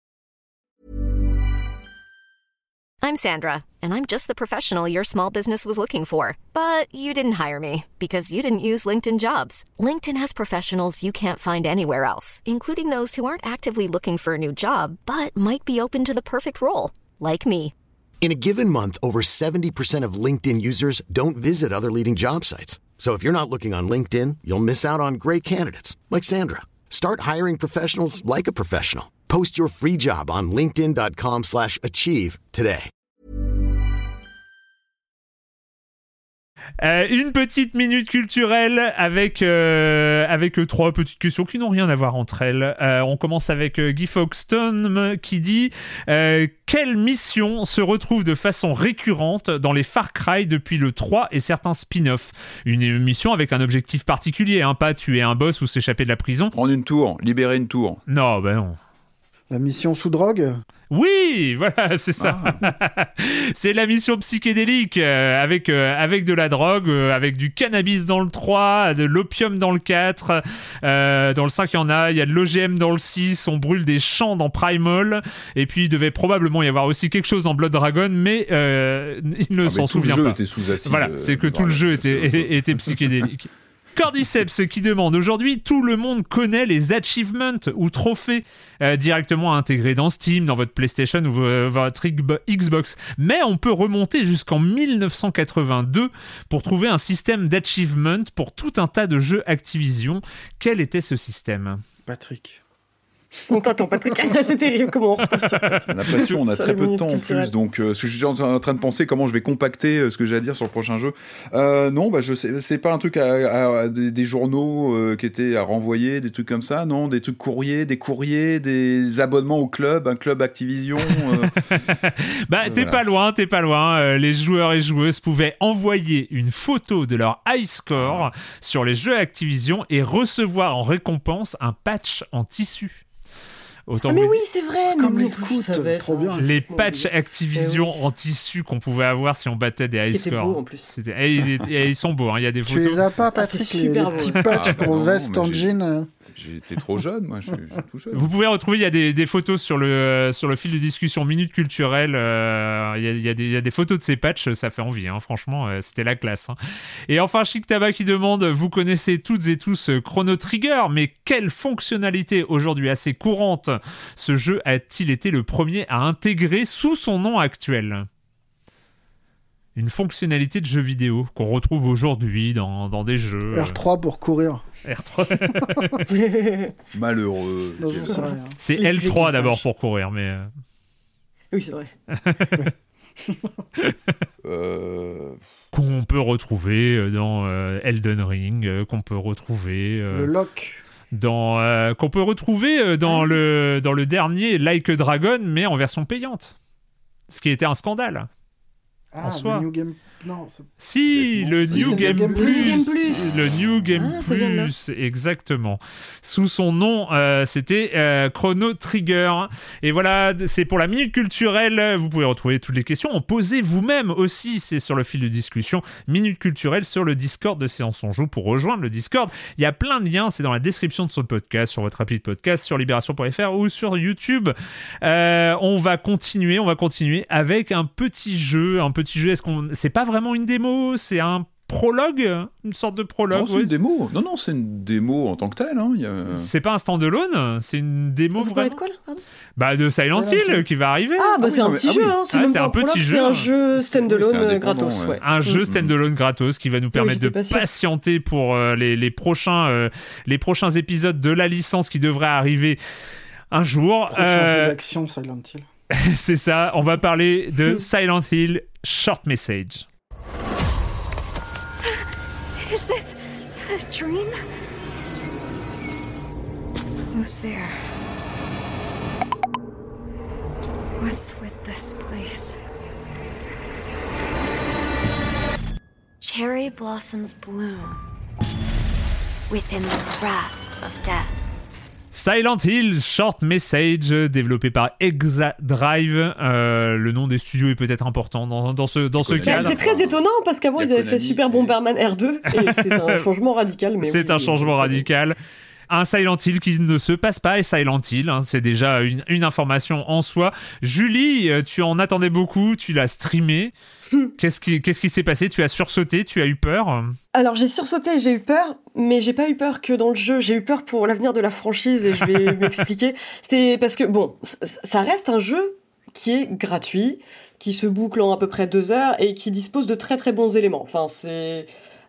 I'm Sandra, and I'm just the professional your small business was looking for. But you didn't hire me because you didn't use LinkedIn Jobs. LinkedIn has professionals you can't find anywhere else, including those who aren't actively looking for a new job, but might be open to the perfect role, like me. In a given month, over seventy percent of LinkedIn users don't visit other leading job sites. So if you're not looking on LinkedIn, you'll miss out on great candidates, like Sandra. Start hiring professionals like a professional. Post your free job on linkedin.com slash achieve today. Euh, une petite minute culturelle avec, euh, avec euh, trois petites questions qui n'ont rien à voir entre elles. Euh, on commence avec euh, Guy Foxton qui dit euh, quelle mission se retrouve de façon récurrente dans les Far Cry depuis le trois et certains spin-offs. Une mission avec un objectif particulier, hein, pas tuer un boss ou s'échapper de la prison. Prendre une tour, libérer une tour. Non, bah non. La mission sous drogue ? Oui, voilà, c'est ça. Ah. C'est la mission psychédélique euh, avec, euh, avec de la drogue, euh, avec du cannabis dans le trois, de l'opium dans le quatre. Euh, dans le cinq, il y en a. Il y a de l'O G M dans le six. On brûle des champs dans Primal. Et puis, il devait probablement y avoir aussi quelque chose dans Blood Dragon, mais euh, il ne ah, s'en souvient pas. Tout le jeu pas. était sous acide. Voilà, c'est que tout le jeu était, était, était psychédélique. Cordyceps qui demande aujourd'hui, tout le monde connaît les achievements ou trophées euh, directement intégrés dans Steam, dans votre PlayStation ou v- votre Xbox. Mais on peut remonter jusqu'en dix-neuf cent quatre-vingt-deux pour trouver un système d'achievement pour tout un tas de jeux Activision. Quel était ce système ? Patrick. On t'attend, Patrick. C'est terrible comment on repasse sur J'ai l'impression qu'on a très peu de temps en plus, donc euh, je suis en train de penser comment je vais compacter euh, ce que j'ai à dire sur le prochain jeu. Euh, non, bah je sais, c'est pas un truc à, à, à des, des journaux euh, qui étaient à renvoyer, des trucs comme ça, non, des trucs courriers, des courriers, des abonnements au club, un club Activision. Euh, bah euh, t'es voilà. pas loin, t'es pas loin. Euh, les joueurs et joueuses pouvaient envoyer une photo de leur high score sur les jeux Activision et recevoir en récompense un patch en tissu. Autant ah mais oui, c'est vrai, comme les scouts, trop bien. Les patchs Activision oui. en tissu qu'on pouvait avoir si on battait des high scores. C'était beau en plus. C'était... Et ils, étaient... et ils sont beaux, hein. Il y a des photos. Tu les as pas, Patrick, ah, les, les petits patchs ah, pour bah veste en jean. J'étais trop jeune, moi, je suis, je suis tout jeune. Vous pouvez retrouver, il y a des, des photos sur le, sur le fil de discussion Minute Culturelle. Euh, il, y a, il, y a des, il y a des photos de ces patchs, ça fait envie, hein, franchement, euh, c'était la classe. Hein. Et enfin, Chic Tabac qui demande, vous connaissez toutes et tous Chrono Trigger, mais quelle fonctionnalité aujourd'hui assez courante ce jeu a-t-il été le premier à intégrer sous son nom actuel ? Une fonctionnalité de jeu vidéo qu'on retrouve aujourd'hui dans, dans des jeux. R trois pour courir. R trois. Malheureux. Non, je sais rien. C'est L trois d'abord pour courir, mais. Oui, c'est vrai. euh... Qu'on peut retrouver dans euh, Elden Ring, euh, qu'on peut retrouver. Euh, le lock. Dans, euh, qu'on peut retrouver euh, dans, ah. le, dans le dernier Like a Dragon, mais en version payante. Ce qui était un scandale. Ah, en soi. New Game Non, c'est... Si, le Si, New c'est Game, le Game Plus. Plus. Le New Game Ah, c'est bien là. Plus, exactement. Sous son nom, euh, c'était euh, Chrono Trigger. Et voilà, c'est pour la minute culturelle. Vous pouvez retrouver toutes les questions. En posez vous-même aussi, c'est sur le fil de discussion. Minute culturelle sur le Discord de Silence on Joue. Pour rejoindre le Discord, il y a plein de liens. C'est dans la description de ce podcast, sur votre appli de podcast, sur libération point f r ou sur YouTube. Euh, on va continuer, on va continuer avec un petit jeu. Un petit jeu, est-ce qu'on... C'est pas vraiment une démo, c'est un prologue, une sorte de prologue. Non, c'est ouais. une démo. Non, non, c'est une démo en tant que telle. Hein. Il y a... C'est pas un standalone, c'est une démo Vous vraiment. parlez de quoi là? Pardon. Bah de Silent, Silent Hill Hill. qui va arriver. Ah bah Ah c'est oui, un non, petit mais- jeu, ah oui. hein. c'est Ah, même c'est pas un un prologue, petit c'est jeu. un jeu standalone Oui, c'est euh, indépendant, gratos, ouais. ouais. Un jeu Mm. standalone gratos qui va nous permettre j'étais de pas sûre. patienter pour euh, les, les prochains euh, les prochains épisodes de la licence qui devraient arriver un jour. Prochain Euh, jeu d'action, Silent Hill. c'est ça, on va parler de Silent Hill Short Message. Is this a dream? Who's there? What's with this place? Cherry blossoms bloom within the grasp of death. Silent Hill Short Message, développé par Exadrive. Euh, le nom des studios est peut-être important dans, dans ce, dans ce Konami. Bah, cadre. c'est très étonnant parce qu'avant Il y ils a avaient fait Konami Super et- Bomberman R deux et c'est un changement radical. Mais C'est oui, un oui, changement oui. radical. Un Silent Hill qui ne se passe pas et Silent Hill, hein, c'est déjà une, une information en soi. Julie, euh, tu en attendais beaucoup, tu l'as streamé. Qu'est-ce qui, qu'est-ce qui s'est passé? Tu as sursauté, tu as eu peur? Alors j'ai sursauté et j'ai eu peur, mais j'ai pas eu peur que dans le jeu, j'ai eu peur pour l'avenir de la franchise et je vais m'expliquer. C'était parce que bon, c- ça reste un jeu qui est gratuit, qui se boucle en à peu près deux heures et qui dispose de très très bons éléments. Enfin c'est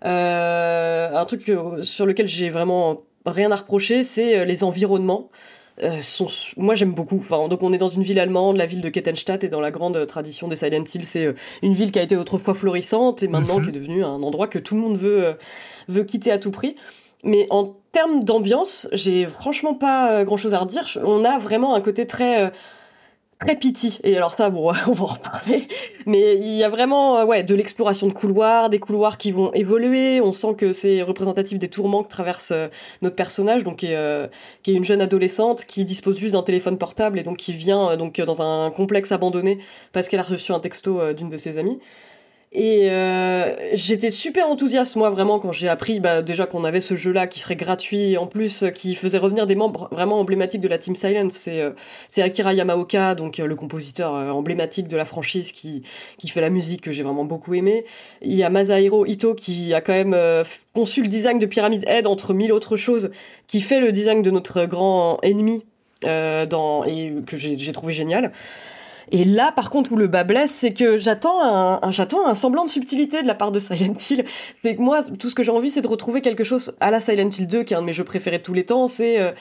euh, un truc que- sur lequel j'ai vraiment rien à reprocher, c'est euh, les environnements. Euh, sont, moi j'aime beaucoup. Enfin, donc on est dans une ville allemande, la ville de Kettenstadt, et dans la grande tradition des Silent Hill, c'est euh, une ville qui a été autrefois florissante et maintenant Mhm. qui est devenue un endroit que tout le monde veut euh, veut quitter à tout prix. Mais en termes d'ambiance, j'ai franchement pas euh, grand chose à redire. On a vraiment un côté très euh, très pity. Et alors ça, bon, on va en reparler. Mais il y a vraiment, euh, ouais, de l'exploration de couloirs, des couloirs qui vont évoluer. On sent que c'est représentatif des tourments que traverse euh, notre personnage, donc qui est, euh, qui est une jeune adolescente qui dispose juste d'un téléphone portable et donc qui vient euh, donc euh, dans un complexe abandonné parce qu'elle a reçu un texto euh, d'une de ses amies. Et euh, j'étais super enthousiaste moi vraiment quand j'ai appris bah, déjà qu'on avait ce jeu là qui serait gratuit et en plus euh, qui faisait revenir des membres vraiment emblématiques de la Team Silent. C'est euh, c'est Akira Yamaoka, donc euh, le compositeur euh, emblématique de la franchise qui qui fait la musique que j'ai vraiment beaucoup aimé. Il y a Masahiro Ito qui a quand même euh, conçu le design de Pyramid Head entre mille autres choses, qui fait le design de notre grand ennemi euh, dans et que j'ai j'ai trouvé génial. Et là, par contre, où le bas blesse, c'est que j'attends un, un, j'attends un semblant de subtilité de la part de Silent Hill. C'est que moi, tout ce que j'ai envie, c'est de retrouver quelque chose à la Silent Hill deux, qui est un de mes jeux préférés de tous les temps. C'est euh,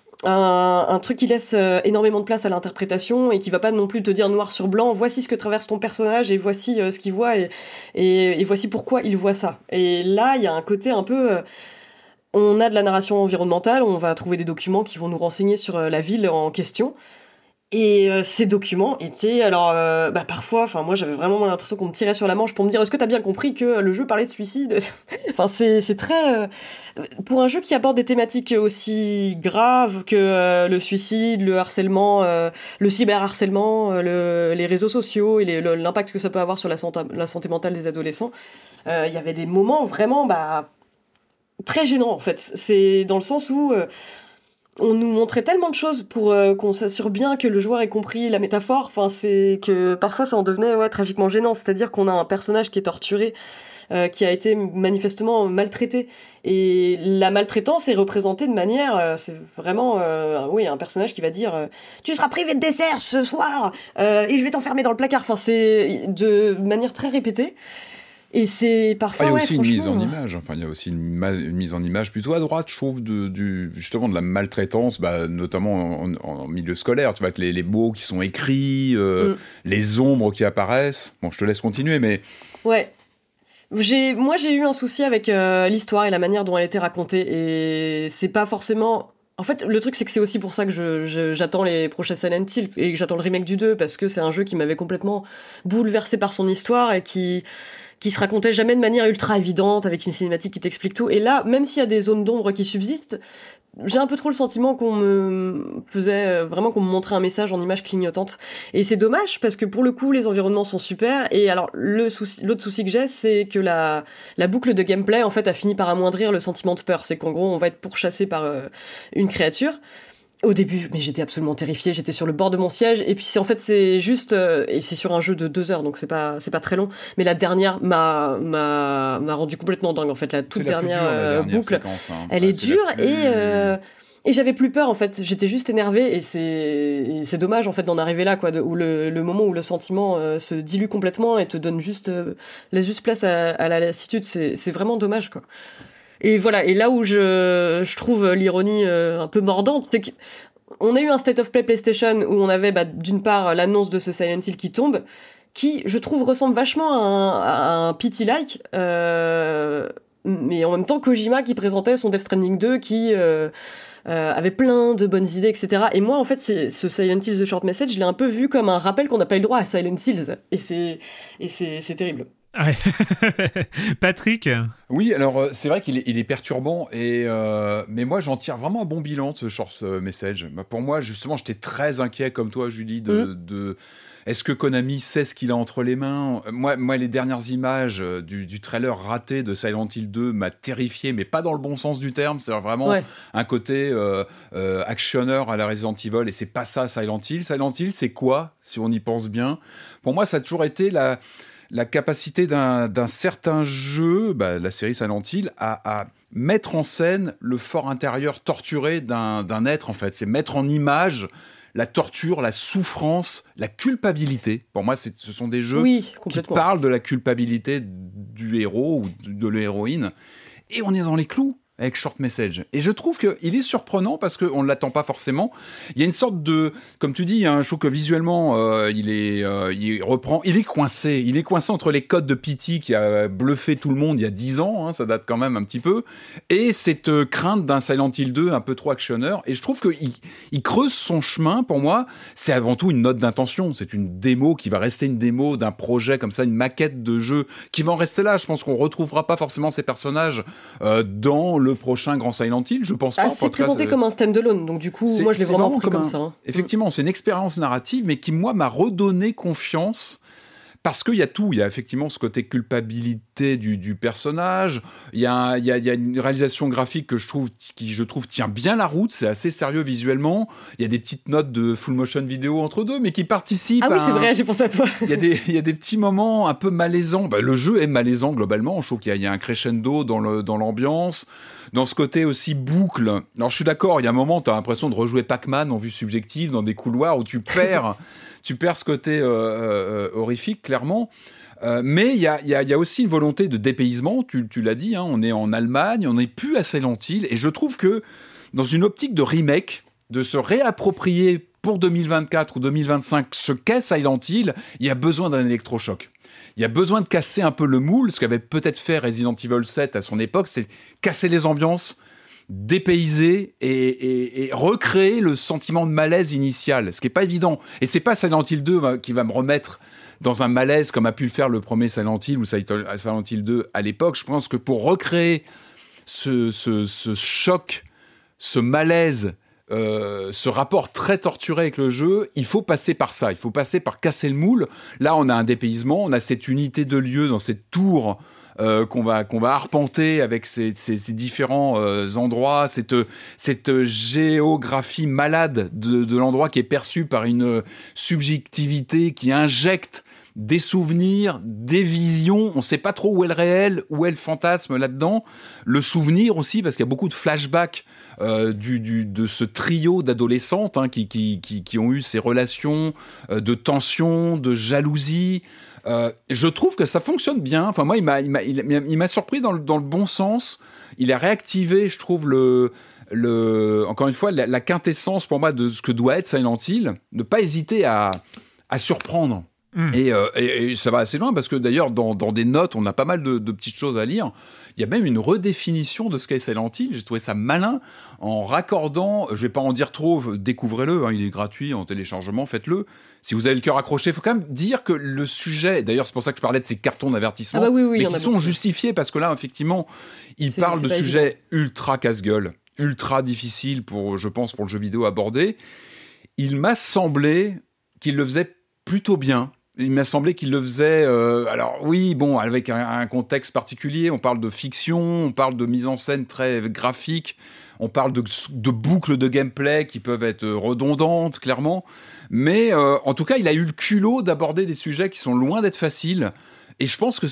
un, un truc qui laisse euh, énormément de place à l'interprétation et qui va pas non plus te dire noir sur blanc, voici ce que traverse ton personnage et voici euh, ce qu'il voit et, et, et voici pourquoi il voit ça. Et là, il y a un côté un peu... Euh, on a de la narration environnementale, on va trouver des documents qui vont nous renseigner sur euh, la ville en question. Et euh, ces documents étaient, alors, euh, bah parfois, enfin moi j'avais vraiment l'impression qu'on me tirait sur la manche pour me dire est-ce que t'as bien compris que le jeu parlait de suicide. Enfin c'est c'est très euh, pour un jeu qui aborde des thématiques aussi graves que euh, le suicide, le harcèlement, euh, le cyberharcèlement, euh, le, les réseaux sociaux et les, le, l'impact que ça peut avoir sur la santé, la santé mentale des adolescents. Il euh, y avait des moments vraiment bah très gênants en fait. C'est dans le sens où euh, on nous montrait tellement de choses pour euh, qu'on s'assure bien que le joueur ait compris la métaphore. Enfin, c'est que parfois ça en devenait ouais, tragiquement gênant. C'est-à-dire qu'on a un personnage qui est torturé, euh, qui a été manifestement maltraité. Et la maltraitance est représentée de manière... Euh, c'est vraiment euh, oui, un personnage qui va dire euh, « Tu seras privé de dessert ce soir euh, et je vais t'enfermer dans le placard ». Enfin, c'est de manière très répétée. Et c'est parfois, ah, il y a ouais, aussi une mise en euh... image. Enfin, il y a aussi une, ma- une mise en image plutôt à droite, je trouve, de, du, justement de la maltraitance, bah, notamment en, en, en milieu scolaire. Tu vois que les, les mots qui sont écrits, euh, mm. les ombres qui apparaissent. Bon, je te laisse continuer, mais ouais. J'ai, moi, j'ai eu un souci avec euh, l'histoire et la manière dont elle était racontée, et c'est pas forcément. En fait, le truc, c'est que c'est aussi pour ça que je, je, j'attends les prochains Silent Hill et que j'attends le remake du deux, parce que c'est un jeu qui m'avait complètement bouleversé par son histoire et qui. qui se racontait jamais de manière ultra évidente, avec une cinématique qui t'explique tout. Et là, même s'il y a des zones d'ombre qui subsistent, j'ai un peu trop le sentiment qu'on me faisait vraiment qu'on me montrait un message en images clignotantes. Et c'est dommage parce que pour le coup, les environnements sont super. Et alors, le souci, l'autre souci que j'ai, c'est que la, la boucle de gameplay, en fait, a fini par amoindrir le sentiment de peur. C'est qu'en gros, on va être pourchassé par euh, une créature. Au début, mais j'étais absolument terrifiée, j'étais sur le bord de mon siège, et puis c'est, en fait c'est juste, euh, et c'est sur un jeu de deux heures, donc c'est pas c'est pas très long, mais la dernière m'a m'a m'a rendu complètement dingue en fait, la toute dernière, dure, la dernière boucle, séquence, hein. Elle ah, est dure plus... et euh, et j'avais plus peur en fait, j'étais juste énervée et c'est et c'est dommage en fait d'en arriver là quoi, de, où le le moment où le sentiment euh, se dilue complètement et te donne juste euh, laisse juste place à, à la lassitude, c'est c'est vraiment dommage quoi. Et voilà, et là où je, je trouve l'ironie euh, un peu mordante, c'est qu'on a eu un State of Play PlayStation où on avait bah, d'une part l'annonce de ce Silent Hill qui tombe, qui je trouve ressemble vachement à un, à un Pity-like, euh, mais en même temps Kojima qui présentait son Death Stranding deux qui euh, euh, avait plein de bonnes idées, et cetera. Et moi en fait c'est, ce Silent Hill The Short Message, je l'ai un peu vu comme un rappel qu'on n'a pas eu le droit à Silent Hills, et c'est, et c'est, c'est terrible. Ouais. Patrick. Oui, alors c'est vrai qu'il est, il est perturbant, et euh, mais moi j'en tire vraiment un bon bilan de ce short message. Pour moi, justement, j'étais très inquiet comme toi, Julie, de, mmh. de est-ce que Konami sait ce qu'il a entre les mains. Moi, moi, les dernières images du, du trailer raté de Silent Hill deux m'a terrifié, mais pas dans le bon sens du terme. C'est vraiment ouais. un côté euh, euh, actionneur à la Resident Evil, et c'est pas ça Silent Hill. Silent Hill, c'est quoi, si on y pense bien? Pour moi, ça a toujours été la la capacité d'un, d'un certain jeu, bah, la série Silent Hill, à, à mettre en scène le fort intérieur torturé d'un, d'un être, en fait. C'est mettre en image la torture, la souffrance, la culpabilité. Pour moi, c'est, ce sont des jeux oui, qui parlent de la culpabilité du héros ou de l'héroïne. Et on est dans les clous avec Short Message. Et je trouve qu'il est surprenant parce qu'on ne l'attend pas forcément. Il y a une sorte de... Comme tu dis, hein, je trouve que visuellement, euh, il, est, euh, il reprend... Il est coincé. Il est coincé entre les codes de Pity qui a bluffé tout le monde il y a dix ans, hein, ça date quand même un petit peu, et cette euh, crainte d'un Silent Hill deux un peu trop actionneur. Et je trouve qu'il il creuse son chemin, pour moi. C'est avant tout une note d'intention. C'est une démo qui va rester une démo d'un projet comme ça, une maquette de jeu qui va en rester là. Je pense qu'on ne retrouvera pas forcément ces personnages euh, dans le prochain grand Silent Hill, je pense pas. Ah, c'est présenté comme un stand-alone, donc du coup, c'est, moi je l'ai vraiment pris comme, comme un, ça. Hein. Effectivement, c'est une expérience narrative, mais qui, moi, m'a redonné confiance. Parce qu'il y a tout, il y a effectivement ce côté culpabilité du, du personnage, il y, a, il, y a, il y a une réalisation graphique que je trouve, qui je trouve tient bien la route, c'est assez sérieux visuellement, il y a des petites notes de full motion vidéo entre deux, mais qui participent. Ah oui, à c'est un... vrai, j'ai pensé à toi. Il y a des, il y a des petits moments un peu malaisants, bah, le jeu est malaisant globalement, je trouve qu'il y a, il y a un crescendo dans, le, dans l'ambiance, dans ce côté aussi boucle. Alors je suis d'accord, il y a un moment, tu as l'impression de rejouer Pac-Man en vue subjective dans des couloirs où tu perds... Tu perds ce côté euh, euh, horrifique, clairement. Euh, mais il y a, y, a, y a aussi une volonté de dépaysement, tu, tu l'as dit, hein, on est en Allemagne, on n'est plus à Silent Hill, et je trouve que dans une optique de remake, de se réapproprier pour deux mille vingt-quatre ou deux mille vingt-cinq ce qu'est Silent Hill, il y a besoin d'un électrochoc. Il y a besoin de casser un peu le moule, ce qu'avait peut-être fait Resident Evil sept à son époque, c'est casser les ambiances, dépayser et, et, et recréer le sentiment de malaise initial, ce qui n'est pas évident. Et c'est pas Silent Hill deux qui va me remettre dans un malaise comme a pu le faire le premier Silent Hill ou Silent Hill deux à l'époque. Je pense que pour recréer ce, ce, ce choc, ce malaise, euh, ce rapport très torturé avec le jeu, il faut passer par ça, il faut passer par casser le moule. Là, on a un dépaysement, on a cette unité de lieu dans cette tour Euh, qu'on va qu'on va arpenter avec ces, ces, ces différents euh, endroits, cette cette géographie malade de, de l'endroit qui est perçue par une subjectivité qui injecte des souvenirs, des visions. On ne sait pas trop où est le réel, où est le fantasme là-dedans. Le souvenir aussi, parce qu'il y a beaucoup de flashbacks euh, du, du, de ce trio d'adolescentes hein, qui, qui, qui, qui ont eu ces relations euh, de tension, de jalousie. Euh, je trouve que ça fonctionne bien. Enfin, moi, il m'a, il m'a, il m'a, il m'a surpris dans le, dans le bon sens. Il a réactivé, je trouve, le, le, encore une fois, la, la quintessence pour moi de ce que doit être Silent Hill. Ne pas hésiter à, à surprendre. Mmh. Et, euh, et, et ça va assez loin parce que d'ailleurs dans, dans des notes on a pas mal de, de petites choses à lire. Il y a même une redéfinition de ce qu'est Silent Hill. J'ai trouvé ça malin en raccordant, je vais pas en dire trop, découvrez-le, hein, il est gratuit en téléchargement, faites-le. Si vous avez le cœur accroché, il faut quand même dire que le sujet, d'ailleurs c'est pour ça que je parlais de ces cartons d'avertissement, ah bah oui, oui, mais qui sont beaucoup. justifiés parce que là effectivement il c'est, parle c'est de sujets évident. Ultra casse-gueule, ultra difficiles pour, je pense, pour le jeu vidéo aborder. Il m'a semblé qu'il le faisait plutôt bien. Il m'a semblé qu'il le faisait... Euh, alors oui, bon, avec un, un contexte particulier, on parle de fiction, on parle de mise en scène très graphique, on parle de, de boucles de gameplay qui peuvent être redondantes, clairement. Mais euh, en tout cas, il a eu le culot d'aborder des sujets qui sont loin d'être faciles. Et je pense que,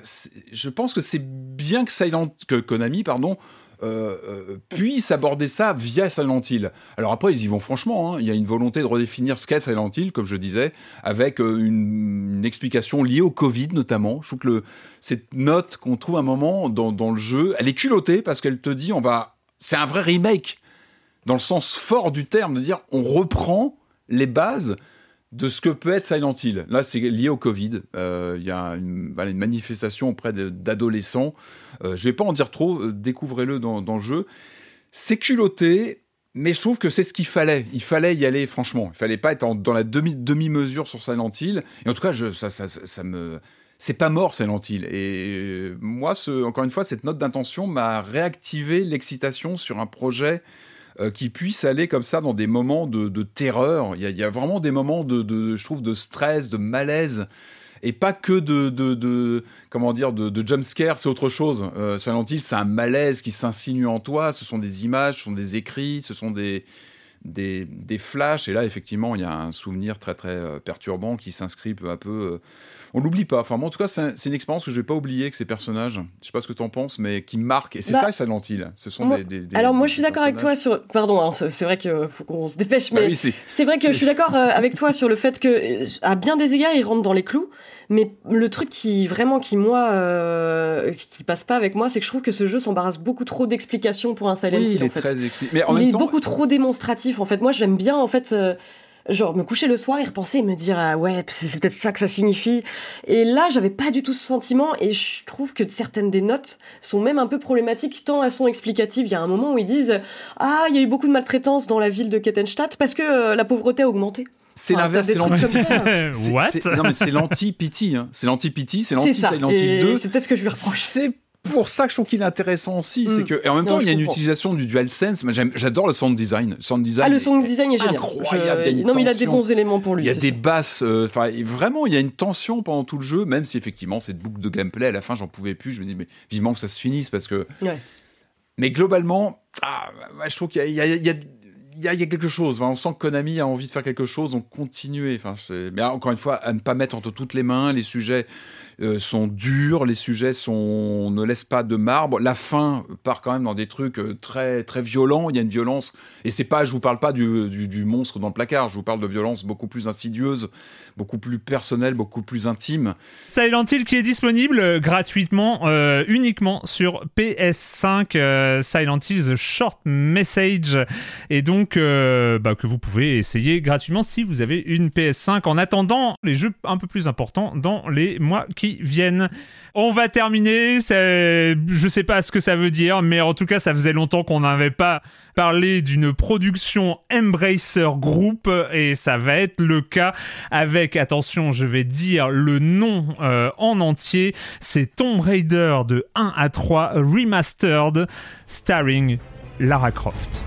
je pense que c'est bien que, Silent, que Konami, pardon, Euh, euh, puisse aborder ça via Silent Hill. Alors après, ils y vont franchement, hein. Il y a une volonté de redéfinir ce qu'est Silent Hill, comme je disais, avec euh, une, une explication liée au Covid notamment. Je trouve que le, cette note qu'on trouve à un moment dans, dans le jeu, elle est culottée parce qu'elle te dit, on va, c'est un vrai remake dans le sens fort du terme, de dire on reprend les bases de ce que peut être Silent Hill. Là, c'est lié au Covid. Il euh, y a une, voilà, une manifestation auprès de, d'adolescents. Euh, je ne vais pas en dire trop, euh, découvrez-le dans, dans le jeu. C'est culotté, mais je trouve que c'est ce qu'il fallait. Il fallait y aller, franchement. Il ne fallait pas être en, dans la demi, demi-mesure sur Silent Hill. Et en tout cas, je, ça, ça, ça, ça me... c'est pas mort, Silent Hill. Et moi, ce, encore une fois, cette note d'intention m'a réactivé l'excitation sur un projet Euh, qui puisse aller comme ça dans des moments de, de terreur. Il y, a, il y a vraiment des moments de, de, je trouve, de stress, de malaise, et pas que de, de, de comment dire, de, de jumpscare, c'est autre chose. Euh, Silent Hill, c'est un malaise qui s'insinue en toi. Ce sont des images, ce sont des écrits, ce sont des des, des flashs. Et là, effectivement, il y a un souvenir très très euh, perturbant qui s'inscrit peu à peu. Euh, on l'oublie pas. Enfin, moi, en tout cas, c'est, un, c'est une expérience que je vais pas oublier, que ces personnages, je sais pas ce que t'en penses, mais qui marquent. Et c'est bah, ça, Silent Hill. Ce sont moi, des, des, des. Alors, des, moi, je suis d'accord avec toi sur. Pardon, hein, c'est vrai qu'il faut qu'on se dépêche, mais bah oui, c'est... c'est vrai que c'est... je suis d'accord avec toi sur le fait que, à bien des égards, il rentre dans les clous. Mais le truc qui vraiment qui moi euh, qui passe pas avec moi, c'est que je trouve que ce jeu s'embarrasse beaucoup trop d'explications pour un Silent oui, Hill. Il est en fait. très écrit. Mais en il même est temps... beaucoup trop démonstratif. En fait, moi, j'aime bien en fait. Euh, genre me coucher le soir et repenser et me dire ah ouais c'est, c'est peut-être ça que ça signifie, et là j'avais pas du tout ce sentiment, et je trouve que certaines des notes sont même un peu problématiques tant elles sont explicatives. Il y a un moment où ils disent ah il y a eu beaucoup de maltraitance dans la ville de Kettenstadt parce que euh, la pauvreté a augmenté. C'est enfin, l'inverse, c'est l'anti-pity. What c'est, c'est, non mais c'est l'anti-pity, hein. C'est l'anti-pity, c'est l'anti-Silent Hill deux. C'est peut-être ce que je lui reproche. C'est pour ça que je trouve qu'il est intéressant aussi, mm. c'est que, et en même temps, non, il y a une utilisation du DualSense. Mais j'adore le sound design. Sound design ah, le sound design est génial. Incroyable. Je... Non, mais il a des bons éléments pour lui. Il y a des sûr. basses. Enfin, euh, vraiment, il y a une tension pendant tout le jeu, même si effectivement cette boucle de gameplay à la fin, j'en pouvais plus. Je me dis, mais vivement que ça se finisse parce que. Ouais. Mais globalement, ah, ouais, je trouve qu'il y a, il y a, il y a Il y, a, il y a quelque chose, enfin, on sent que Konami a envie de faire quelque chose, donc continuez. Enfin, c'est... Mais encore une fois, à ne pas mettre entre toutes les mains, les sujets euh, sont durs, les sujets sont... on ne laisse pas de marbre. La fin part quand même dans des trucs très, très violents, il y a une violence, et c'est pas, je vous parle pas du, du, du monstre dans le placard, je vous parle de violence beaucoup plus insidieuse, beaucoup plus personnelle, beaucoup plus intime. Silent Hill qui est disponible gratuitement, euh, uniquement sur P S cinq, euh, Silent Hill The Short Message, et donc Donc, euh, bah, que vous pouvez essayer gratuitement si vous avez une P S cinq en attendant les jeux un peu plus importants dans les mois qui viennent. On va terminer, c'est... je sais pas ce que ça veut dire, mais en tout cas ça faisait longtemps qu'on n'avait pas parlé d'une production Embracer Group, et ça va être le cas avec, attention je vais dire le nom euh, en entier, c'est Tomb Raider de un à trois Remastered, starring Lara Croft.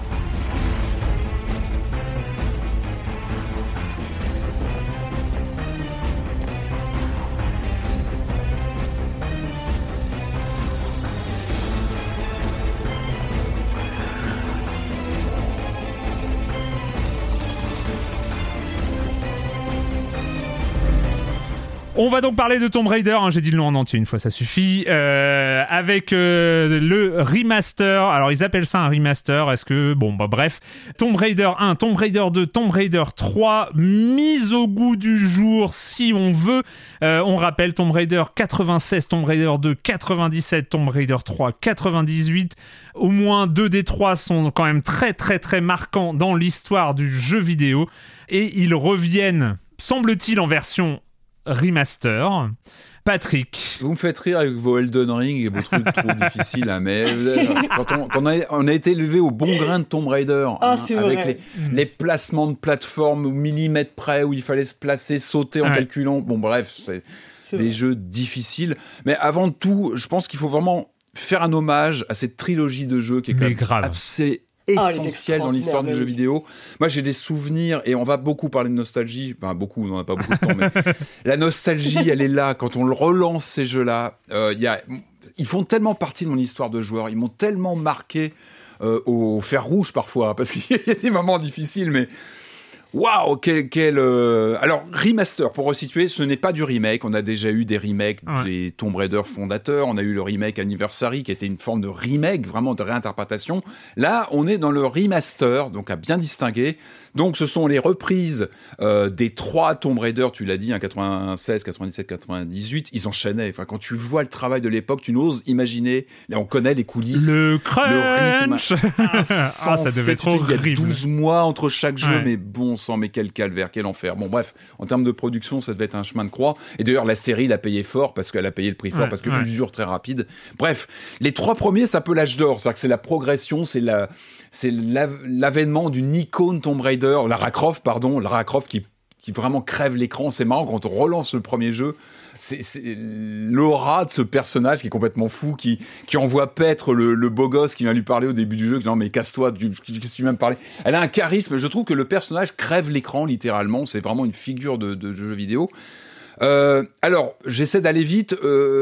On va donc parler de Tomb Raider, hein, j'ai dit le nom en entier une fois, ça suffit, euh, avec euh, le remaster. Alors ils appellent ça un remaster, est-ce que... Bon bah bref, Tomb Raider un, Tomb Raider deux, Tomb Raider trois, mise au goût du jour si on veut. Euh, on rappelle Tomb Raider quatre-vingt-seize, Tomb Raider deux quatre-vingt-dix-sept, Tomb Raider trois quatre-vingt-dix-huit. Au moins deux des trois sont quand même très très très marquants dans l'histoire du jeu vidéo, et ils reviennent semble-t-il, en version remaster. Patrick. Vous me faites rire avec vos Elden Ring et vos trucs trop difficiles, hein, mais quand, on, quand on, a, on a été élevé au bon grain de Tomb Raider, ah, hein, avec les, les placements de plateforme au millimètre près, où il fallait se placer, sauter en ouais. calculant. Bon, bref, c'est, c'est des vrai. jeux difficiles. Mais avant tout, je pense qu'il faut vraiment faire un hommage à cette trilogie de jeux qui est quand même grave. assez essentielle oh, dans l'histoire du jeu vidéo. Moi, j'ai des souvenirs, et on va beaucoup parler de nostalgie. Enfin, beaucoup, on n'en a pas beaucoup de temps, mais la nostalgie, elle est là. Quand on relance ces jeux-là, euh, y a... ils font tellement partie de mon histoire de joueur. Ils m'ont tellement marqué euh, au fer rouge, parfois, parce qu'il y a des moments difficiles, mais... Waouh, quel, quel euh... alors remaster, pour resituer, ce n'est pas du remake. On a déjà eu des remakes ouais. des Tomb Raider fondateurs. On a eu le remake Anniversary qui était une forme de remake, vraiment de réinterprétation. Là, on est dans le remaster, donc à bien distinguer. Donc, ce sont les reprises euh, des trois Tomb Raider. Tu l'as dit, hein, quatre-vingt-seize, quatre-vingt-dix-sept, quatre-vingt-dix-huit. Ils enchaînaient. Enfin, quand tu vois le travail de l'époque, tu n'oses imaginer. Là, on connaît les coulisses, le crunch, le rythme. Ah, ça devait être horrible. Il y a douze mois entre chaque jeu, ouais. mais bon sang, mais quel calvaire, quel enfer. Bon, bref, en termes de production, ça devait être un chemin de croix. Et d'ailleurs, la série l'a payé fort parce qu'elle a payé le prix fort, ouais, parce que ouais. l'usure très rapide. Bref, les trois premiers, ça peut l'âge d'or. C'est-à-dire que c'est la progression, c'est la, c'est l'avènement d'une icône Tomb Raider, Lara Croft, pardon, Lara Croft qui, qui vraiment crève l'écran. C'est marrant quand on relance le premier jeu. C'est, c'est l'aura de ce personnage qui est complètement fou, qui, qui envoie paître le, le beau gosse qui vient lui parler au début du jeu, qui dit non mais casse-toi, qu'est-ce que tu viens me parler. Elle a un charisme, je trouve que le personnage crève l'écran littéralement, c'est vraiment une figure de, de, de jeu vidéo. Euh, alors, j'essaie d'aller vite,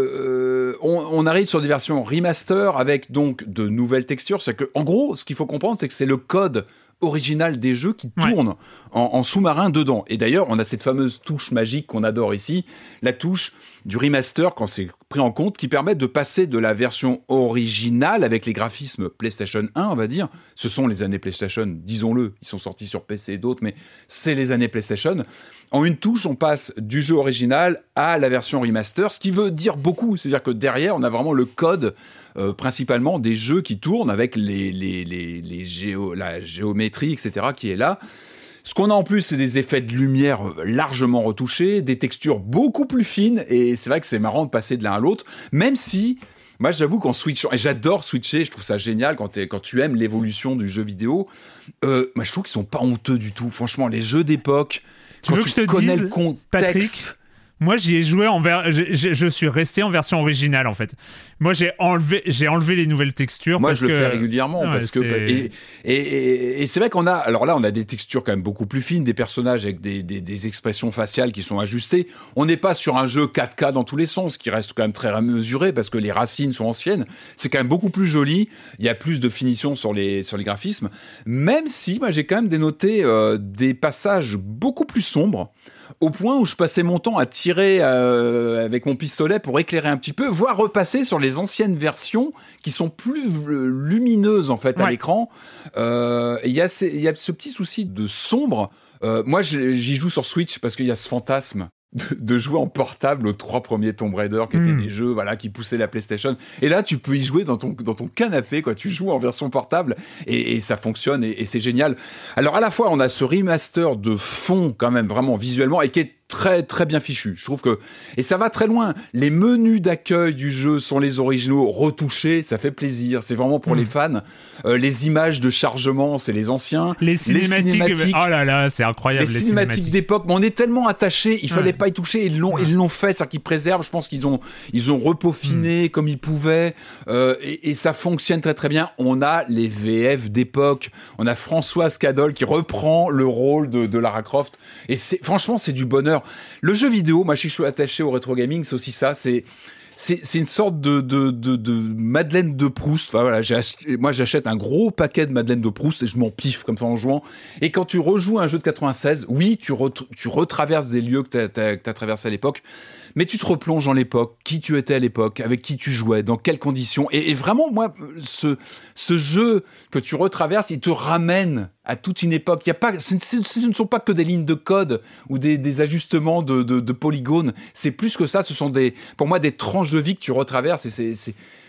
euh, on, on arrive sur des versions remaster avec donc de nouvelles textures, c'est que, en gros, ce qu'il faut comprendre, c'est que c'est le code original des jeux qui tourne ouais. en, en sous-marin dedans. Et d'ailleurs, on a cette fameuse touche magique qu'on adore ici, la touche du remaster, quand c'est pris en compte, qui permet de passer de la version originale avec les graphismes PlayStation un, on va dire. Ce sont les années PlayStation, disons-le. Ils sont sortis sur P C et d'autres, mais c'est les années PlayStation. En une touche, on passe du jeu original à la version remaster, ce qui veut dire beaucoup. C'est-à-dire que derrière, on a vraiment le code, euh, principalement des jeux qui tournent avec les, les, les, les géo, la géométrie, et cetera, qui est là. Ce qu'on a en plus, c'est des effets de lumière largement retouchés, des textures beaucoup plus fines, et c'est vrai que c'est marrant de passer de l'un à l'autre, même si, moi j'avoue qu'en switchant, et j'adore switcher, je trouve ça génial quand, quand tu aimes l'évolution du jeu vidéo, euh, moi je trouve qu'ils sont pas honteux du tout, franchement, les jeux d'époque, tu quand veux tu que je te connais dise, le contexte... Patrick, moi, j'y ai joué en ver... je, je, je suis resté en version originale, en fait. Moi, j'ai enlevé, j'ai enlevé les nouvelles textures. Moi, parce je le que... fais régulièrement. Ouais, parce que, et, et, et, et c'est vrai qu'on a... Alors là, on a des textures quand même beaucoup plus fines, des personnages avec des, des, des expressions faciales qui sont ajustées. On n'est pas sur un jeu quatre K dans tous les sens, qui reste quand même très mesuré, parce que les racines sont anciennes. C'est quand même beaucoup plus joli. Il y a plus de finition sur les, sur les graphismes. Même si, moi, j'ai quand même dénoté euh, des passages beaucoup plus sombres, au point où je passais mon temps à tirer euh, avec mon pistolet pour éclairer un petit peu, voire repasser sur les anciennes versions qui sont plus lumineuses en fait ouais. à l'écran. Il euh, y, y a ce petit souci de sombre. Euh, moi, j'y joue sur Switch parce qu'il y a ce fantasme de, de jouer en portable aux trois premiers Tomb Raider qui étaient mmh. des jeux voilà, qui poussaient la PlayStation. Et là, tu peux y jouer dans ton, dans ton canapé, quoi. Tu joues en version portable et, et ça fonctionne et, et c'est génial. Alors, à la fois, on a ce remaster de fond, quand même, vraiment visuellement, et qui est très très bien fichu. Je trouve que et ça va très loin. Les menus d'accueil du jeu sont les originaux retouchés, ça fait plaisir. C'est vraiment pour mmh. les fans. Euh, les images de chargement, c'est les anciens. Les cinématiques, les cinématiques oh là là, c'est incroyable. Les, les cinématiques, cinématiques d'époque, mais on est tellement attachés, il fallait ouais. pas y toucher. Ils l'ont, ouais. ils l'ont fait, c'est-à-dire qu'ils préservent. Je pense qu'ils ont, ils ont repaufiné mmh. comme ils pouvaient, euh, et, et ça fonctionne très très bien. On a les V F d'époque. On a Françoise Cadol qui reprend le rôle de, de Lara Croft. Et c'est, franchement, c'est du bonheur. Le jeu vidéo, moi, si je suis attaché au rétro gaming, c'est aussi ça. C'est C'est, c'est une sorte de, de, de, de Madeleine de Proust. Enfin, voilà, j'ai acheté, moi, j'achète un gros paquet de Madeleine de Proust et je m'en piffe comme ça en jouant. Et quand tu rejoues un jeu de quatre-vingt-seize, oui, tu, re, tu retraverses des lieux que tu as traversés à l'époque, mais tu te replonges dans l'époque, qui tu étais à l'époque, avec qui tu jouais, dans quelles conditions. Et, et vraiment, moi, ce, ce jeu que tu retraverses, il te ramène à toute une époque. Il y a pas, ce, ce, ce ne sont pas que des lignes de code ou des, des ajustements de, de, de polygones. C'est plus que ça. Ce sont des, pour moi, des tranches de vie que tu retraverses et c'est, c'est,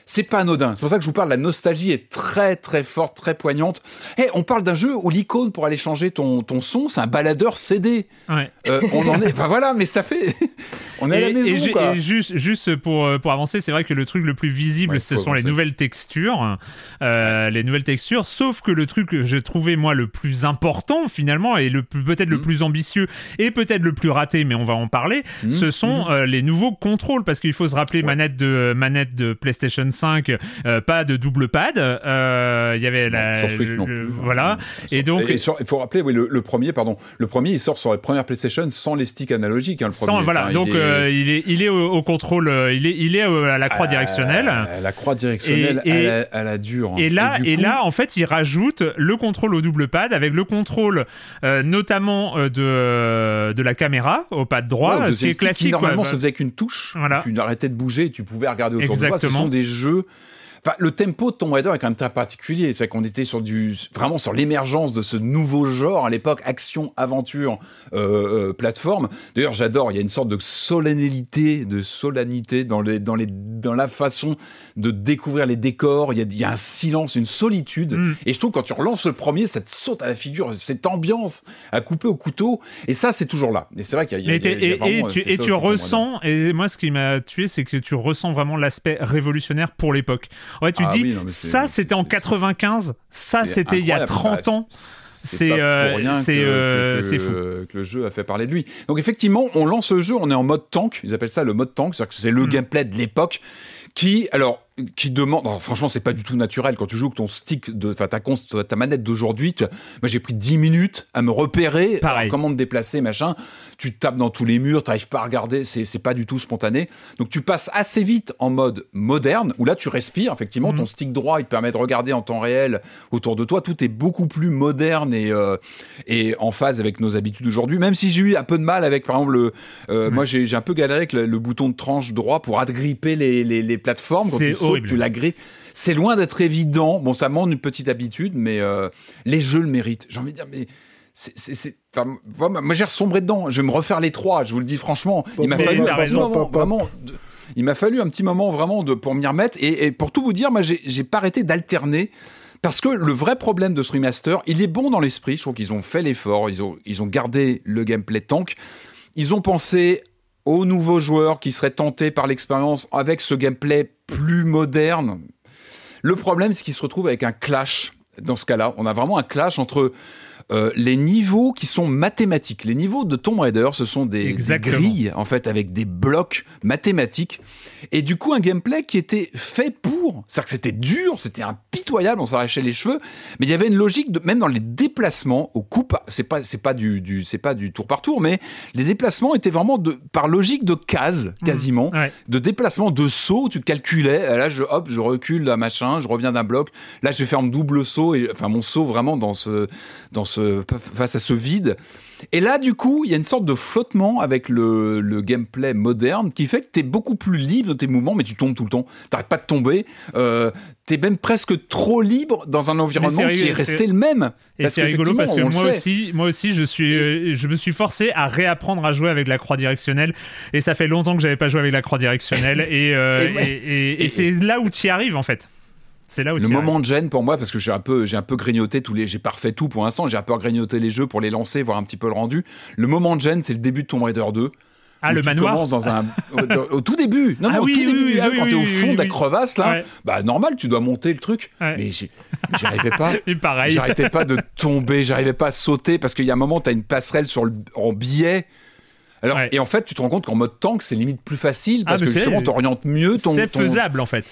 c'est pas anodin. C'est pour ça que je vous parle, la nostalgie est très très forte, très poignante. Hey, on parle d'un jeu où l'icône pour aller changer ton, ton son, c'est un baladeur C D. Ouais. Euh, on en est... Enfin voilà, mais ça fait... on est et, à la maison, et, quoi. Et juste, juste pour, pour avancer, c'est vrai que le truc le plus visible, ouais, ce sont avancer. les nouvelles textures. Euh, ouais. Les nouvelles textures, sauf que le truc que j'ai trouvé, moi, le plus important, finalement, et le, peut-être mmh. le plus ambitieux, et peut-être le plus raté, mais on va en parler, mmh. ce sont mmh. euh, les nouveaux contrôles, parce qu'il faut se rappeler, ouais. manette, de, manette de PlayStation cinq, euh, pas de double pad, il euh, y avait la... Sur Switch, le, non plus. Voilà. Et, et donc... il faut rappeler, oui, le, le premier, pardon, le premier, il sort sur la première PlayStation sans les sticks analogiques, hein, le premier. Sans, voilà, enfin, donc il est, euh, il est, il est au, au contrôle, euh, il est, il est à la croix directionnelle. À la croix directionnelle, et, et, à, la, à la dure. Et là, et, et coup... là, en fait, il rajoute le contrôle au double pad avec le contrôle, euh, notamment euh, de, de la caméra au pad droit, ouais, ce qui est classique. Qui, normalement, ouais, se faisait avec une touche. Voilà. Tu arrêtais de bouger et tu pouvais regarder autour Exactement. de toi. Ce sont des jeux... Enfin, le tempo de Tomb Raider est quand même très particulier. C'est qu'on était sur du, vraiment sur l'émergence de ce nouveau genre à l'époque, action, aventure, euh, euh, plateforme. D'ailleurs, j'adore. Il y a une sorte de solennité, de solennité dans les, dans les, dans la façon de découvrir les décors. Il y a, il y a un silence, une solitude. Mm. Et je trouve que quand tu relances le premier, ça te saute à la figure, cette ambiance à couper au couteau. Et ça, c'est toujours là. Et c'est vrai qu'il y a, il y a, il y a vraiment, et tu, et tu ressens. Et moi, ce qui m'a tué, c'est que tu ressens vraiment l'aspect révolutionnaire pour l'époque. Ouais, tu ah, dis, oui, non, ça c'est, c'était c'est, en quatre-vingt-quinze, ça c'était il y a trente ans. C'est, c'est, euh, pour rien c'est, que, euh, que, c'est fou. Que le jeu a fait parler de lui. Donc effectivement, on lance le jeu, on est en mode tank, ils appellent ça le mode tank, c'est-à-dire que c'est le mmh. gameplay de l'époque qui, alors, qui demande, non, franchement, c'est pas du tout naturel quand tu joues avec ton stick, de, enfin ta, ta manette d'aujourd'hui. Tu, moi, j'ai pris dix minutes à me repérer, alors, comment me déplacer, machin. Tu tapes dans tous les murs, t'arrives pas à regarder, c'est, c'est pas du tout spontané. Donc, tu passes assez vite en mode moderne, où là, tu respires. Effectivement, mmh. ton stick droit, il te permet de regarder en temps réel autour de toi. Tout est beaucoup plus moderne et euh, et en phase avec nos habitudes aujourd'hui. Même si j'ai eu un peu de mal avec, par exemple, le, euh, mmh. moi, j'ai, j'ai un peu galéré avec le, le bouton de tranche droit pour agripper les les, les plateformes. Quand c'est tu sautes, tu l'agrippes. C'est loin d'être évident. Bon, ça demande une petite habitude, mais euh, les jeux le méritent. J'ai envie de dire, mais c'est, c'est, c'est... Enfin, moi, j'ai ressombré dedans. Je vais me refaire les trois. Je vous le dis franchement. Bon, il m'a mais fallu un petit moment, vraiment. De... Il m'a fallu un petit moment vraiment de pour m'y remettre. Et, et pour tout vous dire, moi, j'ai, j'ai pas arrêté d'alterner. Parce que le vrai problème de ce remaster, il est bon dans l'esprit. Je trouve qu'ils ont fait l'effort. Ils ont, ils ont gardé le gameplay tank. Ils ont pensé aux nouveaux joueurs qui seraient tentés par l'expérience avec ce gameplay plus moderne. Le problème, c'est qu'ils se retrouvent avec un clash. Dans ce cas-là, on a vraiment un clash entre euh, les niveaux qui sont mathématiques. Les niveaux de Tomb Raider, ce sont des, des grilles, en fait, avec des blocs mathématiques. Et du coup, un gameplay qui était fait pour... C'est-à-dire que c'était dur, c'était impitoyable, on s'arrachait les cheveux. Mais il y avait une logique, de, même dans les déplacements, au coup... C'est pas, c'est pas, du, du, c'est pas du tour par tour, mais les déplacements étaient vraiment de, par logique de cases, quasiment. Mmh, ouais. De déplacement, de saut, tu calculais. Là, je, hop, je recule d'un machin, je reviens d'un bloc. Là, je vais faire un double saut, et, enfin, mon saut vraiment dans ce... Dans ce, face à ce vide. Et là, du coup, il y a une sorte de flottement avec le, le gameplay moderne qui fait que t'es beaucoup plus libre dans tes mouvements, mais tu tombes tout le temps. T'arrêtes pas de tomber. Euh, t'es même presque trop libre dans un environnement qui est resté c'est... le même. Et c'est rigolo parce que moi aussi, moi aussi, je suis, euh, je me suis forcé à réapprendre à jouer avec la croix directionnelle. Et ça fait longtemps que j'avais pas joué avec la croix directionnelle. et, euh, et, et, et, et, et c'est là où tu y arrives, en fait. C'est là où le moment arrives. de gêne pour moi, parce que j'ai un peu, j'ai un peu grignoté tous les, j'ai pas refait tout pour l'instant, j'ai un peu grignoté les jeux pour les lancer, voir un petit peu le rendu. Le moment de gêne, c'est le début de Tomb Raider deux. Ah, le tu manoir. Commences dans un, au, au tout début. Non, ah, non, oui, au tout oui, début. Oui, ah, oui, quand oui, t'es au fond oui, de la crevasse, là, ouais. bah, normal, tu dois monter le truc. Ouais. Mais j'y, j'y arrivais pas. Et pareil. J'arrêtais pas de tomber, j'arrivais pas à sauter, parce qu'il y a un moment, t'as une passerelle sur le, en billet. Alors, ouais. Et en fait, tu te rends compte qu'en mode tank, c'est limite plus facile, parce ah, que justement, t'orientes mieux ton. C'est ton, faisable, en fait.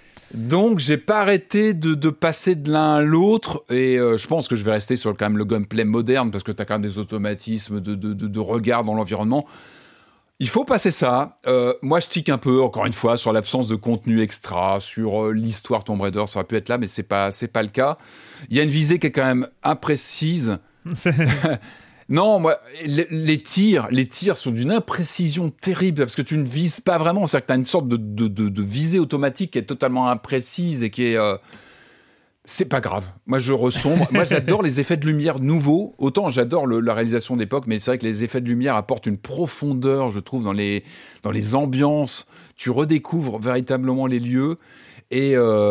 Donc, j'ai pas arrêté de, de passer de l'un à l'autre, et euh, je pense que je vais rester sur quand même le gameplay moderne, parce que t'as quand même des automatismes de, de, de, de regard dans l'environnement. Il faut passer ça. Euh, moi, je tique un peu, encore une fois, sur l'absence de contenu extra, sur euh, l'histoire Tomb Raider, ça aurait pu être là, mais c'est pas, c'est pas le cas. Il y a une visée qui est quand même imprécise. Non, moi, les, les tirs, les tirs sont d'une imprécision terrible parce que tu ne vises pas vraiment. C'est-à-dire que tu as une sorte de, de, de, de visée automatique qui est totalement imprécise et qui est. Euh... C'est pas grave. Moi, je ressombre. Moi, j'adore les effets de lumière nouveaux. Autant j'adore le, la réalisation d'époque, mais c'est vrai que les effets de lumière apportent une profondeur, je trouve, dans les, dans les ambiances. Tu redécouvres véritablement les lieux. Et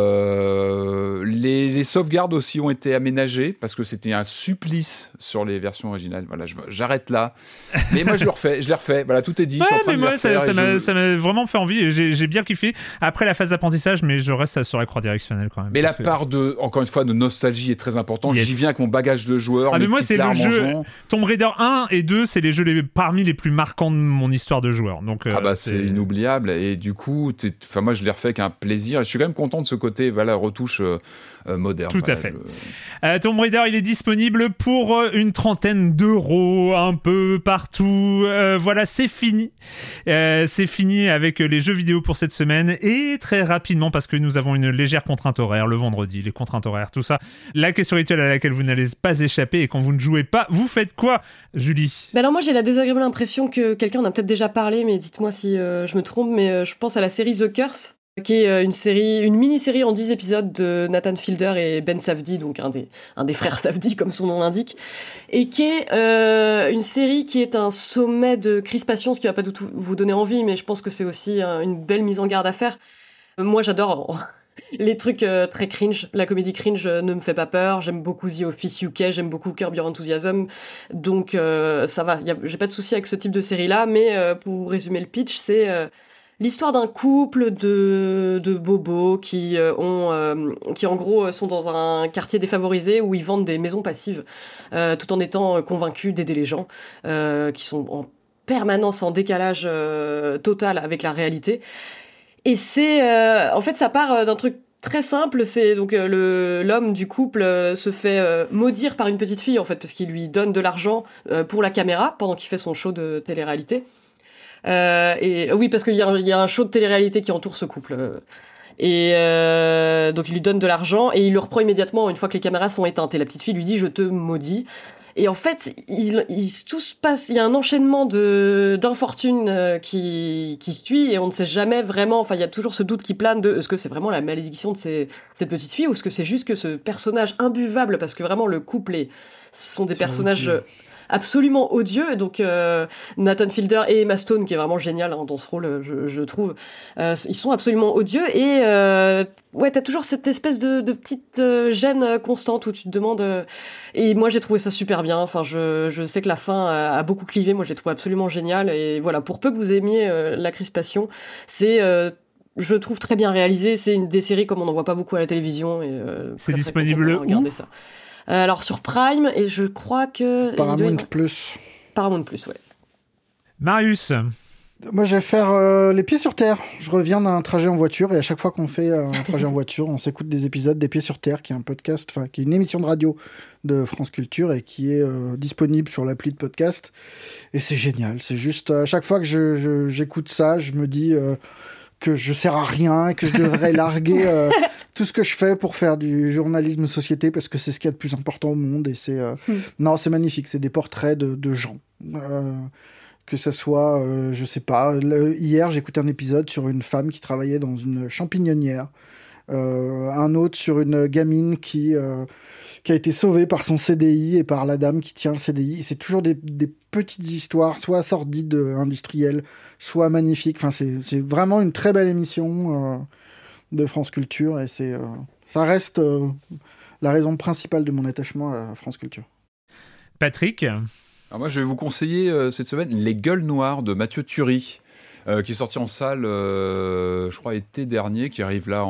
euh, les, les sauvegardes aussi ont été aménagées parce que c'était un supplice sur les versions originales. Voilà, je, j'arrête là. Mais moi, je le refais, je l'ai refait. Voilà, tout est dit. Ouais, je suis en train mais de moi, le ça, refaire. ça, m'a, je... ça m'a vraiment fait envie et j'ai, j'ai bien kiffé. Après la phase d'apprentissage, mais je reste sur la croix directionnelle quand même. Mais la que... part de, encore une fois, de nostalgie est très importante. Yes. J'y viens avec mon bagage de joueur. Ah, mais moi, c'est le jeu. Mangeant. Tomb Raider un et deux, c'est les jeux les, parmi les plus marquants de mon histoire de joueur. Donc, euh, ah bah c'est... c'est inoubliable. Et du coup, enfin moi, je l'ai refait avec un plaisir. Et je suis quand même content de ce côté, voilà, retouche euh, euh, moderne. Tout voilà, à fait. je... Euh, Tomb Raider, il est disponible pour une trentaine d'euros un peu partout. Euh, voilà, c'est fini. Euh, c'est fini avec les jeux vidéo pour cette semaine et très rapidement parce que nous avons une légère contrainte horaire le vendredi, les contraintes horaires, tout ça. La question rituelle à laquelle vous n'allez pas échapper et quand vous ne jouez pas, vous faites quoi, Julie ? Ben alors moi j'ai la désagréable impression que quelqu'un en a peut-être déjà parlé, mais dites-moi si euh, je me trompe, mais euh, je pense à la série The Curse, qui est une série, une mini-série en dix épisodes de Nathan Fielder et Ben Safdie, donc un des, un des frères Safdie, comme son nom l'indique, et qui est euh, une série qui est un sommet de crispation, ce qui va pas du tout vous donner envie, mais je pense que c'est aussi euh, une belle mise en garde à faire. Euh, moi, j'adore les trucs euh, très cringe. La comédie cringe euh, ne me fait pas peur. J'aime beaucoup The Office U K, j'aime beaucoup Curb Your Enthusiasm, donc euh, ça va. Y a, j'ai pas de souci avec ce type de série-là, mais euh, pour résumer le pitch, c'est... Euh, l'histoire d'un couple de, de bobos qui euh, ont, euh, qui en gros sont dans un quartier défavorisé où ils vendent des maisons passives, euh, tout en étant convaincus d'aider les gens, euh, qui sont en permanence en décalage euh, total avec la réalité. Et c'est, euh, en fait, ça part d'un truc très simple. C'est donc euh, le l'homme du couple euh, se fait euh, maudire par une petite fille en fait parce qu'il lui donne de l'argent euh, pour la caméra pendant qu'il fait son show de télé-réalité. Euh, et oui, parce qu'il y a, un, il y a un show de télé-réalité qui entoure ce couple. Et euh, donc il lui donne de l'argent et il le reprend immédiatement une fois que les caméras sont éteintes. Et la petite fille lui dit « je te maudis ». Et en fait, il, il, tout se passe, il y a un enchaînement de, d'infortunes euh, qui, qui suit et on ne sait jamais vraiment, enfin il y a toujours ce doute qui plane de est-ce que c'est vraiment la malédiction de ces, cette petite fille ou est-ce que c'est juste que ce personnage imbuvable, parce que vraiment le couple est, ce sont des c'est personnages... Odieux. Absolument odieux, donc euh, Nathan Fielder et Emma Stone qui est vraiment génial hein, dans ce rôle, je, je trouve, euh, ils sont absolument odieux et euh, ouais t'as toujours cette espèce de, de petite euh, gêne constante où tu te demandes euh, et moi j'ai trouvé ça super bien, enfin je, je sais que la fin a, a beaucoup clivé, moi j'ai trouvé absolument génial et voilà, pour peu que vous aimiez euh, la crispation, c'est euh, je trouve très bien réalisé, c'est une des séries comme on n'en voit pas beaucoup à la télévision et euh, c'est très, disponible très où ? ça. Alors sur Prime, et je crois que... Paramount Plus. Paramount Plus, ouais. Marius. Moi, je vais faire euh, les pieds sur terre. Je reviens d'un trajet en voiture, et à chaque fois qu'on fait euh, un trajet en voiture, on s'écoute des épisodes des Pieds sur terre, qui est un podcast, enfin, qui est une émission de radio de France Culture, et qui est euh, disponible sur l'appli de podcast. Et c'est génial. C'est juste, à chaque fois que je, je, j'écoute ça, je me dis... Euh, que je sers à rien et que je devrais larguer euh, tout ce que je fais pour faire du journalisme société parce que c'est ce qu'il y a de plus important au monde et c'est euh... mm. non c'est magnifique, c'est des portraits de, de gens euh, que ce soit euh, je sais pas, le... hier j'écoutais un épisode sur une femme qui travaillait dans une champignonnière, euh, un autre sur une gamine qui euh, qui a été sauvée par son C D I et par la dame qui tient le C D I. C'est toujours des, des petites histoires, soit sordides, industrielles, soit magnifiques. Enfin, c'est, c'est vraiment une très belle émission euh, de France Culture et c'est, euh, ça reste euh, la raison principale de mon attachement à France Culture. Patrick ? Alors moi, je vais vous conseiller euh, cette semaine Les Gueules Noires de Mathieu Turi. Euh, qui est sorti en salle, euh, je crois, été dernier, qui arrive là en,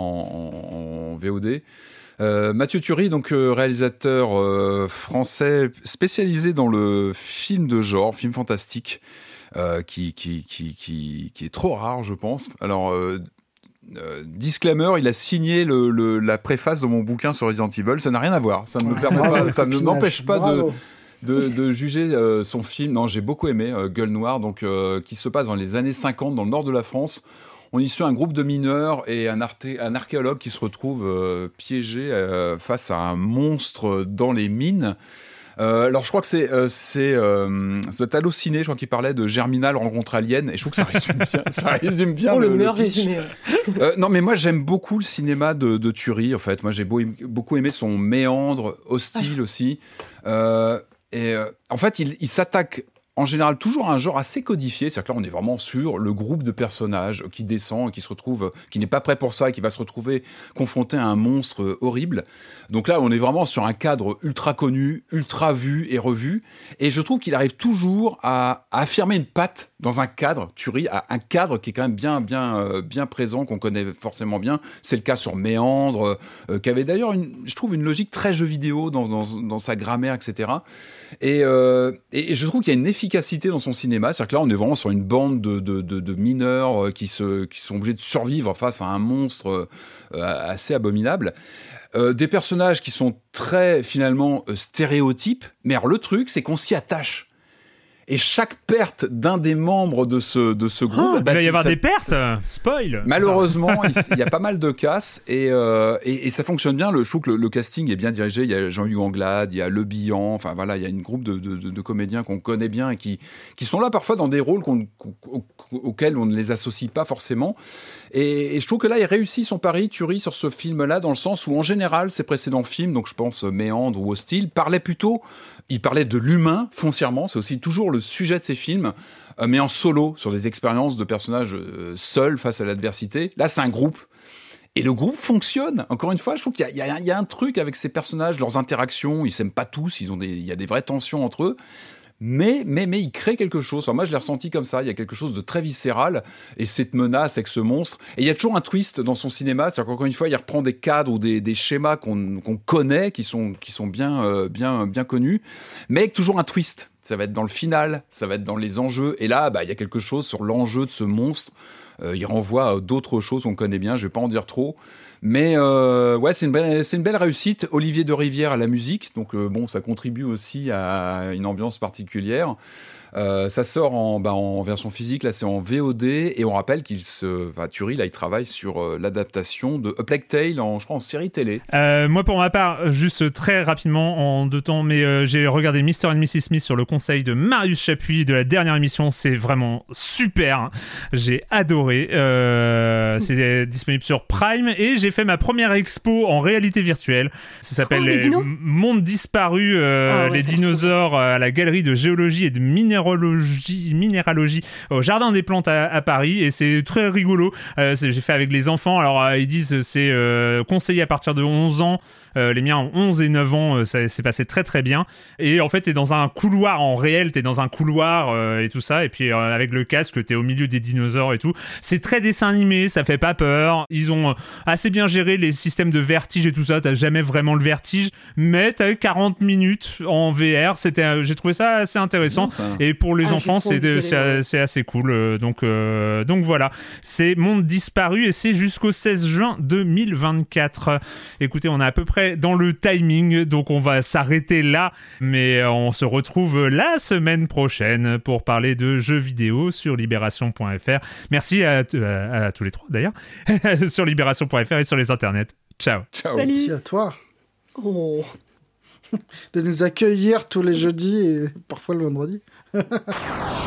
en, en V O D. Euh, Mathieu Turi, donc euh, réalisateur euh, français spécialisé dans le film de genre, film fantastique, euh, qui, qui, qui, qui, qui est trop rare, je pense. Alors, euh, euh, disclaimer, il a signé le, le, la préface de mon bouquin sur Resident Evil. Ça n'a rien à voir. Ça ne me permet pas, ça ne m'empêche pas de... De, de juger euh, son film. Non, j'ai beaucoup aimé euh, Gueule Noire, donc, euh, qui se passe dans les années cinquante dans le nord de la France. On y suit un groupe de mineurs et un, arté- un archéologue qui se retrouve euh, piégé euh, face à un monstre dans les mines. Euh, alors je crois que c'est, euh, c'est euh, ça doit être Allociné, je crois qu'il parlait de Germinal rencontre alien et je trouve que ça résume bien, ça résume bien oh, le, le meilleur le pitch. résumé. Ouais. Euh, non mais moi j'aime beaucoup le cinéma de, de Turi en fait. Moi j'ai beau, beaucoup aimé son méandre hostile ah, aussi. Euh, Et euh, en fait, il, il s'attaque en général toujours un genre assez codifié, c'est-à-dire que là on est vraiment sur le groupe de personnages qui descend, qui se retrouve, qui n'est pas prêt pour ça, et qui va se retrouver confronté à un monstre horrible. Donc là on est vraiment sur un cadre ultra connu, ultra vu et revu, et je trouve qu'il arrive toujours à, à affirmer une patte dans un cadre, Turi a un cadre qui est quand même bien, bien, euh, bien présent, qu'on connaît forcément bien. C'est le cas sur Méandre, euh, qui avait d'ailleurs, une, je trouve, une logique très jeu vidéo dans, dans, dans sa grammaire, et cetera. Et, euh, et, et je trouve qu'il y a une efficacité dans son cinéma. C'est-à-dire que là, on est vraiment sur une bande de, de, de, de mineurs qui, se, qui sont obligés de survivre face à un monstre euh, assez abominable. Euh, des personnages qui sont très, finalement, euh, stéréotypes. Mais alors, le truc, c'est qu'on s'y attache. Et chaque perte d'un des membres de ce, de ce groupe... Oh, bah, il va y avoir ça, des pertes. Spoil. Malheureusement, il, il y a pas mal de casses et, euh, et, et ça fonctionne bien. Le, je trouve que le, le casting est bien dirigé. Il y a Jean-Hugues Anglade, il y a Le Bihan. Enfin voilà, il y a une groupe de, de, de, de comédiens qu'on connaît bien et qui, qui sont là parfois dans des rôles qu'on, qu'on, auxquels on ne les associe pas forcément. Et, et je trouve que là, il réussit son pari, Turi, sur ce film-là, dans le sens où en général, ses précédents films, donc je pense Méandre ou Hostile, parlaient plutôt... Il parlait de l'humain, foncièrement, c'est aussi toujours le sujet de ses films, euh, mais en solo, sur des expériences de personnages euh, seuls face à l'adversité. Là, c'est un groupe. Et le groupe fonctionne. Encore une fois, je trouve qu'il y a, il y a, il y a un truc avec ces personnages, leurs interactions, ils s'aiment pas tous, ils ont des, il y a des vraies tensions entre eux. Mais, mais, mais il crée quelque chose. Enfin, moi, je l'ai ressenti comme ça. Il y a quelque chose de très viscéral. Et cette menace avec ce monstre. Et il y a toujours un twist dans son cinéma. C'est-à-dire qu'encore une fois, il reprend des cadres ou des, des schémas qu'on, qu'on connaît, qui sont, qui sont bien, euh, bien, bien connus. Mais avec toujours un twist. Ça va être dans le final. Ça va être dans les enjeux. Et là, bah, il y a quelque chose sur l'enjeu de ce monstre. Euh, il renvoie à d'autres choses qu'on connaît bien. Je vais pas en dire trop. Mais euh, ouais, c'est une belle, c'est une belle réussite. Olivier de Rivière à la musique, donc euh, bon, ça contribue aussi à une ambiance particulière. Euh, ça sort en, bah, en version physique, là c'est en V O D, et on rappelle qu'il se, enfin, Turi, là il travaille sur euh, l'adaptation de A Plague Tale, en, je crois en série télé. Euh, moi pour ma part, juste très rapidement, en deux temps, mais euh, j'ai regardé mister and missus Smith sur le conseil de Marius Chapuis de la dernière émission, c'est vraiment super, hein. J'ai adoré, euh, c'est disponible sur Prime, et j'ai fait ma première expo en réalité virtuelle, ça s'appelle oh, les les Mondes Disparus, euh, ah, ouais, les dinosaures à la galerie de géologie et de minéralogie minéralogie au Jardin des Plantes à, à Paris, et c'est très rigolo. Euh, c'est, j'ai fait avec les enfants, alors euh, ils disent c'est euh, conseillé à partir de onze ans. Euh, les miens ont onze et neuf ans, euh, ça s'est passé très très bien. Et en fait, t'es dans un couloir en réel, t'es dans un couloir euh, et tout ça. Et puis euh, avec le casque, t'es au milieu des dinosaures et tout. C'est très dessin animé, ça fait pas peur. Ils ont euh, assez bien géré les systèmes de vertige et tout ça. T'as jamais vraiment le vertige, mais t'as eu quarante minutes en V R. C'était, euh, j'ai trouvé ça assez intéressant. Bien, et pour les ah, enfants, c'est, de, c'est, ouais. c'est assez cool. Euh, donc, euh, donc voilà, c'est Monde Disparu et c'est jusqu'au seize juin deux mille vingt-quatre. Écoutez, on a à peu près dans le timing, donc on va s'arrêter là, mais on se retrouve la semaine prochaine pour parler de jeux vidéo sur libération point f r. Merci à, à, à tous les trois d'ailleurs, sur libération point f r et sur les internets. Ciao. Ciao. Salut. Merci à toi. Oh. De nous accueillir tous les jeudis et parfois le vendredi.